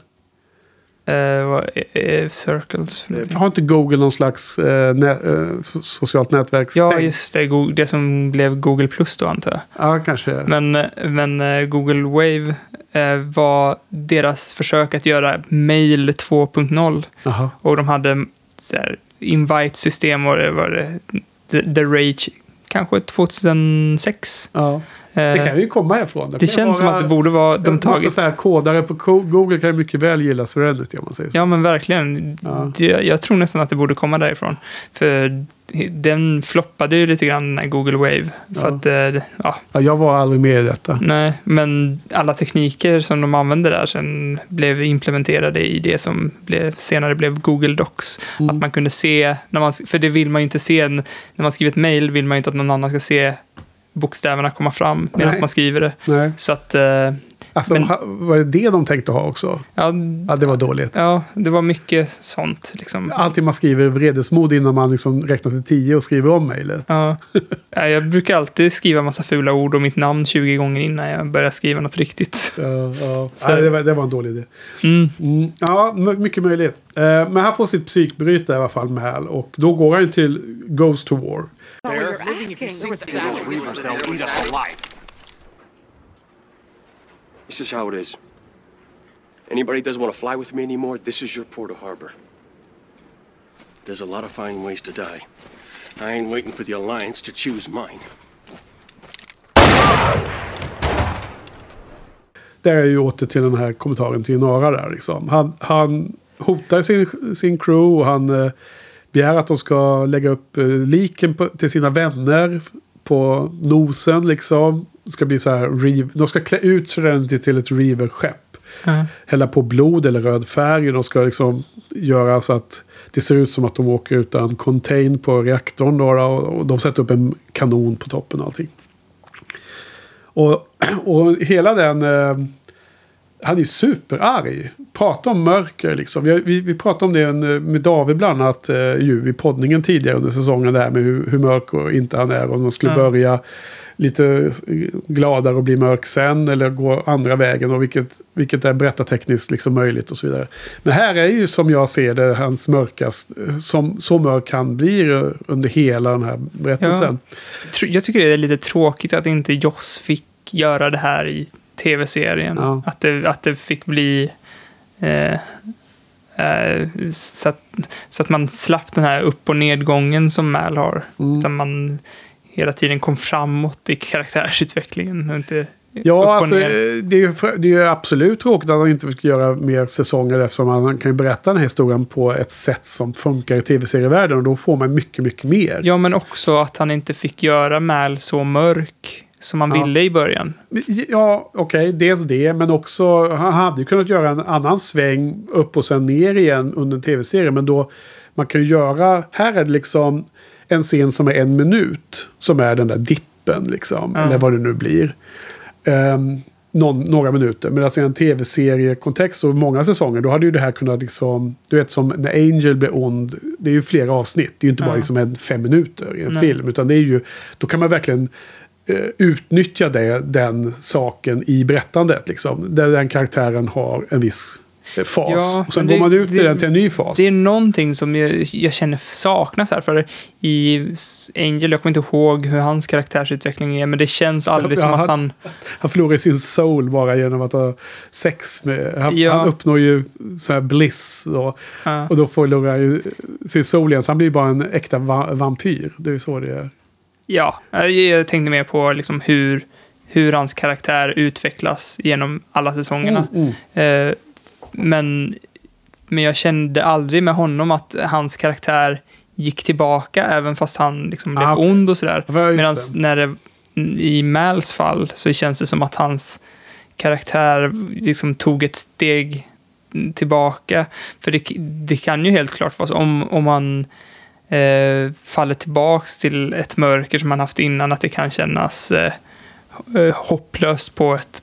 Eh, vad är, är Circles för någonting? Har inte Google någon slags eh, nä- eh, so- socialt nätverk? Ja, just det. Go- Det som blev Google Plus då, antar jag. Ja, kanske. Men, men eh, Google Wave eh, var deras försök att göra mail två punkt noll. Jaha. Och de hade så här, invite-system och det var det, the, the Rage kanske tjugohundrasex. Ja. Eh, Det kan ju komma härifrån. det kan känns som vara- att det borde vara de en massa tagit. så här kodare på ko- Google kan ju mycket väl gilla Serenity om man säger så. Ja, men verkligen. Ja. Det, jag tror nästan att det borde komma därifrån. För den floppade ju lite grann, den här Google Wave. För Ja. att, eh, ja, Ja, jag var aldrig med i detta. nej. Men alla tekniker som de använde där sen blev implementerade i det som blev, senare blev Google Docs. Mm. Att man kunde se, när man, för det vill man ju inte se, när man skriver ett mail vill man ju inte att någon annan ska se bokstäverna komma fram medan Nej. man skriver det. Nej. Så att, eh, Alltså, Men- ha- var det det de tänkte ha också? ja, Ja, det var dåligt. ja, det var mycket sånt liksom. Alltid man skriver vredesmod innan man liksom räknar till tio och skriver om mejlet. Ja. Ja, jag brukar alltid skriva massa fula ord och mitt namn tjugo gånger innan jag börjar skriva något riktigt. Ja, ja. Så- Ja, det, var, det var en dålig idé. Mm. Mm, ja, m- mycket möjligt. Eh, men han får sitt psykbryt i alla fall med Hal. Och då går han till Goes to War. This is how it is. Anybody doesn't want to fly with me anymore, this is your port of harbor. There's a lot of fine ways to die. I ain't waiting for the Alliance to choose mine. Där är ju åter till den här kommentaren till Nara där liksom. Han, han hotar sin, sin crew och han eh, begär att de ska lägga upp eh, liken på, till sina vänner på nosen liksom. Det ska bli så här, rev, de ska klä ut Serenity till ett Reaver-skepp. Ja. Hälla på blod eller röd färg. De ska liksom göra så att det ser ut som att de åker utan contain på reaktorn. Då, och, och de sätter upp en kanon på toppen och allting. Och, och hela den... Eh, han är superarg. Prata om mörker liksom. Vi, vi, vi pratade om det med David bland annat eh, ju, i poddningen tidigare under säsongen. Det här med hur, hur mörk och inte han är. Om man skulle Ja. börja lite gladare och bli mörk sen eller gå andra vägen och vilket, vilket är berättartekniskt liksom möjligt och så vidare. Men här är ju som jag ser det hans mörkast, som så mörk han blir under hela den här berättelsen. Ja. Jag tycker det är lite tråkigt att inte Joss fick göra det här i tv-serien. Ja. Att, det, att det fick bli eh, eh, så, att, så att man slapp den här upp- och nedgången som Mal har. Mm. Utan man hela tiden kom framåt i karaktärsutvecklingen och inte ja, alltså, det är, ju, det är ju absolut tråkigt att han inte fick göra mer säsonger eftersom han kan ju berätta den här historien på ett sätt som funkar i tv-serievärlden och då får man mycket, mycket mer. Ja, men också att han inte fick göra Mal så mörk som man ja. ville i början. Ja, okej, okay, dels det, men också han hade ju kunnat göra en annan sväng upp och sen ner igen under en tv-serie, men då man kan ju göra, här är det liksom en scen som är en minut som är den där dippen liksom, ja. eller vad det nu blir. Um, någon, några minuter. Men alltså i en tv-seriekontext och många säsonger, då hade ju det här kunnat liksom, du vet som när Angel blir ond, det är ju flera avsnitt. Det är ju inte ja. bara liksom en fem minuter i en Nej. film, utan det är ju, då kan man verkligen uh, utnyttja det, den saken i berättandet liksom. Där den karaktären har en viss fas. Ja, och sen går man ut i den till en ny fas. Det är någonting som jag, jag känner saknas här. För i Angel, jag kommer inte ihåg hur hans karaktärsutveckling är, men det känns aldrig ja, som han, att han... Han förlorar sin soul bara genom att ha sex med... Han, ja. han uppnår ju så här bliss då, ja. och då förlorar han ju sin soul igen. Så han blir bara en äkta va- vampyr. Det är ju så det är. Ja, jag tänkte mer på liksom hur, hur hans karaktär utvecklas genom alla säsongerna. Mm, mm. Eh, Men, men jag kände aldrig med honom att hans karaktär gick tillbaka även fast han liksom blev ah, ond och sådär. Medan när det, i Mals fall så känns det som att hans karaktär liksom tog ett steg tillbaka. För det, det kan ju helt klart vara så om, om man eh, faller tillbaks till ett mörker som man haft innan, att det kan kännas eh, hopplöst på ett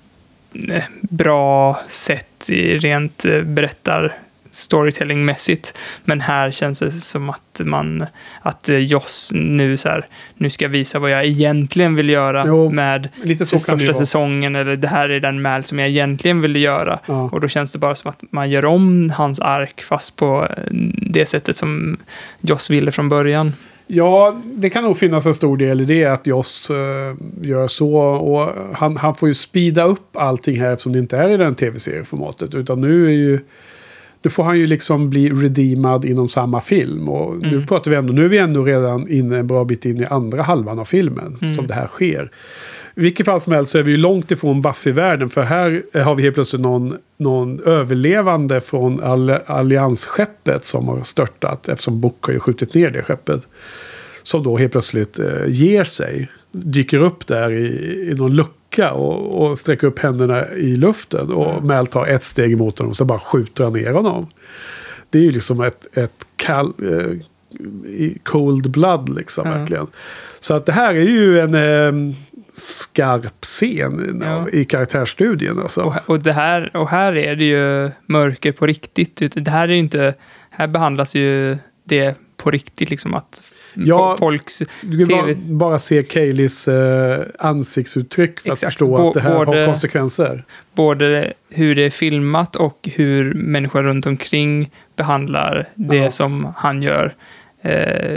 bra sätt i rent berättar storytelling-mässigt. Men här känns det som att man att Joss nu så här, nu ska jag visa vad jag egentligen vill göra jo, med lite så första säsongen, eller det här är den Mal som jag egentligen ville göra. Ja. Och då känns det bara som att man gör om hans ark fast på det sättet som Joss ville från början. Ja, det kan nog finnas en stor del i det att Joss uh, gör så. Och han, han får ju speeda upp allting här eftersom det inte är i den tv-serieformatet. Utan nu är ju... Nu får han ju liksom bli redeemad inom samma film. Och mm. nu pratar vi ändå... Nu är vi ändå redan inne en bra bit in i andra halvan av filmen mm. som det här sker. I vilket fall som helst så är vi ju långt ifrån Buffy-världen. För här har vi helt plötsligt någon, någon överlevande från all, alliansskeppet som har störtat. Eftersom Book har ju skjutit ner det skeppet. Som då helt plötsligt eh, ger sig. Dyker upp där i, i någon lucka och, och sträcker upp händerna i luften. Och mm. Mal tar ett steg emot honom och så bara skjuter han ner honom. Det är ju liksom ett, ett kall... Eh, i cold blood liksom mm. verkligen. Så att det här är ju en eh, skarp scen ja. i karaktärsstudien alltså. Och, och det här och här är det ju mörker på riktigt. Det här är ju inte, här behandlas ju det på riktigt liksom att ja, folks du kan bara, bara se Kayleys eh, ansiktsuttryck för Exakt. att förstå Bo- att det här både, har konsekvenser. Både hur det är filmat och hur människor runt omkring behandlar det ja. som han gör. Eh,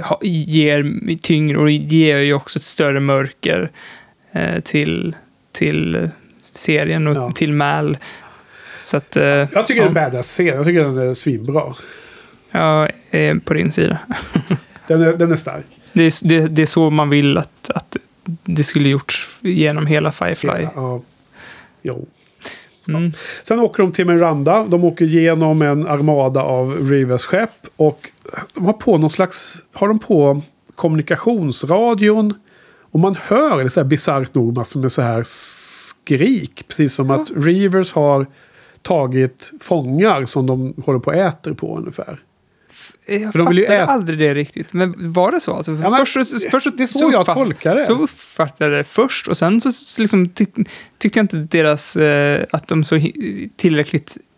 ger tyngre och ger ju också ett större mörker eh, till, till serien och ja. till Mal. Så att, eh, jag tycker ja. det är en badass scen. Jag tycker den är svinbra. Ja, eh, på din sida. den, är, den är stark. Det är, det, det är så man vill att, att det skulle gjorts genom hela Firefly. Ja, ja. Jo. Mm. Sen åker de till Miranda. De åker genom en armada av Rivers skepp. Och de har på någon slags... Har de på kommunikationsradion. Och man hör, eller så här bisarrt nog, massor med så här skrik. Precis som ja. att Rivers har tagit fångar som de håller på att äta på ungefär. Jag För de vill ju äta... aldrig det riktigt. Men var det så? Alltså, ja, men, först, först, det är så, så jag tolkar det. Så uppfattade jag det först. Och sen så liksom, tyck, tyckte jag inte deras, eh, att de så tillräckligt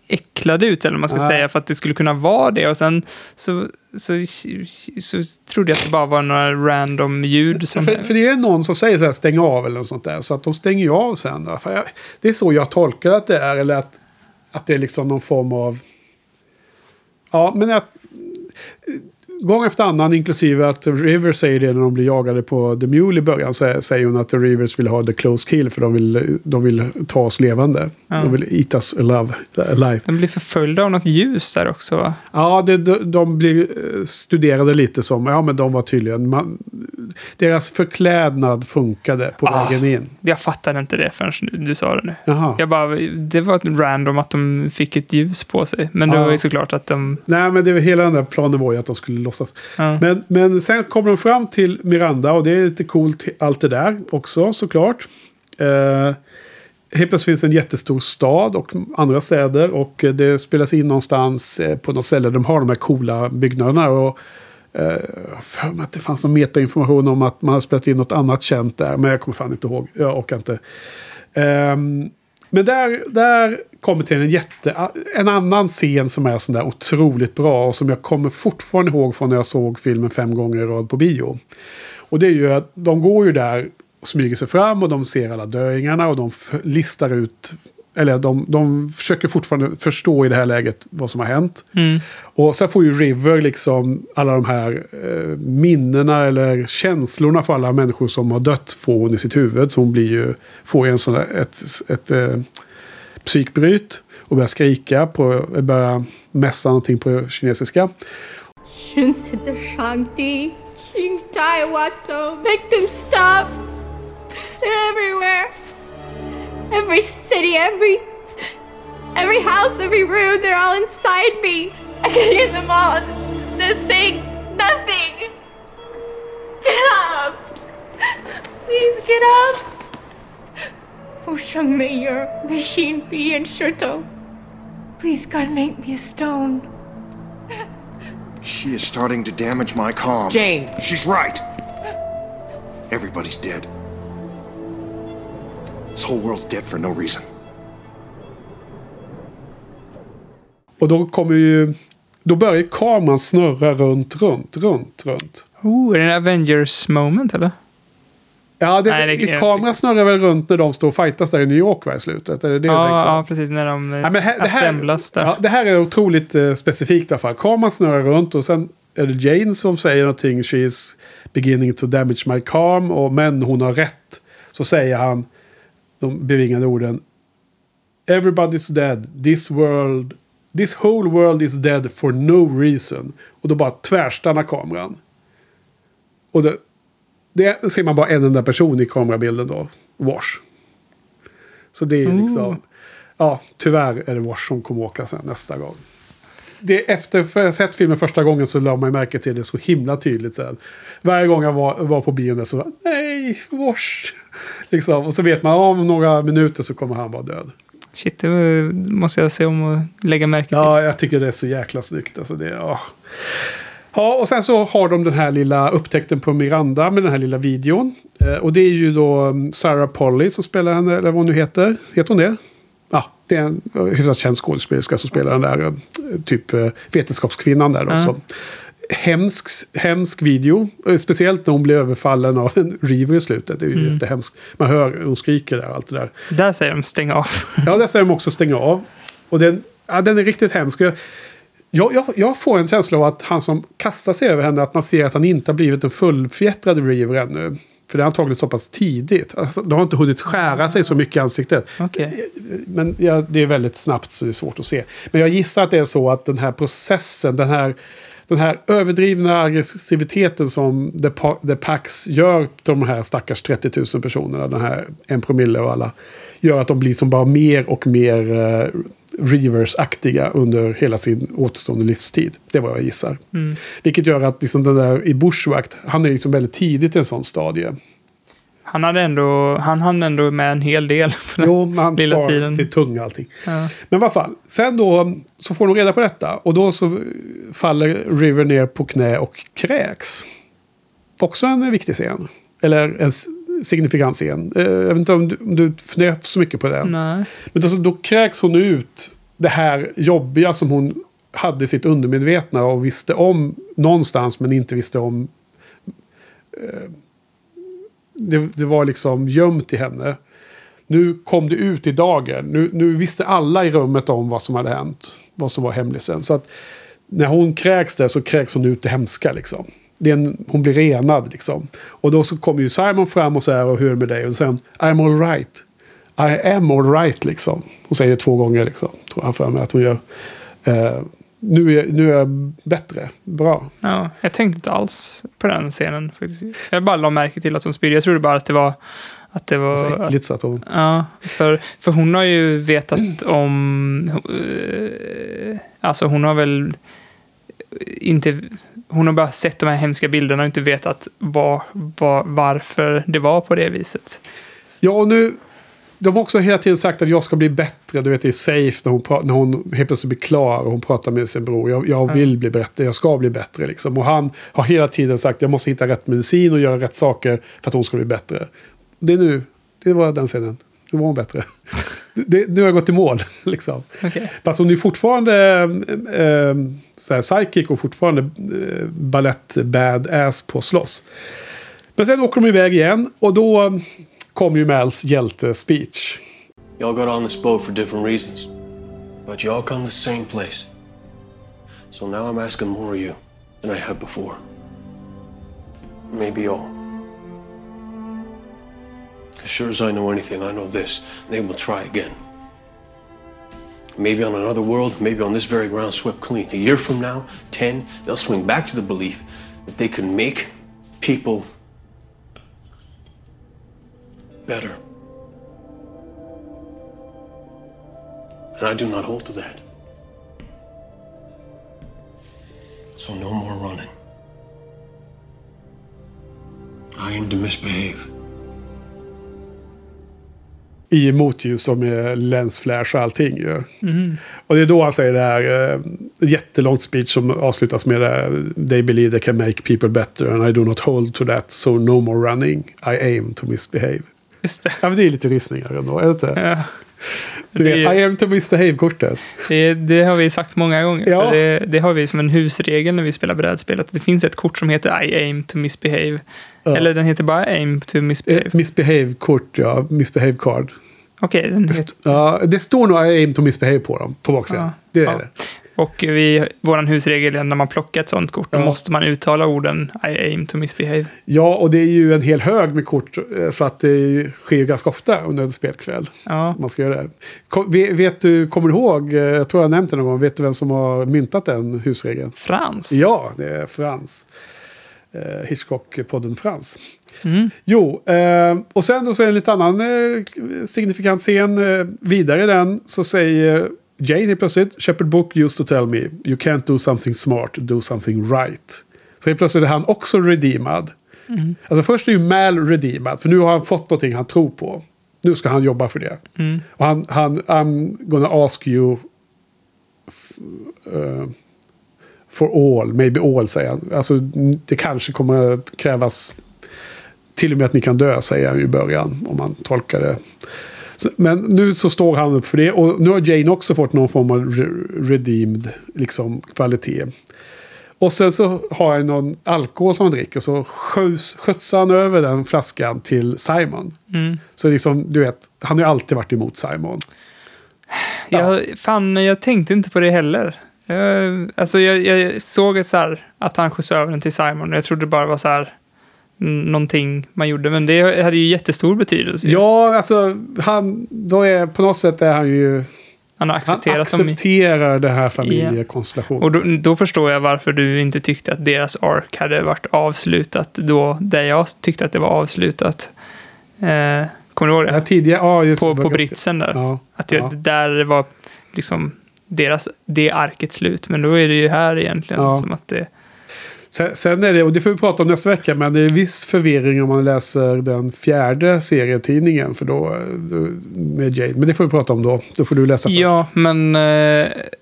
äcklade ut, eller vad man ska Nej. säga, för att det skulle kunna vara det. Och sen så, så, så, så trodde jag att det bara var några random ljud. Som... För, för det är någon som säger så här, stäng av eller något sånt där. Så att de stänger ju av sen. Då. För jag, det är så jag tolkar att det är. Eller att, att det är liksom någon form av... Ja, men att... Gång efter annan, inklusive att Rivers säger det när de blir jagade på The Mule i början, så säger hon att Rivers vill ha the close kill för de vill, de vill ta oss levande. Ja. De vill eat us alive. alive. De blir förföljda av något ljus där också, va? Ja, det, de, de blir studerade lite som, ja men de var tydligen, man, deras förklädnad funkade på ah, vägen in. Jag fattade inte det förrän du sa det nu. Jaha. Jag bara, det var ett random att de fick ett ljus på sig. Men det ja. var ju såklart att de... Nej, men det var, hela den där planen var ju att de skulle låtsas. Ja. Men, men sen kommer de fram till Miranda och det är lite coolt allt det där också såklart. Eh, helt plötsligt finns en jättestor stad och andra städer och det spelas in någonstans på något ställe. De har de här coola byggnaderna och eh, för mig att det fanns någon metainformation om att man har spelat in något annat känt där, men jag kommer fan inte ihåg. Jag orkar inte. Eh, men där, där kommer till en jätte... En annan scen som är sån där otroligt bra och som jag kommer fortfarande ihåg från när jag såg filmen fem gånger i rad på bio. Och det är ju att de går ju där och smyger sig fram och de ser alla döingarna och de f- listar ut... Eller de, de försöker fortfarande förstå i det här läget vad som har hänt. Mm. Och så får ju River liksom alla de här eh, minnena eller känslorna för alla människor som har dött får hon i sitt huvud. Så hon blir ju, får ju en sån där, ett, ett, ett eh, psykbryt och börjar skrika på, börjar mässa någonting på kinesiska. Make them stop. They're everywhere. Every city, every every house, every room, they're all inside me. I can hear them all. They're saying nothing. Get up. Please get up. Fusheng me your machine be and Shurto. Please God make me a stone. She is starting to damage my calm. Jane. She's right. Everybody's dead. This whole world's dead for no reason. Och då kommer ju... Då börjar kameran snurra runt, runt, runt, runt. Oh, är det en Avengers moment, eller? Ja, det, Nej, det, kameran snurrar väl runt när de står och fightas där i New York, va, i slutet. Är det det ja, ja, precis. När de ja, men här, assemblas det här, där. Ja, det här är otroligt uh, specifikt i alla fall. Kameran snurrar runt och sen är det Jane som säger någonting. She is beginning to damage my calm. Och men hon har rätt. Så säger han de bevingade orden. Everybody's dead. This world... This whole world is dead for no reason. Och då bara tvärstannar kameran. Och det, det ser man bara en enda person i kamerabilden då. Wash. Så det är liksom... Mm. Ja, tyvärr är det Wash som kommer åka sen nästa gång. Det, efter att jag sett filmen första gången så la man märke till det så himla tydligt. Så här. Varje gång jag var, var på bion så var nej, Wash. Liksom. Och så vet man om några minuter så kommer han vara död. Shit, det måste jag se om och lägga märke till. Ja, jag tycker det är så jäkla snyggt. Alltså det, ja. Ja, och sen så har de den här lilla upptäckten på Miranda med den här lilla videon. Eh, och det är ju då Sarah Polley som spelar henne, eller vad hon nu heter. Heter hon det? Ja, det är en hyfsat känd skådespelerska som spelar den där typ vetenskapskvinnan där då. Mm. Som, hemsk, hemsk video. Speciellt när hon blir överfallen av en River i slutet. Det är ju mm. jättehemskt. Man hör hon skriker där och allt det där. Där säger de stänga av. Ja, där säger de också stänga av. Och den, ja, den är riktigt hemsk. Jag, jag, jag får en känsla av att han som kastar sig över henne, att man ser att han inte har blivit en fullfjättrad River ännu. För det är antagligen så pass tidigt. Alltså, de har inte hunnit skära sig så mycket i ansiktet. Okay. Men ja, det är väldigt snabbt så det är svårt att se. Men jag gissar att det är så att den här processen, den här, den här överdrivna aggressiviteten som The, pa- The Pax gör till de här stackars trettio tusen personerna, den här en promille och alla, gör att de blir som bara mer och mer uh, Reavers-aktiga under hela sin återstående livstid. Det var jag gissar. Mm. Vilket gör att liksom den där i Bushwack, han är liksom väldigt tidigt i en sån stadie. Han hade ändå, han hann ändå med en hel del på den jo, han lilla tiden. Sin tunga allting. Ja. Men vad fan, sen då så får de reda på detta. Och då så faller River ner på knä och kräks. Också en viktig scen. Eller en signifikant scen. Jag vet inte om du, om du funderar så mycket på det. Nej. Men då, då kräks hon ut det här jobbiga som hon hade i sitt undermedvetna och visste om någonstans men inte visste om. Eh, det, det var liksom gömt i henne. Nu kom det ut i dagen. Nu, nu visste alla i rummet om vad som hade hänt. Vad som var hemlisen. Så att när hon kräks där så kräks hon ut det hemska liksom. Det är en, hon blir renad liksom. Och då så kommer ju Simon fram och säger och hur med dig. Och sen, I'm all right. I am all right liksom. Hon säger det två gånger liksom. Tror han för mig att hon gör. Eh, nu, är, nu är jag bättre. Bra. Ja, jag tänkte inte alls på den scenen faktiskt. Jag bara la märke till att hon spydde. Jag trodde bara att det var att det var äckligt så att hon... Ja, för, för hon har ju vetat om uh, alltså hon har väl inte hon har bara sett de här hemska bilderna och inte vetat var, var, varför det var på det viset. Ja, och nu de har också hela tiden sagt att jag ska bli bättre. Du vet, det är safe när hon, pra- när hon helt plötsligt blir klar och hon pratar med sin bror. Jag, jag vill bli bättre, jag ska bli bättre. Liksom. Och han har hela tiden sagt att jag måste hitta rätt medicin och göra rätt saker för att hon ska bli bättre. Det är nu, det var den scenen. Nu var hon bättre. det, nu har jag gått i mål. Liksom. Okay. Fast hon är fortfarande äh, så här, psychic och fortfarande äh, ballett badass på slåss. Men sen åker de iväg igen och då kom ju Mals hjälte-speech. Y'all got on this boat for different reasons, but y'all come to the same place. So now I'm asking more of you than I have before. Maybe all. As sure as I know anything, I know this. They will try again. Maybe on another world, maybe on this very ground swept clean. A year from now, ten, they'll swing back to the belief that they can make people better. And I do not hold to that. So no more running. I aim to misbehave. I motljus som är lensflash och allting ju. Mm. Och det är då han säger det här uh, jättelångt speech som avslutas med det. They believe they can make people better and I do not hold to that, so no more running. I aim to misbehave. Just det. Ja, men det är lite rissningar ändå, är det inte? Ja. Du vet, I am to misbehave-kortet. Det, det har vi sagt många gånger. Ja. Det, det har vi som en husregel när vi spelar brädspel. Att det finns ett kort som heter I aim to misbehave. Ja. Eller den heter bara aim to misbehave. Eh, misbehave-kort, ja. Misbehave-card. Okej, okay, den heter... Ja, det står nog I aim to misbehave på dem, på baksidan. Ja. Det är ja. det. Och vi, våran husregel är när man plockar ett sånt kort, ja. Då måste man uttala orden I aim to misbehave. Ja, och det är ju en hel hög med kort så att det sker ganska ofta under en spelkväll. Ja. Man ska göra det. Kom, vet, vet du, kommer du ihåg, jag tror jag nämnt det någon gång, vet du vem som har myntat den husregeln? Frans. Ja, det är Frans. Eh, Hitchcock-podden Frans. Mm. Jo, eh, och sen då så är det en lite annan eh, signifikant scen. Eh, vidare i den så säger Jane helt plötsligt, Shepard Book used to tell me, you can't do something smart, do something right. Så helt plötsligt är han också redeemad. Mm. Alltså först är ju Mal redeemad, för nu har han fått någonting han tror på. Nu ska han jobba för det. Mm. Och han, han, I'm gonna ask you f- uh, for all, maybe all, säger han. Alltså det kanske kommer krävas till och med att ni kan dö, säger han i början, om man tolkar det. Så, men nu så står han upp för det. Och nu har Jane också fått någon form av re- redeemed liksom, kvalitet. Och sen så har han någon alkohol som han dricker. Så sköts, skjutsar han över den flaskan till Simon. Mm. Så liksom, du vet, han har ju alltid varit emot Simon. Ja. Jag, fan, jag tänkte inte på det heller. Jag, alltså jag, jag såg ett så här, att han skjutsade över den till Simon. Jag trodde det bara var så här... någonting man gjorde, men det hade ju jättestor betydelse. Ja, alltså han, då är på något sätt är han ju han har accepterat han accepterar dem. Den här familjekonstellationen. Ja. Och då, då förstår jag varför du inte tyckte att deras ark hade varit avslutat då, där jag tyckte att det var avslutat. Eh, kommer du ihåg det? Ja, tidigare, ja, just på, på britsen där. Ja, att jag, ja. där var liksom deras, det arket slut, men då är det ju här egentligen ja. som att det Sen, sen är det, och det får vi prata om nästa vecka, men det är viss förvirring om man läser den fjärde serietidningen för då, då med Jane. Men det får vi prata om då. Då får du läsa först. Ja, men äh,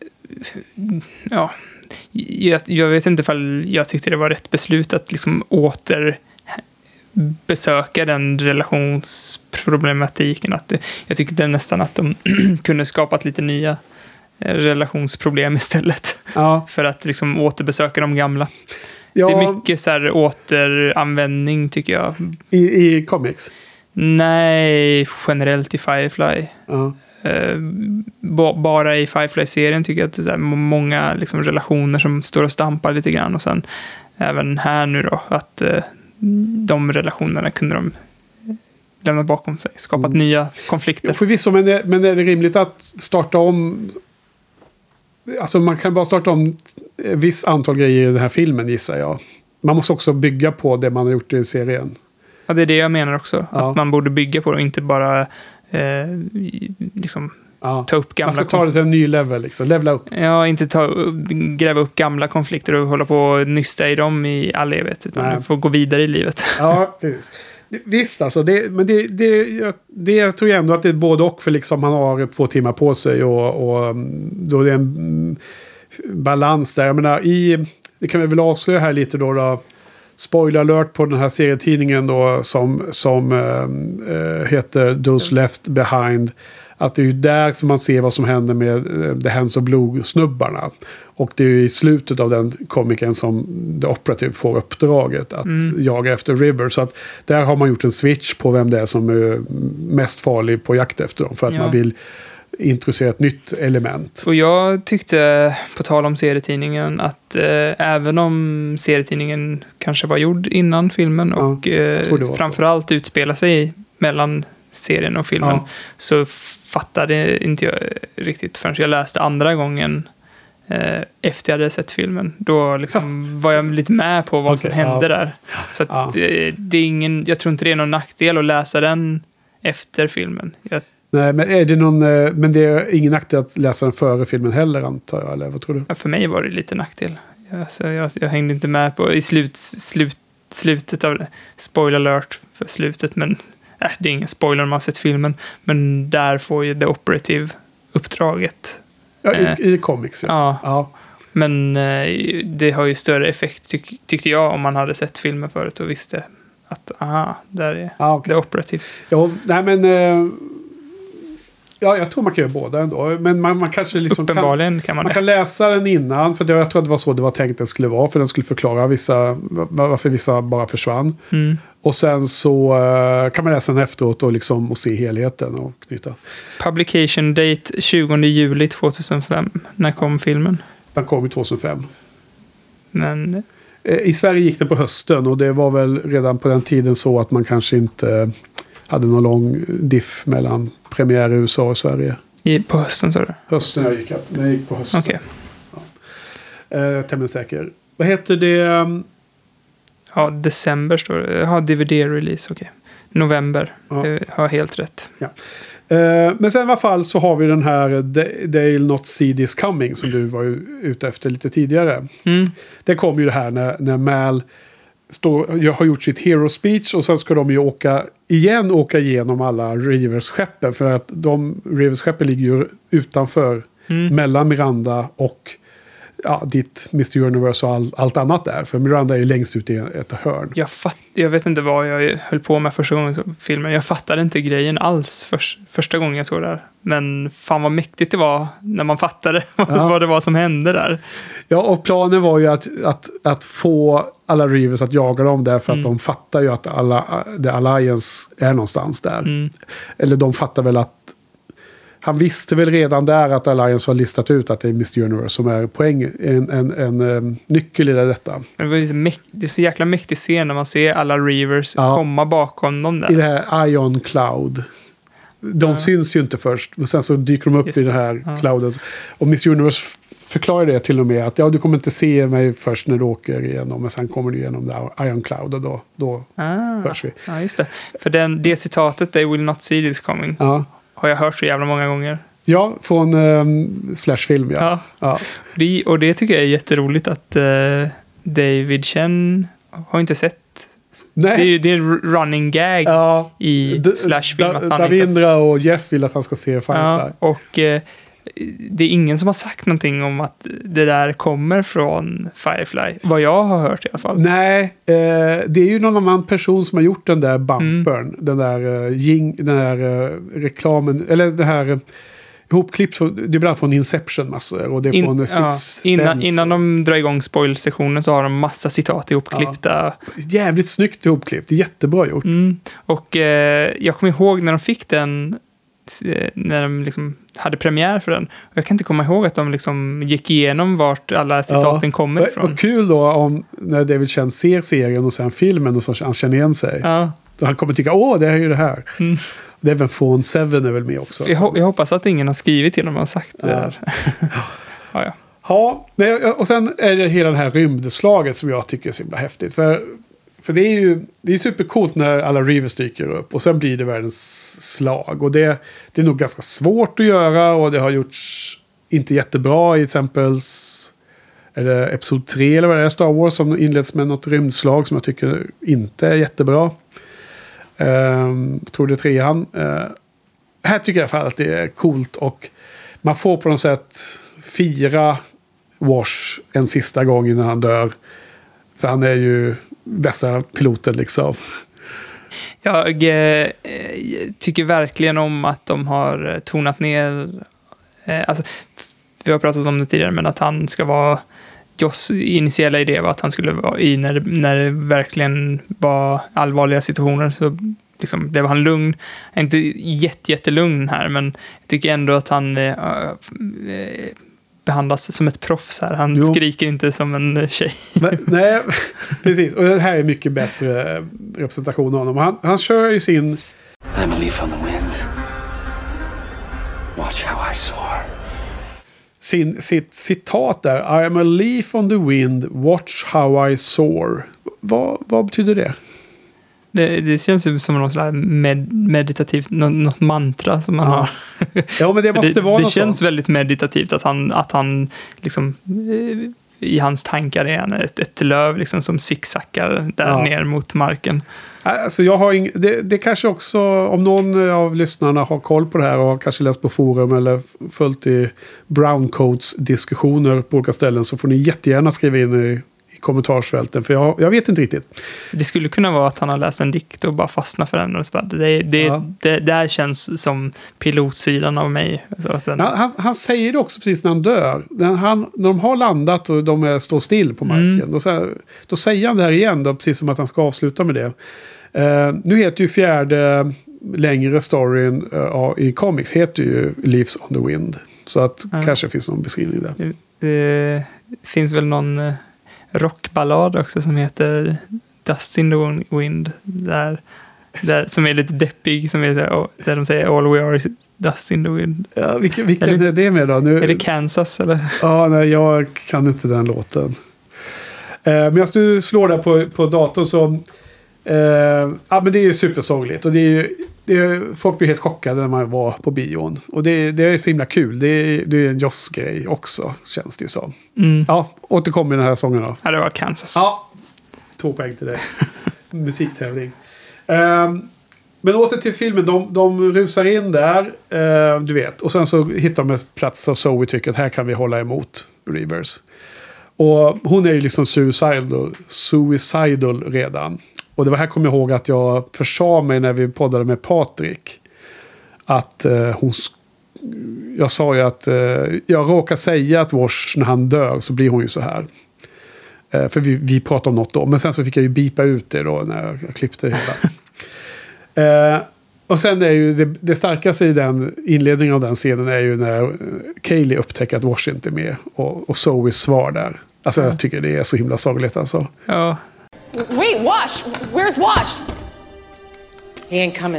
ja, jag, jag vet inte ifall jag tyckte det var rätt beslut att liksom åter besöka den relationsproblematiken. Att det, jag tyckte nästan att de kunde skapat lite nya relationsproblem istället. Ja. För att liksom återbesöka de gamla. Ja. Det är mycket så här återanvändning tycker jag. I, i comics? Nej, generellt i Firefly. Ja. Uh, b- bara i Firefly-serien tycker jag att det är så här många liksom, relationer som står och stampar lite grann. Och sen även här nu då, att uh, de relationerna kunde de lämna bakom sig. Skapat mm. nya konflikter. Ja, förvisso, men, är, men är det rimligt att starta om... Alltså man kan bara starta om ett visst antal grejer i den här filmen, gissar jag. Man måste också bygga på det man har gjort i serien. Ja, det är det jag menar också. Ja. Att man borde bygga på det och inte bara eh, liksom ja. ta upp gamla... Man ska ta det till en ny level, liksom. Levela upp. Ja, inte ta, gräva upp gamla konflikter och hålla på och nysta i dem i all evighet. Utan man får gå vidare i livet. Ja, precis. Visst, alltså. Det, men det, det, jag, det jag tror jag ändå att det är både och. För liksom man har två timmar på sig och, och då är det en balans där. Jag menar, i... Det kan vi väl avslöja här lite då. då spoiler alert på den här serietidningen då som, som äh, heter Those Left Behind. Att det är ju där som man ser vad som händer med äh, The Hands of Blue-snubbarna. Och det är ju i slutet av den komiken som The Operative får uppdraget att mm. jaga efter River. Så att där har man gjort en switch på vem det är som är mest farlig på jakt efter dem. För att ja. man vill introducera ett nytt element. Och jag tyckte, på tal om serietidningen, att eh, även om serietidningen kanske var gjord innan filmen ja, och eh, framförallt utspelar sig mellan serien och filmen ja. så fattade inte jag riktigt förrän jag läste andra gången eh, efter jag hade sett filmen. Då liksom ja. var jag lite med på vad okay, som hände ja. där. Så att, ja. det, det är ingen, jag tror inte det är någon nackdel att läsa den efter filmen. Jag Nej, men är det någon, men det är ingen nackdel att läsa den före filmen heller, antar jag, eller vad tror du? Ja, för mig var det lite nackdel. Alltså, jag, jag hängde inte med på i slut, slut, slutet av det. Spoiler alert för slutet, men äh, det är ingen spoiler om man har sett filmen. Men där får ju The Operative uppdraget. Ja, i, i comics. Ja. ja. ja. Men eh, det har ju större effekt, tyck, tyckte jag, om man hade sett filmen förut och visste att, aha, där är ah, okay. The Operative. Ja, nej men... Eh, Ja, jag tror man kan göra båda ändå. Men man, man kanske liksom Uppenbarligen kan, kan man man det. kan läsa den innan. För det, jag tror att det var så det var tänkt att den skulle vara. För den skulle förklara vissa, varför vissa bara försvann. Mm. Och sen så uh, kan man läsa den efteråt och, liksom, och se helheten och knyta. Publication date tjugonde juli tjugohundrafem. När kom filmen? Den kom i tjugohundrafem. Men... I Sverige gick den på hösten. Och det var väl redan på den tiden så att man kanske inte... hade någon lång diff mellan premiär i U S A och Sverige. I, på hösten, sa du? Hösten jag gick, när jag gick på hösten. Okej. Okay. Ja. Eh, tämligen säker. Vad heter det? Ja, december står det. Ja, D V D-release, okej. Okay. November. Ja. Jag har helt rätt. Ja. Eh, men sen i alla fall så har vi den här They'll Not See This Coming som du var ute efter lite tidigare. Mm. Det kom ju det här när, när Mal Står, jag har gjort sitt hero speech och sen ska de ju åka igen åka igenom alla Rivers-skeppen för att de Rivers-skeppen ligger ju utanför mm. mellan Miranda och ja, ditt mister Universe och all, allt annat där. För Miranda är ju längst ut i ett hörn. Jag, fatt, jag vet inte vad jag höll på med första gången som filmen. Jag fattade inte grejen alls för, första gången jag såg det här. Men fan vad mäktigt det var när man fattade ja. vad det var som hände där. Ja, och planen var ju att, att, att få alla Rivers att jaga dem där för att mm. de fattar ju att alla, The Alliance är någonstans där. Mm. Eller de fattar väl att han visste väl redan där att Alliance har listat ut att det är mister Universe som är poäng, en, en, en, en nyckel i det. Det var ju så, mäkt, det är så jäkla mäktig scen när man ser alla Rivers ja. komma bakom dem där. I det här Ion Cloud. De ja. syns ju inte först, men sen så dyker de upp Just. i den här ja. clouden. Och mister Universe förklarar det till och med att ja, du kommer inte se mig först när du åker igenom, men sen kommer du igenom där Ion Cloud och då, då ah. hörs vi. Ja, just det. För den, det citatet, they will not see this coming, ja. har jag hört så jävla många gånger. Ja, från um, Slash-film, ja. ja. ja. Det, och det tycker jag är jätteroligt att uh, David Chen har inte sett. Nej. Det är ju det är en running gag ja. i D- Slash-film. Da- att Davindra inte... och Jeff vill att han ska se Firefly. Ja, och uh, det är ingen som har sagt någonting om att det där kommer från Firefly. Vad jag har hört i alla fall. Nej, eh, det är ju någon annan person som har gjort den där bumpern. Mm. Den där, uh, jing, den där uh, reklamen. Eller det här uh, ihopklippt. Det är ibland från Inception massor. Och det är In, från ja, innan, innan de drar igång spoil-sektionen så har de massa citat ihopklippta. Ja. Jävligt snyggt ihopklippt. Det är jättebra gjort. Mm. Och eh, jag kommer ihåg när de fick den, när de liksom hade premiär för den. Och jag kan inte komma ihåg att de liksom gick igenom vart alla citaten ja. kommer ifrån. Och kul då om när David Chen ser serien och sen filmen och så han känner igen sig. Ja. Då han kommer tycka, åh, det här är ju det här. Mm. Det är väl Phone Seven är väl med också. Jag, jag hoppas att ingen har skrivit till dem och sagt det ja. där. ja, ja. Ja, men, och sen är det hela det här rymdslaget som jag tycker är så himla häftigt. För, för det är ju det är supercoolt när alla Reavers dyker upp. Och sen blir det världens slag. Och det, det är nog ganska svårt att göra. Och det har gjorts inte jättebra i exempel... Är det episod tre eller vad det är, Star Wars, som inleds med något rymdslag som jag tycker inte är jättebra. Um, tror det är trean. Uh, här tycker jag för att det är coolt och man får på något sätt fira Wash en sista gång innan han dör. För han är ju bästa piloten liksom. Jag eh, tycker verkligen om att de har tonat ner eh, alltså, vi har pratat om det tidigare, men att han ska vara Joss initiala idé var att han skulle vara i när det, när det verkligen var allvarliga situationer, så liksom blev han lugn. Inte jätte, jättelugn här, men jag tycker ändå att han äh, äh, behandlas som ett proffs här. Han jo. skriker inte som en tjej. Men, nej, precis. Och det här är mycket bättre representation av honom. Han, han kör ju sin... I'm a leaf on the wind. Watch how I soar. Sin, sitt citat där. I am a leaf on the wind. Watch how I soar. Vad, vad betyder det? Det, det känns ju som något slags med, meditativt, något, något mantra som man ja. har. Ja, men det måste det, vara det något känns sånt. väldigt meditativt att han, att han liksom i hans tankar är ett, ett löv liksom som zigzaggar där ja. ner mot marken. Alltså jag har ing- det, det kanske också, om någon av lyssnarna har koll på det här och har kanske läst på forum eller följt i Browncoats diskussioner på olika ställen, så får ni jättegärna skriva in i, i kommentarsfälten, för jag, jag vet inte riktigt. Det skulle kunna vara att han har läst en dikt och bara fastnat för den. Och så bara, det, det, ja. det, det där känns som pilotsidan av mig. Så sen... ja, han, han säger det också precis när han dör. När, han, när de har landat och de är, står still på marken. Mm. Då, så, då säger han det här igen, då, precis som att han ska avsluta med det. Uh, nu heter ju fjärde längre storyn uh, i comics heter ju Leaves on the Wind. Så att ja. kanske finns någon beskrivning där. Det, det finns väl någon uh, rockballad också som heter Dust in the Wind. Där, där, som är lite deppig. Som är där, där de säger All we are is dust in the wind. Ja, vilken, vilken är, det, är det med då? Nu, är det Kansas eller? Ja, nej, jag kan inte den låten. Uh, men jag du slår där på, på datorn så... Uh, ja, men det är ju supersorgligt. Och det är ju, det är, folk blir helt chockade när man var på bion. Och det, det är så himla kul. Det är, det är en Joss-grej också, känns det ju som. Mm. Ja, återkommer i den här sången då. Ja, det var Kansas. Ja, två poäng till dig. Musiktävling. Uh, men åter till filmen. De, de rusar in där, uh, du vet. Och sen så hittar de en plats och Zoe tycker att här kan vi hålla emot Reavers. Och hon är ju liksom suicidal, suicidal redan. Och det var här kommer jag ihåg att jag försa mig när vi poddade med Patrik. Att eh, hon... Jag sa ju att... Eh, jag råkar säga att Wash, när han dör så blir hon ju så här. Eh, för vi, vi pratade om något då. Men sen så fick jag ju bipa ut det då när jag, jag klippte hela. eh, och sen är ju det, det starkaste i den inledningen av den scenen är ju när Kaylee upptäcker att Wash inte är med. Och, och Zoes svar där. Alltså jag tycker det är så himla sorgligt alltså. Ja. Wait, Wash! Where's Wash? He ain't coming.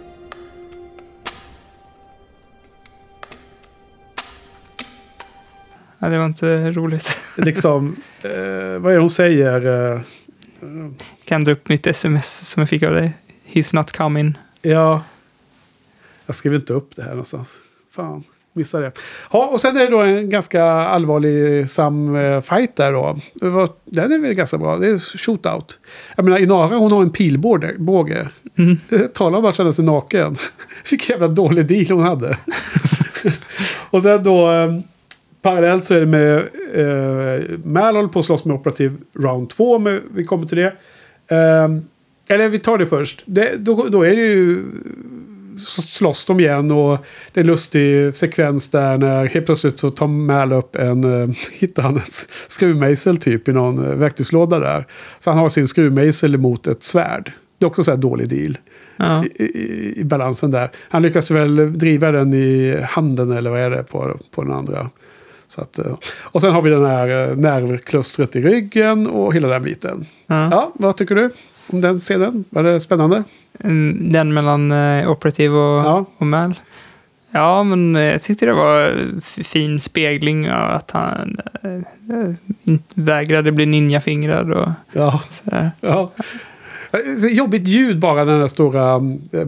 Ja, det var inte roligt. liksom, eh, vad är det hon säger? Eh, kan dra upp mitt sms som jag fick av dig. He's not coming. Ja. Jag skrev inte upp det här någonstans. Fan, missade det. Ja, och sen är det då en ganska allvarlig sam fight där då. Den är väl ganska bra. Det är shootout. Jag menar, Inara, hon har en pilbåge. Mm. Tala om att känna sig naken. Vilken jävla dålig deal hon hade. Och sen då... Eh, parallellt så är det med eh, Malol på att slåss med operativ round två. Men vi kommer till det. Eh, eller vi tar det först. Det, då, då är det ju så slåss de igen och det är en lustig sekvens där när helt plötsligt så tar Mal upp en, uh, hittar han en skruvmejsel typ i någon uh, verktygslåda där. Så han har sin skruvmejsel emot ett svärd. Det är också så här dålig deal. Ja. I, i, I balansen där. Han lyckas väl driva den i handen eller vad är det på, på den andra. Så att, och sen har vi den här nervklustret i ryggen och hela den biten. Ja, ja vad tycker du om den scenen? Var det spännande? Den mellan eh, operativ och, ja. och Mal. Ja, men jag tyckte det var fin spegling av att han äh, inte vägrade bli ninjafingrad och ja. sådär. Ja. Jobbigt ljud bara, den där stora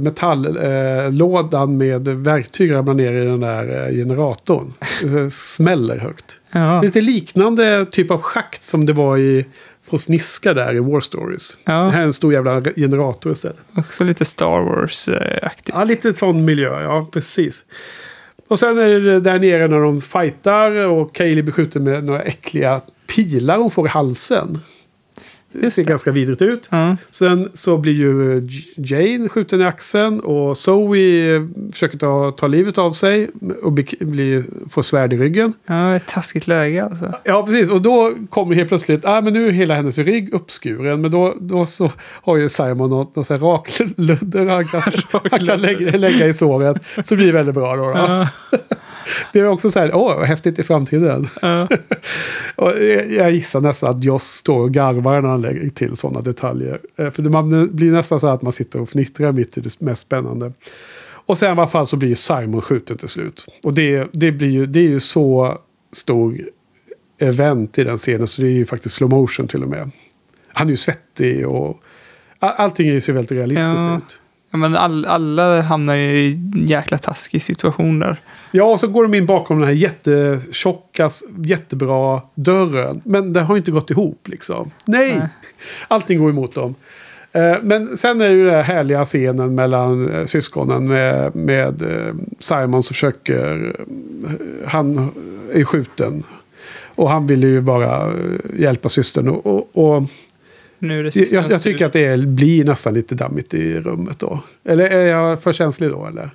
metalllådan med verktyg ramlar ner i den där generatorn. Det smäller högt. Ja. Lite liknande typ av schakt som det var i hos Niska där i War Stories. Ja. Det här är en stor jävla generator istället. Också lite Star Wars-aktigt. Ja, lite sån miljö, ja, precis. Och sen är det där nere när de fightar och Kaylee blir skjuten med några äckliga pilar hon får i halsen. Det ser ganska vidrigt ut. Mm. Sen så blir ju Jane skjuten i axeln och Zoe försöker ta, ta livet av sig och bli, bli, få svärd i ryggen. Ja, ett taskigt läge alltså. Ja, precis. Och då kommer helt plötsligt, ah, men nu är hela hennes rygg uppskuren. Men då, då så har ju Simon något, något sån här rakludder han kan, han kan lägga, lägga i såret. Så blir det väldigt bra då. då. Ja. Det är också så här, åh, häftigt i framtiden. Uh. Och jag gissar nästan att Joss står och garvar när han lägger till sådana detaljer. För det blir nästan så att man sitter och fnittrar mitt i det mest spännande. Och sen i alla fall så blir Simon skjuten till slut. Och det, det, blir ju, det är ju så stor event i den scenen så det är ju faktiskt slow motion till och med. Han är ju svettig och allting är ju så väldigt realistiskt ja. ut. Ja, men all, alla hamnar ju i en jäkla taskig situation där. Ja, och så går de in bakom den här jättetjocka, jättebra dörren. Men det har inte gått ihop liksom. Nej! Nej. Allting går emot dem. Men sen är det ju den här härliga scenen mellan syskonen med, med Simon som försöker... Han är skjuten. Och han vill ju bara hjälpa systern. Och... och, och nu är det jag, jag tycker att det blir nästan lite dammigt i rummet då. Eller är jag för känslig då, eller?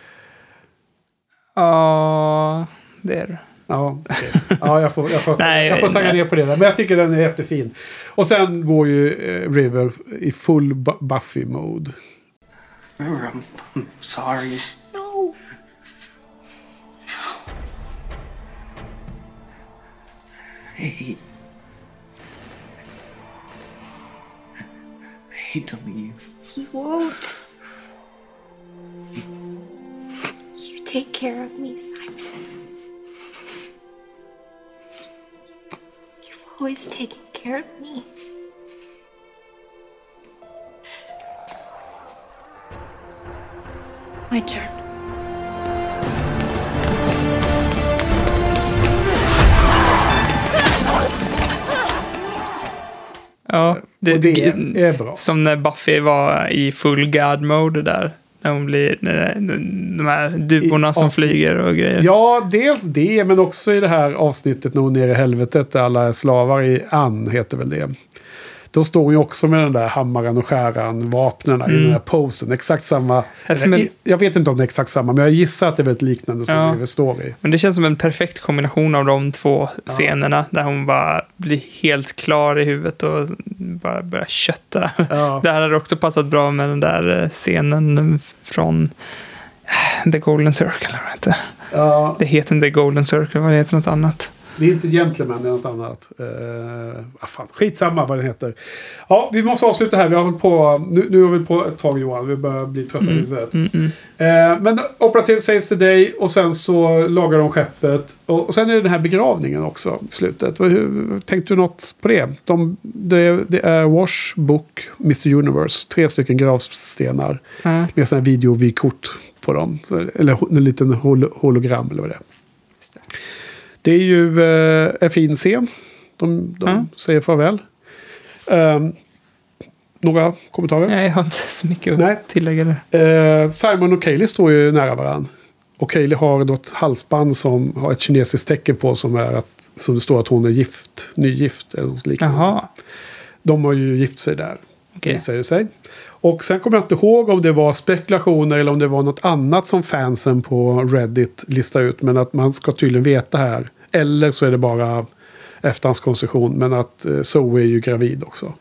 Ja, det är det. Ja, okay. Ja, jag får, jag får, nej, jag får tagga ner på det där. Men jag tycker den är jättefin. Och sen går ju eh, River i full Buffy-mode. River, I'm, I'm sorry. No. Hey. I hate to leave. He won't. You take care of me, Simon. You've always taken care of me. My turn. Ja, det, och det är bra. Som när Buffy var i full God-mode där. När hon blir när de här duvorna som avsnitt. Flyger och grejer. Ja, dels det, men också i det här avsnittet när hon är nere i helvetet där alla är slavar i Ann heter väl det. Då står hon ju också med den där hammaren och skäran, vapnen mm. i den här posen. Exakt samma. Eller, jag vet inte om det är exakt samma, men jag gissar att det är väldigt liknande som ja. Det står i. Men det känns som en perfekt kombination av de två ja. Scenerna där hon bara blir helt klar i huvudet och bara börjar kötta. Ja. Det här hade också passat bra med den där scenen från The Golden Circle, eller vad det heter. Ja. Det heter inte The Golden Circle, vad heter något annat? Det är inte Gentleman, det är något annat. Uh, ah, fan, skitsamma vad den heter. Ja, vi måste avsluta här. Vi har hållit på, nu, nu har vi på ett tag, Johan. Vi börjar bli trötta mm. i huvudet. Mm, mm. Uh, men operativ saves the day och sen så lagar de skeppet. Och, och sen är det den här begravningen också i slutet. Hur, tänkte du något på det? De, det, det är Wash, Book, mister Universe. Tre stycken gravstenar. Mm. Med sådana här video-vykort på dem. Så, eller en liten hol- hologram eller vad det är. Just det. Det är ju eh, en fin scen. De, de mm. säger farväl. Um, några kommentarer? Nej, jag har inte så mycket att Nej. tillägga det. Uh, Simon och Kaylee står ju nära varandra. Och Kaylee har något halsband som har ett kinesiskt tecken på som är att som det står att hon är gift, nygift eller något liknande. Jaha. De har ju gift sig där. Okay. Visar det sig. Och sen kommer jag inte ihåg om det var spekulationer eller om det var något annat som fansen på Reddit listade ut. Men att man ska tydligen veta här. Eller så är det bara efterhandskonstruktion. Men att eh, Zoe är ju gravid också.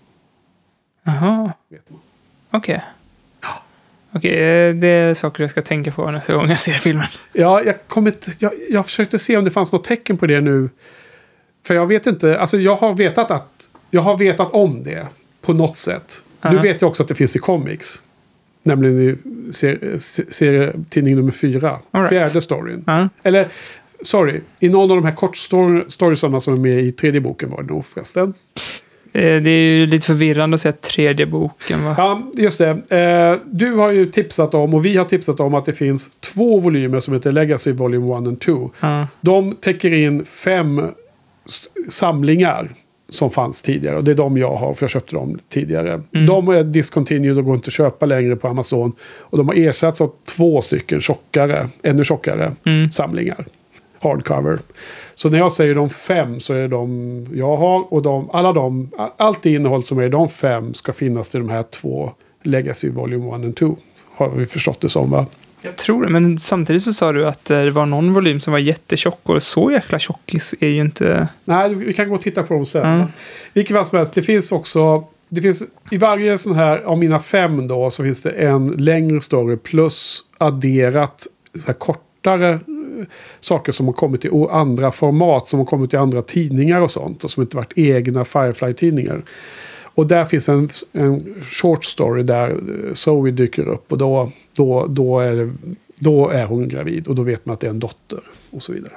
Jaha. Okej. Okay. Ja. Okej, okay, det är saker jag ska tänka på nästa gång jag ser filmen. Ja, jag, kom inte, jag, jag försökte se om det fanns något tecken på det nu. För jag vet inte, alltså jag har vetat att jag har vetat om det på något sätt. Uh-huh. Nu vet jag också att det finns i comics. Nämligen i serietidning nummer fyra. Right. Fjärde storyn. Uh-huh. Eller, sorry, i någon av de här kortstoriesarna som är med i tredje boken var det nog förresten. Det är ju lite förvirrande att säga tredje boken, va? Ja, just det. Du har ju tipsat om, och vi har tipsat om att det finns två volymer som heter Legacy Volume ett och två. Uh-huh. De täcker in fem samlingar som fanns tidigare. Och det är de jag har, för jag köpte dem tidigare. Mm. De är discontinued och går inte att köpa längre på Amazon. Och de har ersatts av två stycken tjockare, ännu tjockare mm. samlingar. Hardcover. Så när jag säger de fem så är det de jag har. Och de, alla de, allt det innehåll som är de fem ska finnas i de här två Legacy Volume ett och två. Har vi förstått det som, va? Jag tror det, men samtidigt så sa du att det var någon volym som var jättetjock, och så jäkla tjockis är ju inte... Nej, vi kan gå och titta på dem sen. Mm. Vilket fall som helst, det finns också... Det finns, i varje sån här, av mina fem då, så finns det en längre story plus adderat så här kortare saker som har kommit i andra format, som har kommit i andra tidningar och sånt, och som inte varit egna Firefly-tidningar. Och där finns en, en short story där Zoe dyker upp, och då, då, då, är det, då är hon gravid, och då vet man att det är en dotter och så vidare.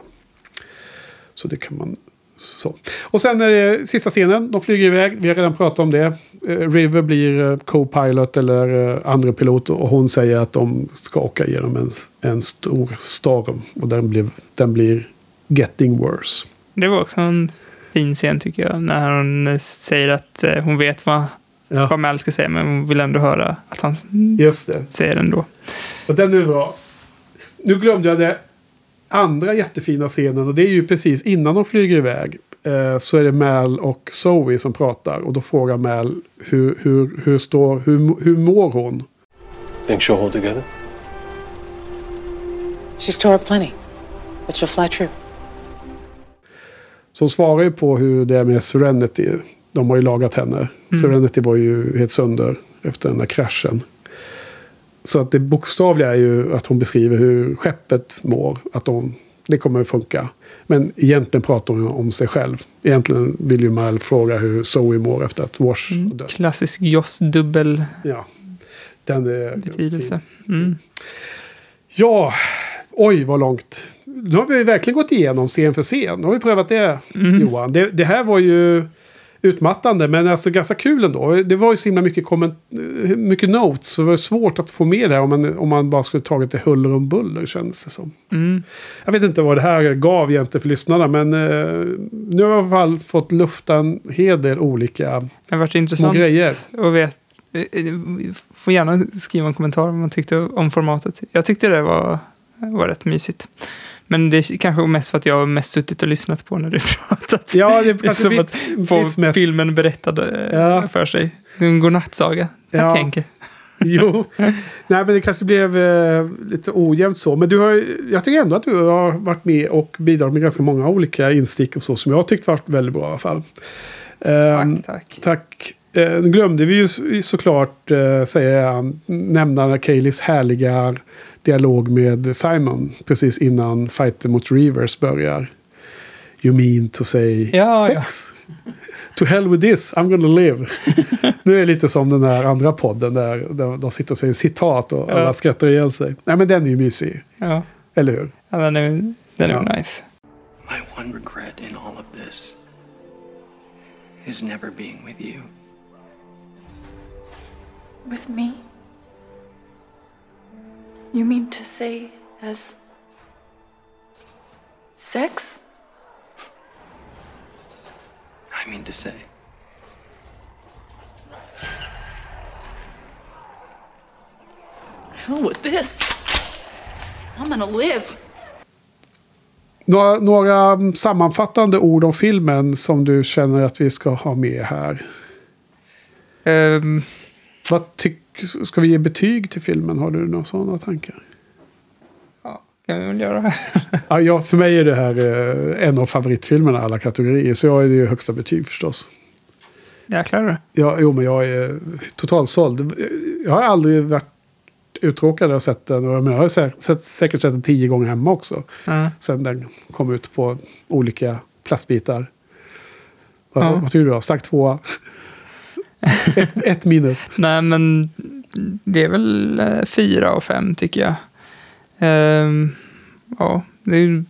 Så det kan man... Så. Och sen är det sista scenen, de flyger iväg, vi har redan pratat om det. River blir co-pilot eller andra pilot, och hon säger att de ska åka igenom en, en stor storm, och den blir, den blir getting worse. Det var också en fin scen tycker jag, när hon säger att hon vet vad, ja. vad Mel ska säga, men hon vill ändå höra att han Just det. säger det ändå. Och den är bra. Nu glömde jag det andra jättefina scenen, och det är ju precis innan de flyger iväg, eh, så är det Mel och Zoe som pratar, och då frågar Mel hur, hur, hur, står, hur, hur mår hon? Think she'll hold together? She's tore up plenty, but she'll fly true. Som svarar ju på hur det är med Serenity. De har ju lagat henne. Mm. Serenity var ju helt sönder efter den där kraschen. Så att det bokstavliga är ju att hon beskriver hur skeppet mår. Att de, det kommer att funka. Men egentligen pratar hon om sig själv. Egentligen vill ju Mal fråga hur Zoe mår efter att Wash mm. dött. Klassisk Joss-dubbel ja, den är betydelse. Mm. Ja, oj vad långt. Nu har vi verkligen gått igenom scen för scen. Nu har vi prövat det, mm. Johan. Det, det här var ju utmattande, men alltså ganska kul ändå. Det var ju så himla mycket, komment- mycket notes, så det var svårt att få med det här om man, om man bara skulle tagit det huller om buller, kändes det som. Mm. Jag vet inte vad det här gav egentligen för lyssnarna, men eh, nu har jag i alla fall fått lufta en hel del olika det har varit intressant små grejer. Och vet, får gärna skriva en kommentar om man tyckte om formatet. Jag tyckte det var, var rätt mysigt. Men det är kanske mest för att jag har mest suttit och lyssnat på när du pratat. Ja, det är som att få filmen berättade ja. för sig. En godnattsaga. Tack ja. Henke. Jo. Nej, men det kanske blev eh, lite ojämnt så. Men du har, jag tycker ändå att du har varit med och bidragit med ganska många olika instick och så, som jag har tyckt varit väldigt bra i alla fall. Um, tack, tack. Tack. Uh, glömde vi ju såklart uh, säga, nämna Kayleys härliga dialog med Simon precis innan fighten mot Reavers börjar. You mean to say ja, sex? Ja. To hell with this, I'm gonna live. Nu är det lite som den här andra podden där de, de sitter och säger citat och ja. alla skrattar ihjäl sig. Nej, men den är ju mysig. Ja. Eller hur? Ja, den är, den är ja. nice. My one regret in all of this is never being with you. With me? You mean to say as sex? I mean to say. Hell with this. I'm gonna live. Några, några sammanfattande ord om filmen som du känner att vi ska ha med här? Um, Vad tycker, ska vi ge betyg till filmen? Har du några sådana tankar? Ja, kan vi väl göra. ja, ja, för mig är det här eh, en av favoritfilmerna alla kategorier. Så jag är det ju högsta betyg förstås. Jäklar. Ja, jo, men jag är totalt såld. Jag har aldrig varit uttråkad och sett den. Och jag, menar, jag har sett, sett, säkert sett den tio gånger hemma också. Mm. Sen den kom ut på olika plastbitar. Vad, ja. vad tycker du då? Stark tvåa. ett, ett minus. Nej, men det är väl eh, fyra och fem tycker jag. Ehm, ja, det är ju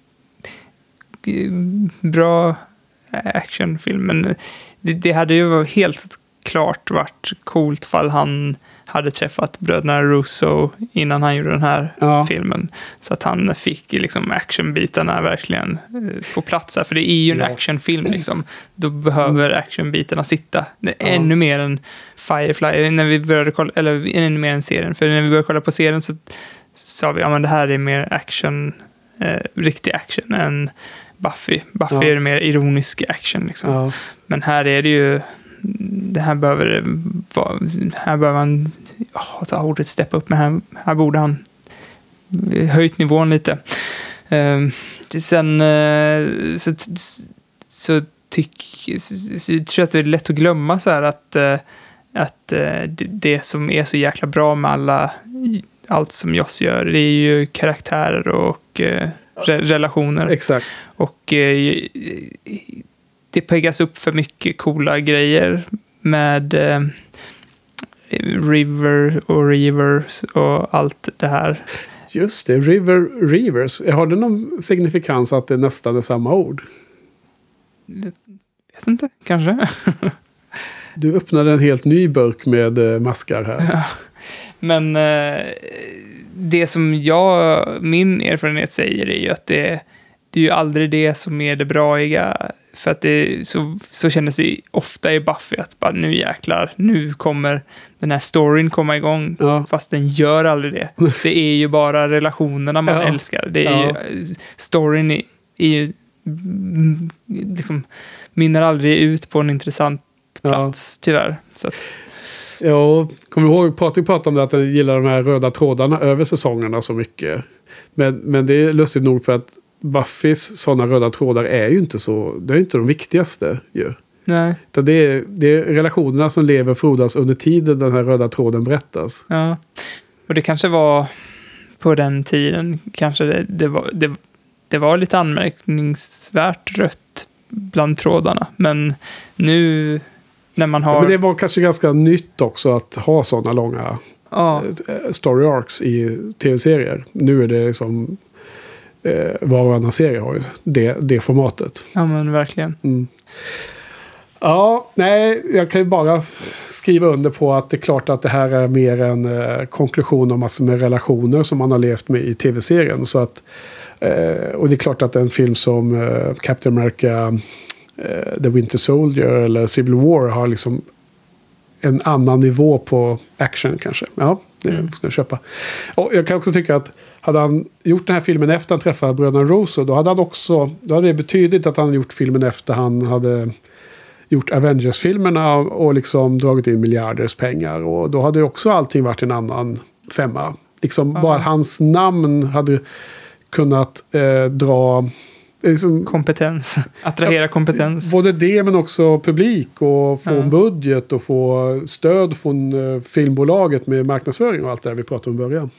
bra actionfilm. Men det, det hade ju helt klart varit coolt fall han hade träffat bröderna Russo innan han gjorde den här ja. filmen. Så att han fick liksom actionbitarna verkligen på plats här. För det är ju en ja. actionfilm liksom. Då behöver actionbitarna sitta. Det är ja. ännu mer än Firefly. När vi började kolla, eller ännu mer än serien. För när vi började kolla på serien så sa vi, ja men det här är mer action, eh, riktig action än Buffy. Buffy ja. är mer ironisk action liksom. Ja. Men här är det ju det här behöver här behöver han oh, ta ordet steppa upp, men här, här borde han höjt nivån lite. Uh, sen uh, så, så, tyck, så, så jag tror att det är lätt att glömma så här att, uh, att uh, det, det som är så jäkla bra med alla allt som Joss gör, det är ju karaktärer och uh, re, relationer. Exakt. Och uh, det peggas upp för mycket coola grejer med eh, River och Rivers och allt det här. Just det, River Rivers. Har det någon signifikans att det nästan är samma ord? Jag vet inte, kanske. Du öppnade en helt ny burk med eh, maskar här. Ja. Men eh, det som jag, min erfarenhet säger är ju att det, det är ju aldrig det som är det braiga. För att det, så, så kändes det ofta i Buffy att bara, nu jäklar, nu kommer den här storyn komma igång. Ja. Fast den gör aldrig det. Det är ju bara relationerna man ja. älskar. Det är ja. ju, storyn är, är ju liksom minner aldrig ut på en intressant plats, ja. tyvärr. Så att, ja, kommer du ihåg, Patrik pratade om det att jag gillar de här röda trådarna över säsongerna så mycket. Men, men det är lustigt nog för att Buffys sådana röda trådar är ju inte så, det är inte de viktigaste ju. Nej. Det är, det är relationerna som lever och frodas under tiden den här röda tråden berättas. Ja, och det kanske var på den tiden, kanske det, det, var, det, det var lite anmärkningsvärt rött bland trådarna. Men nu när man har... Ja, men det var kanske ganska nytt också att ha sådana långa ja. story arcs i tv-serier. Nu är det liksom... Eh, var och annan serie har ju det, det formatet. Ja, men verkligen. Mm. Ja, nej, jag kan ju bara skriva under på att det är klart att det här är mer en eh, konklusion om massor med relationer som man har levt med i tv-serien. Så att, eh, och det är klart att en film som eh, Captain America, eh, The Winter Soldier eller Civil War har liksom en annan nivå på action kanske. Ja, det mm. ska jag köpa. Och jag kan också tycka att hade han gjort den här filmen efter han träffade bröderna Russo, då hade han också, då hade det betydit att han gjort filmen efter han hade gjort Avengers-filmerna och liksom dragit in miljarders pengar. Och då hade också allting varit en annan femma. Liksom mm. bara hans namn hade kunnat eh, dra... Liksom, kompetens. Attrahera kompetens. Både det men också publik och få ja. en budget och få stöd från uh, filmbolaget med marknadsföring och allt det där vi pratade om i början.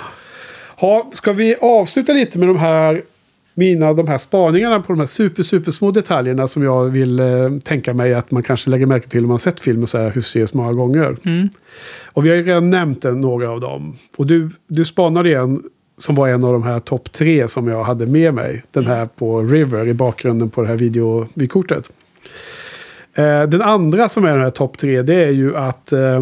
Ha, ska vi avsluta lite med de här mina, de här spaningarna på de här super, super små detaljerna som jag vill uh, tänka mig att man kanske lägger märke till om man sett filmen så här hysteriskt många gånger. Mm. Och vi har ju redan nämnt en, några av dem. Och du, du spanade igen som var en av de här topp tre som jag hade med mig. Den här på River i bakgrunden på det här videokortet. Eh, den andra som är den här topp tre, det är ju att eh,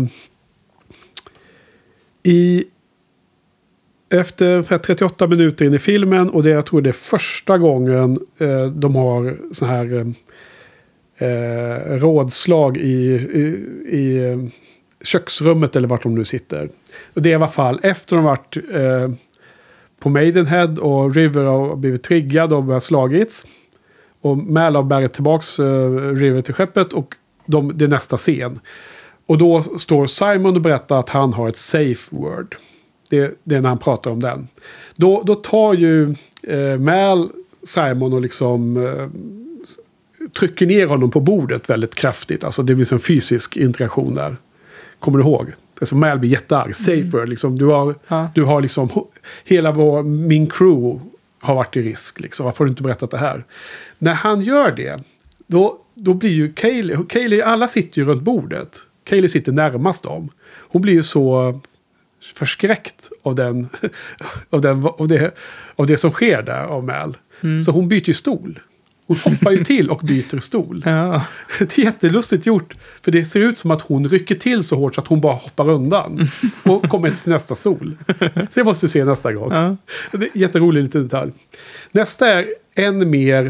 i efter för trettioåtta minuter in i filmen, och det jag tror det är första gången eh, de har så här eh, rådslag i, i, i köksrummet eller vart de nu sitter. Och det är i alla fall efter de varit eh, på Maidenhead och River har blivit triggad och börjat slagits. Och Mal har bärt tillbaks uh, River till skeppet och de, det är nästa scen. Och då står Simon och berättar att han har ett safe word. Det, det är när han pratar om den. Då, då tar ju eh, Mal Simon och liksom eh, trycker ner honom på bordet väldigt kraftigt. Alltså det blir en fysisk interaktion där. Kommer du ihåg? Alltså Mal blir jättearg. Safe word. Liksom, du har, ja. du har liksom hela vår, min crew har varit i risk. Liksom. Varför har du inte berättat det här? När han gör det, då, då blir ju Kaylee, Kaylee, alla sitter ju runt bordet. Kaylee sitter närmast dem. Hon blir ju så förskräckt av den, av, den av, det, av det som sker där av Mal. Mm. Så hon byter ju stol. Hon hoppar ju till och byter stol. Ja. Det är jättelustigt gjort. För det ser ut som att hon rycker till så hårt så att hon bara hoppar undan. Och kommer till nästa stol. Det måste du se nästa gång. Ja. Det är en jätterolig liten detalj. Nästa är än mer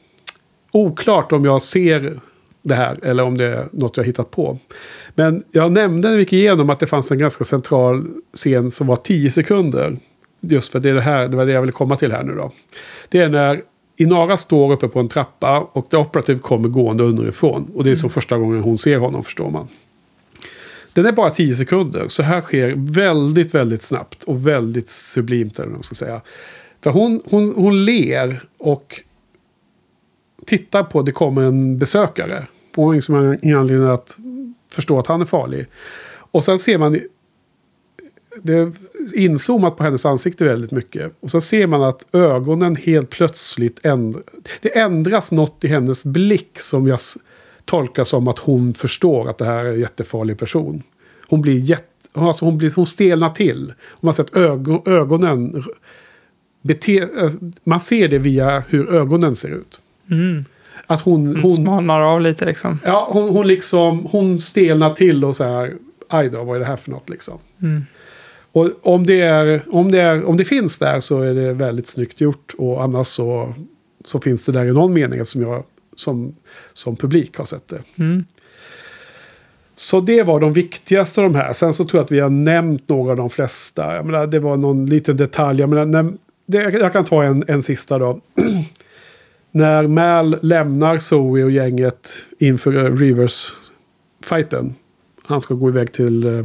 oklart om jag ser det här. Eller om det är något jag hittat på. Men jag nämnde när vi gick igenom att det fanns en ganska central scen som var tio sekunder. Just för det, är det, här, det var det jag ville komma till här nu då. Det är när Inara står uppe på en trappa och The Operative kommer gående underifrån. Och det är som första gången hon ser honom, förstår man. Den är bara tio sekunder. Så här sker väldigt, väldigt snabbt. Och väldigt sublimt, eller vad man ska säga. För hon, hon, hon ler och tittar på, det kommer en besökare. På ingen som har ingen anledning att förstå att han är farlig. Och sen ser man, det är inzoomat på hennes ansikte väldigt mycket. Och så ser man att ögonen helt plötsligt ändras. Det ändras något i hennes blick som jag tolkar som att hon förstår att det här är en jättefarlig person. Hon blir jätte, alltså hon, blir, hon stelnar till. Och man har sett ögon, ögonen bete, man ser det via hur ögonen ser ut. Mm. Att hon, hon smalnar av lite liksom. Ja, hon, hon liksom hon stelnar till och så här, aj då, vad är det här för något liksom. Mm. Och om det, är, om, det är, om det finns där så är det väldigt snyggt gjort. Och annars så, så finns det där i någon mening som jag som, som publik har sett det. Mm. Så det var de viktigaste av de här. Sen så tror jag att vi har nämnt några av de flesta. Jag menar, det var någon liten detalj. Jag, menar, när, det, jag kan ta en, en sista då. När Mal lämnar Zoe och gänget inför Reavers-fighten. Han ska gå iväg till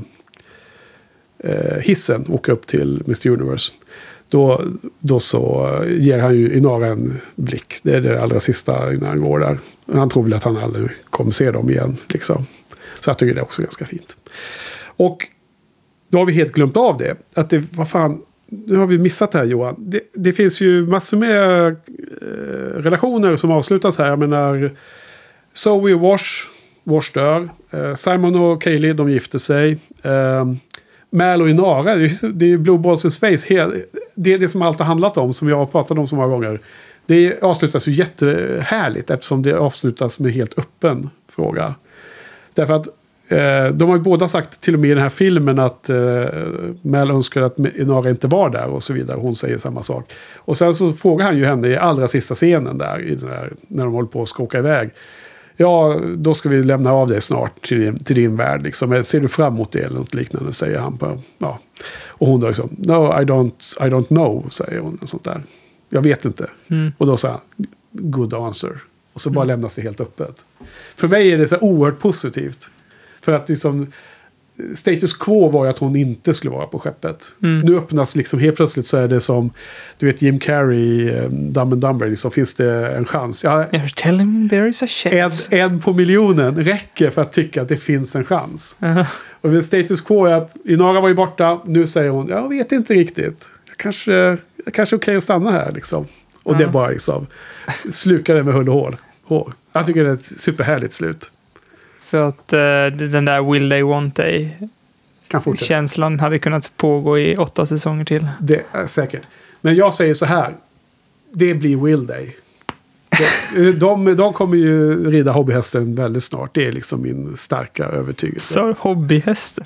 eh, hissen och åka upp till mister Universe. Då, då så ger han ju Inara en blick. Det är det allra sista innan han går där. Han tror väl att han aldrig kommer se dem igen. Liksom. Så jag tycker det är också ganska fint. Och då har vi helt glömt av det. Att det, vad fan, nu har vi missat det här, Johan. Det, det finns ju massor med eh, relationer som avslutas här. Jag menar, Zoe och Wash, Wash dör. Eh, Simon och Kaylee, de gifter sig. Eh, Mal och Inara, det är Blue Balls in Space. Det är det som allt har handlat om, som jag har pratat om så många gånger. Det avslutas ju jättehärligt eftersom det avslutas med helt öppen fråga. Därför att eh, de har ju båda sagt till och med i den här filmen att eh, Mal önskar att Inara inte var där och så vidare. Hon säger samma sak. Och sen så frågar han ju henne i allra sista scenen där, i den där när de håller på att skåka iväg. Ja, då ska vi lämna av dig snart till din, till din värld. Liksom. Ser du fram emot det eller något liknande, säger han. På, ja. Och hon då liksom, no, I don't, I don't know, säger hon. Och sånt där. Jag vet inte. Mm. Och då säger han, good answer. Och så bara mm. lämnas det helt öppet. För mig är det så oerhört positivt. För att liksom, status quo var ju att hon inte skulle vara på skeppet. Mm. Nu öppnas liksom, helt plötsligt så är det som, du vet Jim Carrey i um, Dumb and Dumber, så finns det en chans. Ja, You're telling me there is a chance. En, en på miljonen räcker för att tycka att det finns en chans. Uh-huh. Och med status quo är att Inara var ju borta, nu säger hon, jag vet inte riktigt. Jag kanske, jag kanske är okej att stanna här liksom. Och uh-huh. det bara liksom slukar det med hull och hår. hår. Jag tycker det är ett superhärligt slut. Så att uh, den där Will They Want They känslan hade kunnat pågå i åtta säsonger till. Det är säkert. Men jag säger så här. Det blir Will They. De, de, de kommer ju rida hobbyhästen väldigt snart. Det är liksom min starka övertygelse. Så hobbyhästen.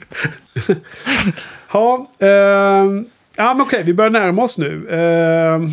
ja, uh, ja, men okej. Vi börjar närma oss nu. Uh,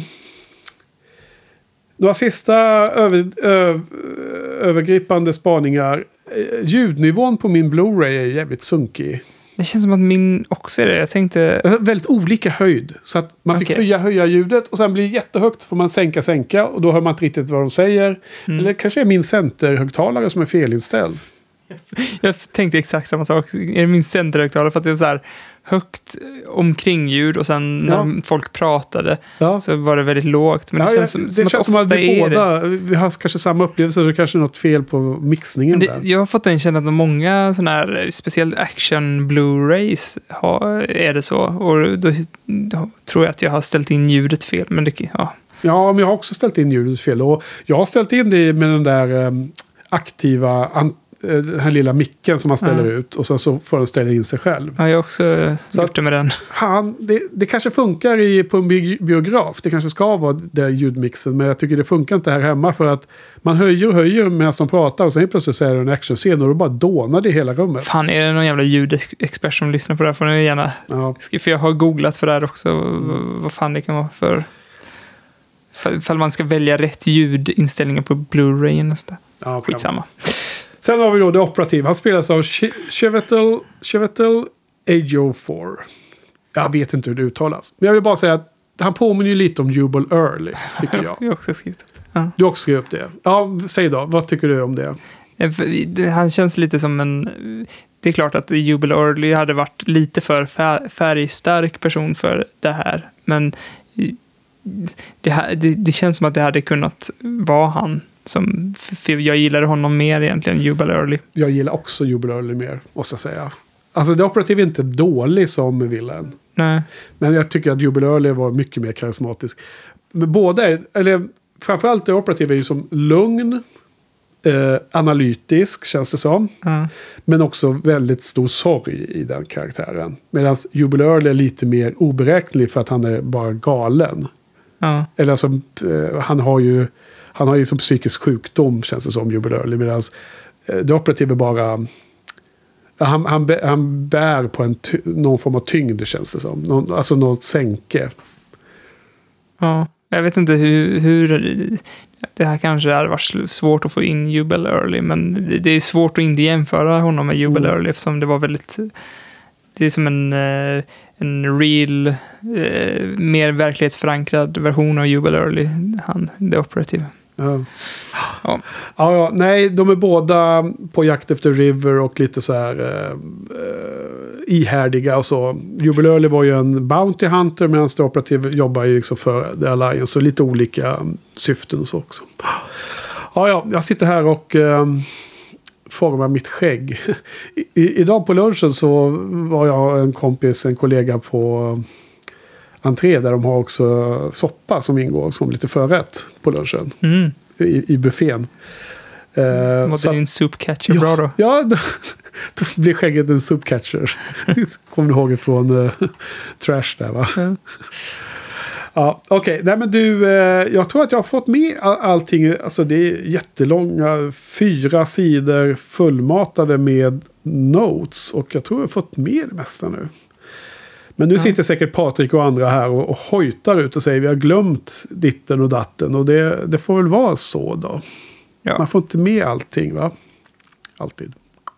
några sista över, ö, övergripande spaningar. Ljudnivån på min Blu-ray är jävligt sunkig. Det känns som att min också är det. Jag tänkte... Alltså, väldigt olika höjd. Så att man fick okay. höja, höja ljudet. Och sen blir det jättehögt. Så får man sänka, sänka. Och då hör man inte riktigt vad de säger. Mm. Eller kanske är min centerhögtalare som är felinställd. Jag tänkte exakt samma sak. Är det min centerhögtalare för att det var så här högt omkringljud och sen när Ja. folk pratade Ja. så var det väldigt lågt. Men det Ja, känns jag, som, det som, känns att som att ofta vi är båda det. vi har kanske samma upplevelse. Det kanske är något fel på mixningen Men där. det, jag har fått en känsla att många sådana här speciellt action Blu-rays har, är det så. Och då, då tror jag att jag har ställt in ljudet fel. Men det, ja. Ja, men jag har också ställt in ljudet fel. Och jag har ställt in det med den där um, aktiva, an, uh, den här lilla micken som man ställer Ja. ut. Och sen så får den ställa in sig själv. Ja, jag har också Så gjort det med den. Han, det, det kanske funkar i, på en bi- biograf. Det kanske ska vara den ljudmixen. Men jag tycker det funkar inte här hemma. För att man höjer och höjer medan de pratar. Och sen helt plötsligt så är det en actionscen. Och då bara dånar det i hela rummet. Fan, är det någon jävla ljudexpert som lyssnar på det här får ni gärna... Ja. För jag har googlat på det här också. Mm. Vad fan det kan vara för... Ifall man ska välja rätt ljudinställningar på Blu-ray och sådär. Ja, skitsamma. Sen har vi då det operativa. Han spelas av Chiwetel Chiwetel Ejiofor. Jag vet inte hur det uttalas. Men jag vill bara säga att han påminner ju lite om Jubal Early, tycker jag. Jag har också skrivit upp det. Ja. Du har också skrivit upp det. Ja, säg då. Vad tycker du om det? Han känns lite som en... Det är klart att Jubal Early hade varit lite för färgstark person för det här. Men det, här, det, det känns som att det hade kunnat vara han. Som, för jag gillade honom mer egentligen, Jubal Early. Jag gillar också Jubal Early mer, måste jag säga. Alltså det operativa är inte dålig som villain. Nej. Men jag tycker att Jubal Early var mycket mer karismatisk. Men båda är, eller framförallt det operativa är ju som lugn, eh, analytisk känns det som. Mm. Men också väldigt stor sorg i den karaktären. Medan Jubal Early är lite mer oberäknelig för att han är bara galen. Ja. Eller som, eh, han har ju han har ju som psykisk sjukdom känns det som Jubal Early. Medan eh, det operativa bara... Han, han, han bär på en ty, någon form av tyngd känns det som. Någon, alltså något sänke. Ja, jag vet inte hur, hur... Det här kanske hade varit svårt att få in Jubal Early. Men det är svårt att inte jämföra honom med Jubal mm. Early. Eftersom det var väldigt... Det är som en, en real, mer verklighetsförankrad version av Jubal Early. Han, det operativa. Ja. Ja. Ja, ja. Nej, de är båda på jakt efter River och lite så här eh, ihärdiga och så. Jubal Early var ju en bounty hunter medan det operativa jobbar ju liksom för The Alliance. Så lite olika syften och så också. Ja, ja. Jag sitter här och eh, formar mitt skägg. I, idag på lunchen så var jag en kompis, en kollega på entré där de har också soppa som ingår som lite förrätt på lunchen. Mm. I, i buffén. Uh, Var det din soupcatcher ja, bra då? Ja, då, då blir skägget en soupcatcher. Kommer du ihåg det från uh, Trash där va? Mm. Ja, okej. Okay. Nej men du, uh, jag tror att jag har fått med all, allting. Alltså det är jättelånga, fyra sidor fullmatade med notes. Och jag tror jag har fått med det mesta nu. Men nu ja. sitter säkert Patrik och andra här och, och hojtar ut och säger vi har glömt ditten och datten. Och det, det får väl vara så då. Ja. Man får inte med allting va? Alltid.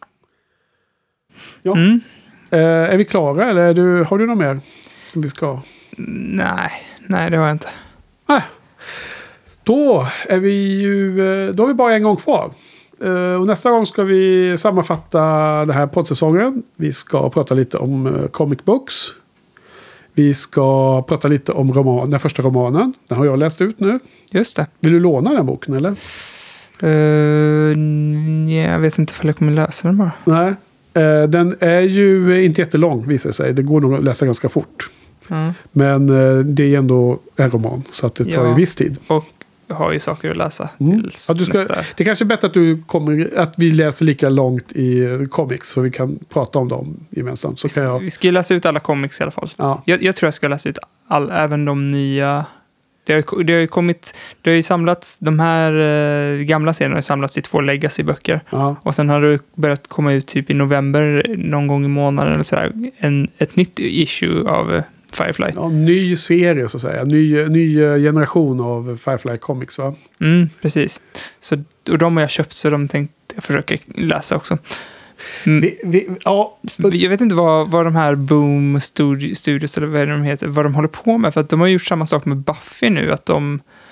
Ja. Mm. Eh, är vi klara eller är du, har du något mer som vi ska? Nej, nej det har jag inte. Nej. Då är vi ju, då har vi bara en gång kvar. Uh, och nästa gång ska vi sammanfatta den här poddsäsongen. Vi ska prata lite om uh, comic books. Vi ska prata lite om roman, den första romanen. Den har jag läst ut nu. Just det. Vill du låna den boken eller? Uh, jag vet inte om jag kommer läsa den bara. Nej. Uh, den är ju inte jättelång visar det sig. Det går nog att läsa ganska fort. Mm. Men uh, det är ändå en roman. Så att det tar ja. ju viss tid. Och har ju saker att läsa. Mm. Ja, du ska, det är kanske är bättre att, du kommer, att vi läser lika långt i comics så vi kan prata om dem gemensamt. Så vi, kan jag... vi ska ju läsa ut alla comics i alla fall. Ja. Jag, jag tror jag ska läsa ut all, även de nya. Det har, det har ju kommit, det har ju samlats, de här eh, gamla serierna har ju samlats i två legacy-böcker. Ja. Och sen har det börjat komma ut typ i november någon gång i månaden eller sådär. En, ett nytt issue av eh, Firefly. Ja, ny serie så att säga. Ny, ny generation av Firefly Comics va? Mm, precis. Så, och de har jag köpt så de tänkte jag försöka läsa också. Mm. Vi, vi, ja. Jag vet inte vad, vad de här Boom Studios eller vad de heter, vad de håller på med. För att de har gjort samma sak med Buffy nu. Att de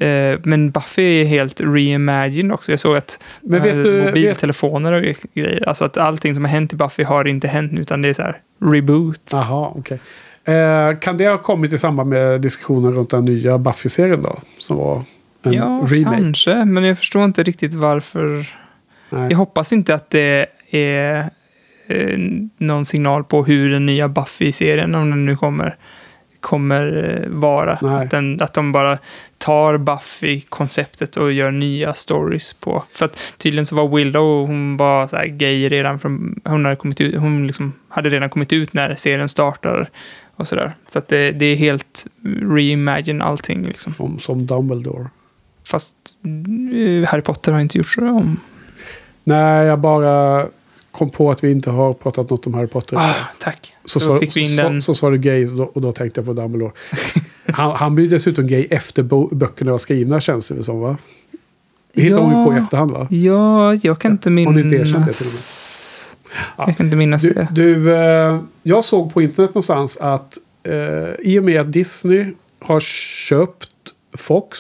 Eh, men Buffy är helt reimagined också. Jag såg att men vet du, mobiltelefoner och grejer. Alltså att allting som har hänt i Buffy har inte hänt, utan det är så här reboot. Jaha, okej. Okay. Eh, kan det ha kommit i samband med diskussionen runt den nya Buffy-serien då? Som var en ja, remake? Kanske. Men jag förstår inte riktigt varför. Nej. Jag hoppas inte att det är eh, någon signal på hur den nya Buffy-serien, om den nu kommer, kommer vara. Att, den, att de bara tar Buffy-konceptet och gör nya stories på. För att tydligen så var Willow, hon var så här gay redan från, hon hade kommit ut, hon liksom hade redan kommit ut när serien startar och sådär. Så att det, det är helt reimagine allting liksom. Som, som Dumbledore. Fast uh, Harry Potter har inte gjort så om. Nej, jag bara kom på att vi inte har pratat något om Harry Potter. Ah, tack. Så, så, fick vi in så, den... så, så sa du gay och då, och då tänkte jag på Dumbledore. han, han blir dessutom gay efter bo, böckerna var skrivna, känns det som, va? Det hittar ja, hon ju på i efterhand, va? Ja, jag kan inte minnas. Hon inte erkänt det till och med. Ja. Jag kan inte minnas du, det. Du, eh, jag såg på internet någonstans att eh, i och med att Disney har köpt Fox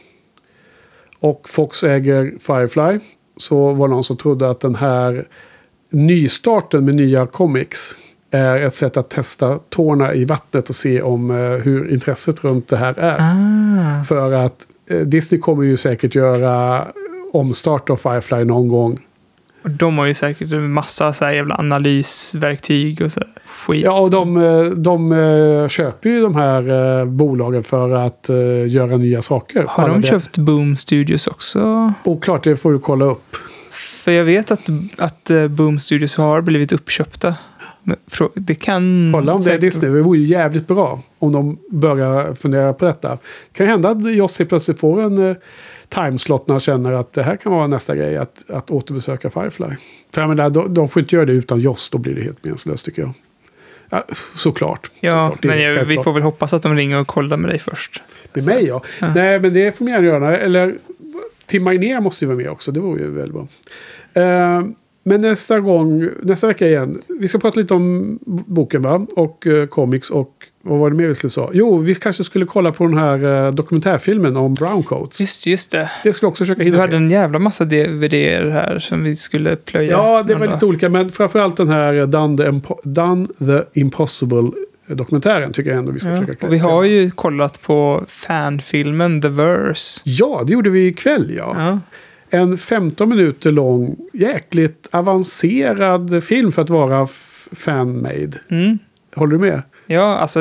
och Fox äger Firefly, så var det någon som trodde att den här nystarten med nya comics är ett sätt att testa tårna i vattnet och se om uh, hur intresset runt det här är. Ah. För att uh, Disney kommer ju säkert göra omstart av Firefly någon gång. Och de har ju säkert en massa så här jävla analysverktyg och så skit. Ja, och de, de uh, köper ju de här uh, bolagen för att uh, göra nya saker. Har de köpt Boom Studios också? Oklart, det får du kolla upp. För jag vet att, att Boom Studios har blivit uppköpta. Det kan... Kolla om det är Disney. Det vore ju jävligt bra om de börjar fundera på detta. Det kan hända att Joss plötsligt får en uh, timeslot när han känner att det här kan vara nästa grej. Att, att återbesöka Firefly. För jag menar, de, de får inte göra det utan Joss. Då blir det helt meningslöst, tycker jag. Ja, såklart. Ja, såklart. men jag, vi får väl hoppas att de ringer och kollar med dig först. Med mig, ja. ja. Nej, men det får man gärna göra. Eller Tim Mainer måste ju vara med också. Det vore ju väldigt bra. Uh, men nästa gång, nästa vecka igen, vi ska prata lite om boken, va? Och uh, comics och vad var det mer vi skulle säga? Jo, vi kanske skulle kolla på den här uh, dokumentärfilmen om Browncoats. Just, just det. Det skulle också försöka hinna. Du hade en jävla massa D V D-er här som vi skulle plöja. Ja, det var lite olika, men framförallt den här Done the, Impo- Done the Impossible dokumentären tycker jag ändå vi ska ja, försöka klara. Vi har ju kollat på fanfilmen The Verse. Ja, det gjorde vi ikväll, ja. ja. En femton minuter lång, jäkligt avancerad film för att vara f- fan-made. Mm. Håller du med? Ja, alltså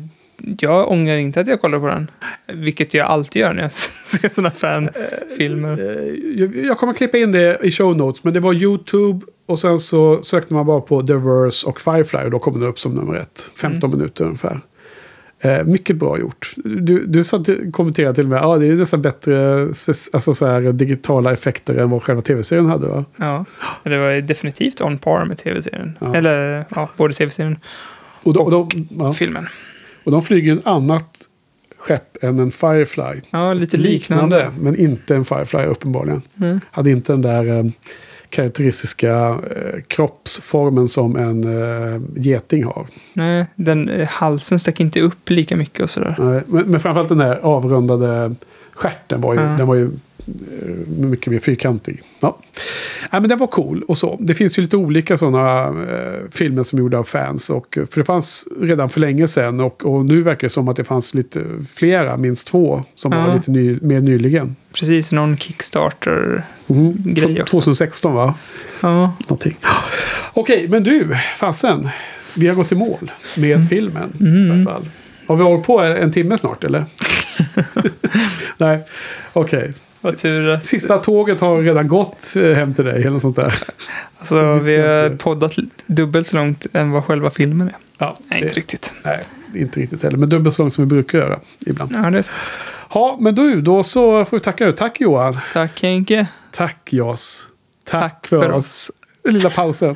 jag ångrar inte att jag kollar på den. Vilket jag alltid gör när jag ser sådana fanfilmer. Jag, jag kommer att klippa in det i show notes, men det var YouTube och sen så sökte man bara på The Verse och Firefly och då kom det upp som nummer ett. femton mm. minuter ungefär. Eh, mycket bra gjort. Du, du kommenterade till och med, ja, det är nästan bättre alltså så här, digitala effekter än vad själva tv-serien hade, va? Ja, det var definitivt on par med tv-serien. Ja. Eller, ja, både tv-serien och, de, och, och de, ja. filmen. Och de flyger ett annat skepp än en Firefly. Ja, lite liknande. liknande men inte en Firefly uppenbarligen. Mm. Hade inte den där eh, karaktäristiska eh, kroppsformen som en eh, geting har. Nej, den, eh, halsen stack inte upp lika mycket och sådär. Nej, men, men framförallt den där avrundade stjärten var ju, ja. den var ju eh, mycket mer fyrkantig. Ja. Ja, men den var cool och så. Det finns ju lite olika sådana eh, filmer som är gjorda av fans. Och, för det fanns redan för länge sedan och, och nu verkar det som att det fanns lite flera, minst två, som ja. var lite ny, mer nyligen. Precis, någon Kickstarter mm. grej också. tjugohundrasexton, va? Ja. Någonting. Okej, men du, fasen. Vi har gått i mål med mm. filmen. Mm. I alla fall. Har vi hållit på en timme snart, eller? Nej, okej. Okay. Vad tur. Sista tåget har redan gått hem till dig, eller sånt där. Alltså, vi har poddat dubbelt så långt än vad själva filmen är. Ja, nej, inte riktigt. Nej, inte riktigt heller. Men dubbelt så långt som vi brukar göra ibland. Ja, det är så. Ja, men du, då så får vi tacka dig. Tack Johan. Tack Henke. Tack Jas. Tack, Tack för, för oss. oss. Lilla pausen.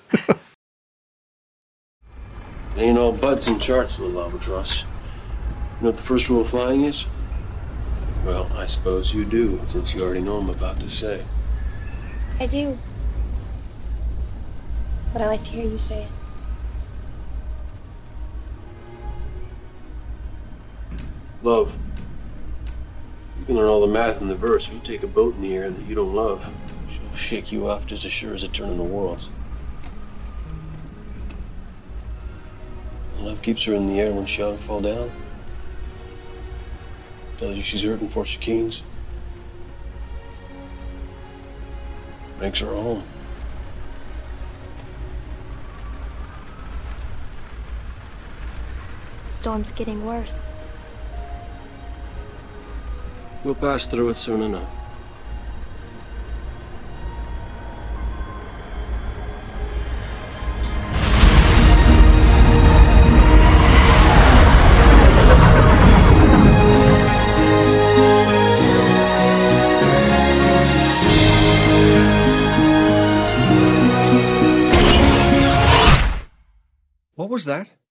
Ain't all buds and charts, little albatross. You know what the first rule of flying is? Well, I suppose you do, since you already know what I'm about to say. I do. But I like to hear you say it. Love. You You learn all the math in the verse. If you take a boat in the air that you don't love, she'll shake you off just as sure as a turn in the worlds. Love keeps her in the air when she ought to fall down. Tells you she's hurting before she keens. Makes her home. Storm's getting worse. We'll pass through it soon enough. What was that?